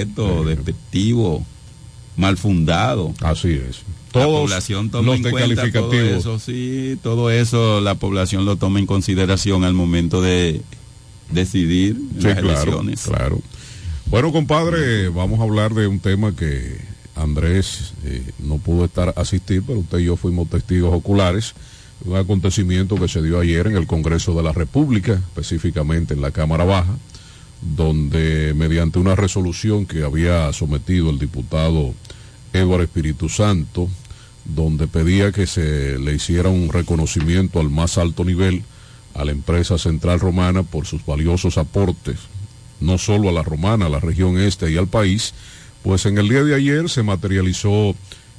Despectivo, mal fundado. Así es. La población toma en cuenta todo eso, todo eso la población lo toma en consideración al momento de decidir las elecciones. Claro. Bueno, compadre, vamos a hablar de un tema que Andrés no pudo asistir, pero usted y yo fuimos testigos oculares de un acontecimiento que se dio ayer en el Congreso de la República, específicamente en la Cámara Baja, donde mediante una resolución que había sometido el diputado Eduardo Espíritu Santo, donde pedía que se le hiciera un reconocimiento al más alto nivel a la empresa Central Romana por sus valiosos aportes, no solo a la Romana, a la región este y al país. Pues en el día de ayer se materializó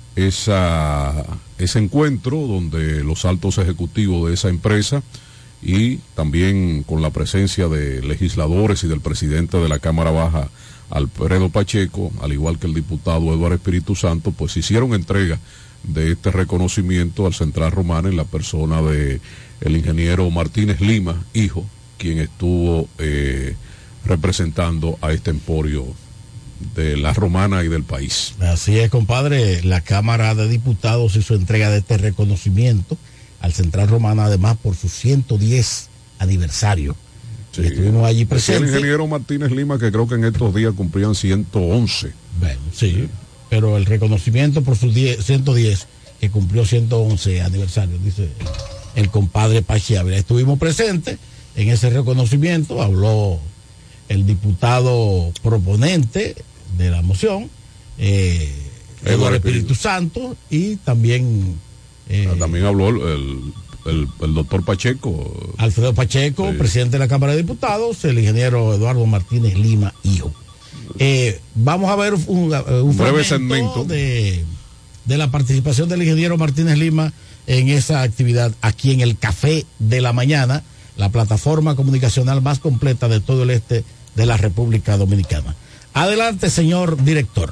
ese encuentro donde los altos ejecutivos de esa empresa y también con la presencia de legisladores y del presidente de la Cámara Baja, Alfredo Pacheco, al igual que el diputado Eduardo Espíritu Santo, pues hicieron entrega de este reconocimiento al Central Romana en la persona de el ingeniero Martínez Lima, hijo, quien estuvo representando a este emporio de la Romana y del país. Así es, compadre. La Cámara de Diputados hizo entrega de este reconocimiento al Central Romana, además por su 110 aniversario. Sí. Estuvimos allí presentes. El ingeniero Martínez Lima, que creo que en estos días cumplían 111. Bueno, sí, pero el reconocimiento por sus 110, que cumplió 111 aniversario, dice el compadre Pachi Ávila. Estuvimos presentes en ese reconocimiento, habló el diputado proponente de la moción, Eduardo Espíritu Santo, y también también habló el doctor Pacheco, Alfredo Pacheco, presidente de la Cámara de Diputados, el ingeniero Eduardo Martínez Lima, hijo. Vamos a ver un breve segmento de la participación del ingeniero Martínez Lima en esa actividad aquí en el Café de la Mañana, la plataforma comunicacional más completa de todo el este de la República Dominicana. Adelante, señor director.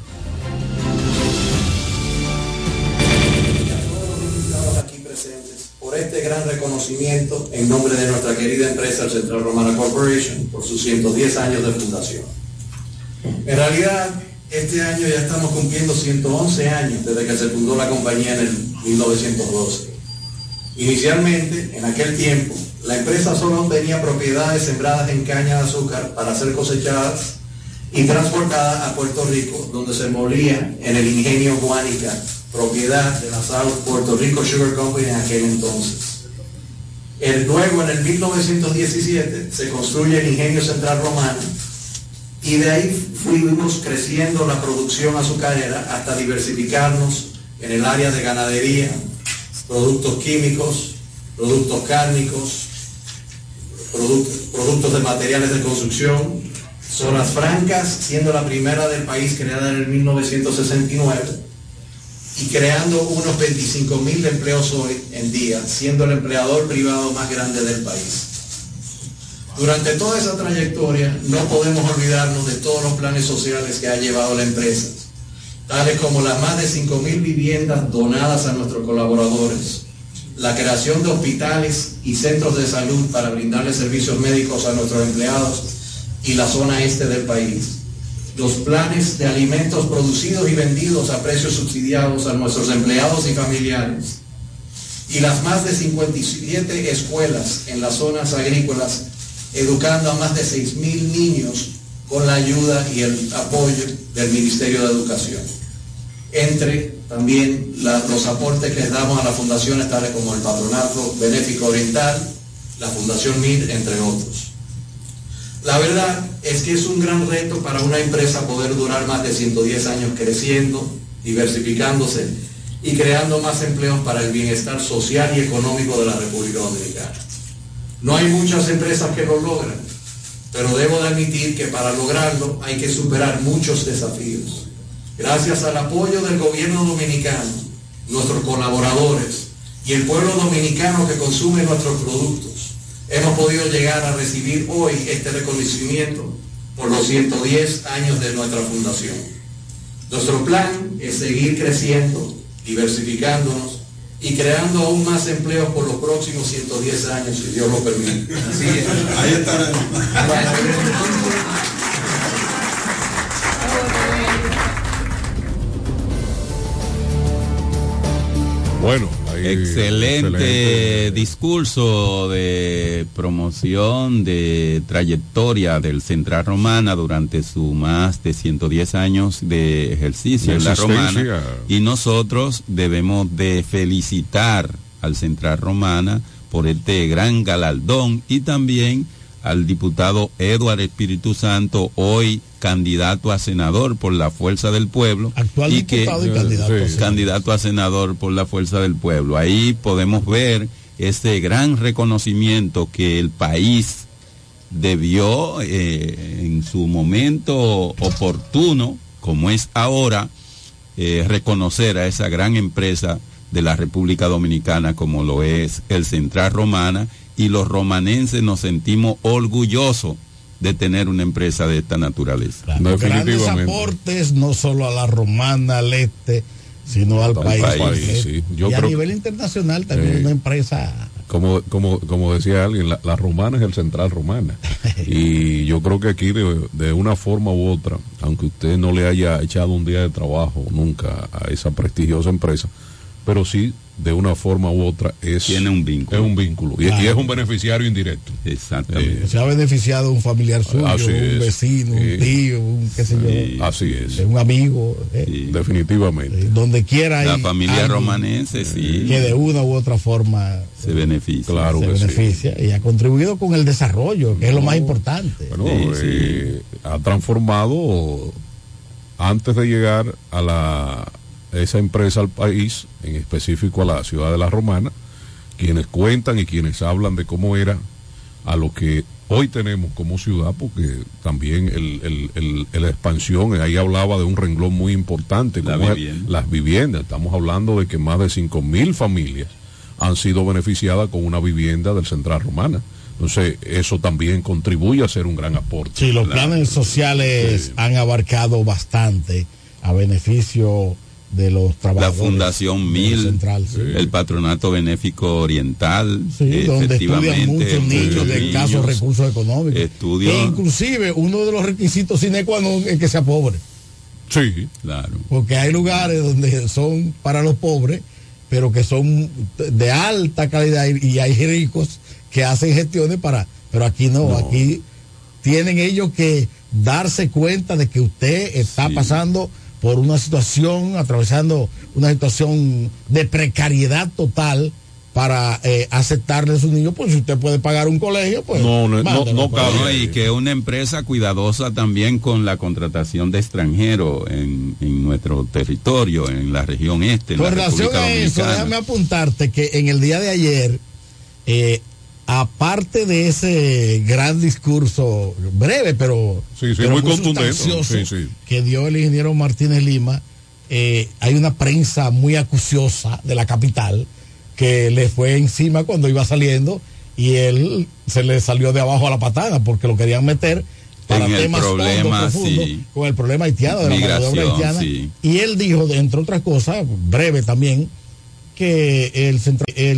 Aquí presentes por este gran reconocimiento en nombre de nuestra querida empresa, el Central Romana Corporation, por sus 110 años de fundación. En realidad, este año ya estamos cumpliendo 111 años desde que se fundó la compañía en el 1912. Inicialmente, en aquel tiempo, la empresa solo tenía propiedades sembradas en caña de azúcar para ser cosechadas y transportadas a Puerto Rico, donde se molía en el ingenio Guánica, propiedad de la South Puerto Rico Sugar Company en aquel entonces. Luego, en el 1917, se construye el Ingenio Central Romana y de ahí fuimos creciendo la producción azucarera hasta diversificarnos en el área de ganadería, productos químicos, productos cárnicos, productos de materiales de construcción, zonas francas, siendo la primera del país creada en el 1969 y creando unos 25.000 empleos hoy en día, siendo el empleador privado más grande del país. Durante toda esa trayectoria no podemos olvidarnos de todos los planes sociales que ha llevado la empresa, tales como las más de 5.000 viviendas donadas a nuestros colaboradores, la creación de hospitales y centros de salud para brindarles servicios médicos a nuestros empleados y la zona este del país, los planes de alimentos producidos y vendidos a precios subsidiados a nuestros empleados y familiares, y las más de 57 escuelas en las zonas agrícolas, educando a más de 6.000 niños con la ayuda y el apoyo del Ministerio de Educación. Entre también los aportes que les damos a las fundaciones tales como el Patronato Benéfico Oriental, la Fundación MIR, entre otros. La verdad es que es un gran reto para una empresa poder durar más de 110 años creciendo, diversificándose y creando más empleos para el bienestar social y económico de la República Dominicana. No hay muchas empresas que lo logran, pero debo de admitir que para lograrlo hay que superar muchos desafíos. Gracias al apoyo del gobierno dominicano, nuestros colaboradores y el pueblo dominicano que consume nuestros productos, hemos podido llegar a recibir hoy este reconocimiento por los 110 años de nuestra fundación. Nuestro plan es seguir creciendo, diversificándonos y creando aún más empleos por los próximos 110 años, si Dios lo permite. Así es. Ahí está. Bueno, excelente discurso de promoción de trayectoria del Central Romana durante su más de 110 años de ejercicio en la Romana, y nosotros debemos de felicitar al Central Romana por este gran galardón y también al diputado Eduardo Espíritu Santo, hoy candidato a senador por la Fuerza del Pueblo. Actual y diputado que, y candidato, candidato a senador por la Fuerza del Pueblo. Ahí podemos ver ese gran reconocimiento que el país debió en su momento oportuno, como es ahora, reconocer a esa gran empresa de la República Dominicana como lo es el Central Romana, y los romanenses nos sentimos orgullosos de tener una empresa de esta naturaleza. Claro, grandes aportes no solo a la Romana, al este, sino al país. Sí. Yo y creo a nivel internacional también una empresa. Como decía alguien, la Romana es el Central Romana. Y yo creo que aquí de una forma u otra, aunque usted no le haya echado un día de trabajo nunca a esa prestigiosa empresa, pero sí de una forma u otra tiene un vínculo. Es un vínculo. Y es un beneficiario indirecto. Exactamente. Se ha beneficiado un familiar suyo, un vecino, un tío, un qué sé yo. Así es. Un amigo. Definitivamente. Donde quiera. La familia romanense, sí. Que de una u otra forma se beneficia. Claro se beneficia y ha contribuido con el desarrollo, que es lo más importante. Bueno, ha transformado, antes de llegar a esa empresa al país, en específico a la ciudad de La Romana, quienes cuentan y quienes hablan de cómo era a lo que hoy tenemos como ciudad, porque también la expansión, ahí hablaba de un renglón muy importante, como las viviendas. Estamos hablando de que más de 5.000 familias han sido beneficiadas con una vivienda del Central Romana. Entonces, eso también contribuye a ser un gran aporte. Sí, los planes sociales han abarcado bastante a beneficio de los trabajadores. La Fundación MIL, el Patronato Benéfico Oriental, donde estudian muchos niños de escasos recursos económicos. E inclusive uno de los requisitos sine qua non es que sea pobre. Sí, claro. Porque hay lugares donde son para los pobres, pero que son de alta calidad, y hay ricos que hacen gestiones pero aquí no. Aquí tienen ellos que darse cuenta de que usted está pasando por una situación, atravesando una situación de precariedad total, para aceptarle a sus niños, pues si usted puede pagar un colegio, pues no cabe. Y que una empresa cuidadosa también con la contratación de extranjeros en nuestro territorio, en la región este, en con la relación República a eso, Dominicana. déjame apuntarte que en el día de ayer, aparte de ese gran discurso, breve, pero muy contundente, sustancioso, que dio el ingeniero Martínez Lima, hay una prensa muy acuciosa de la capital que le fue encima cuando iba saliendo y él se le salió de abajo a la patada porque lo querían meter para temas profundos, con el problema haitiano, de la mano de obra haitiana. Y él dijo, entre otras cosas, breve también, que el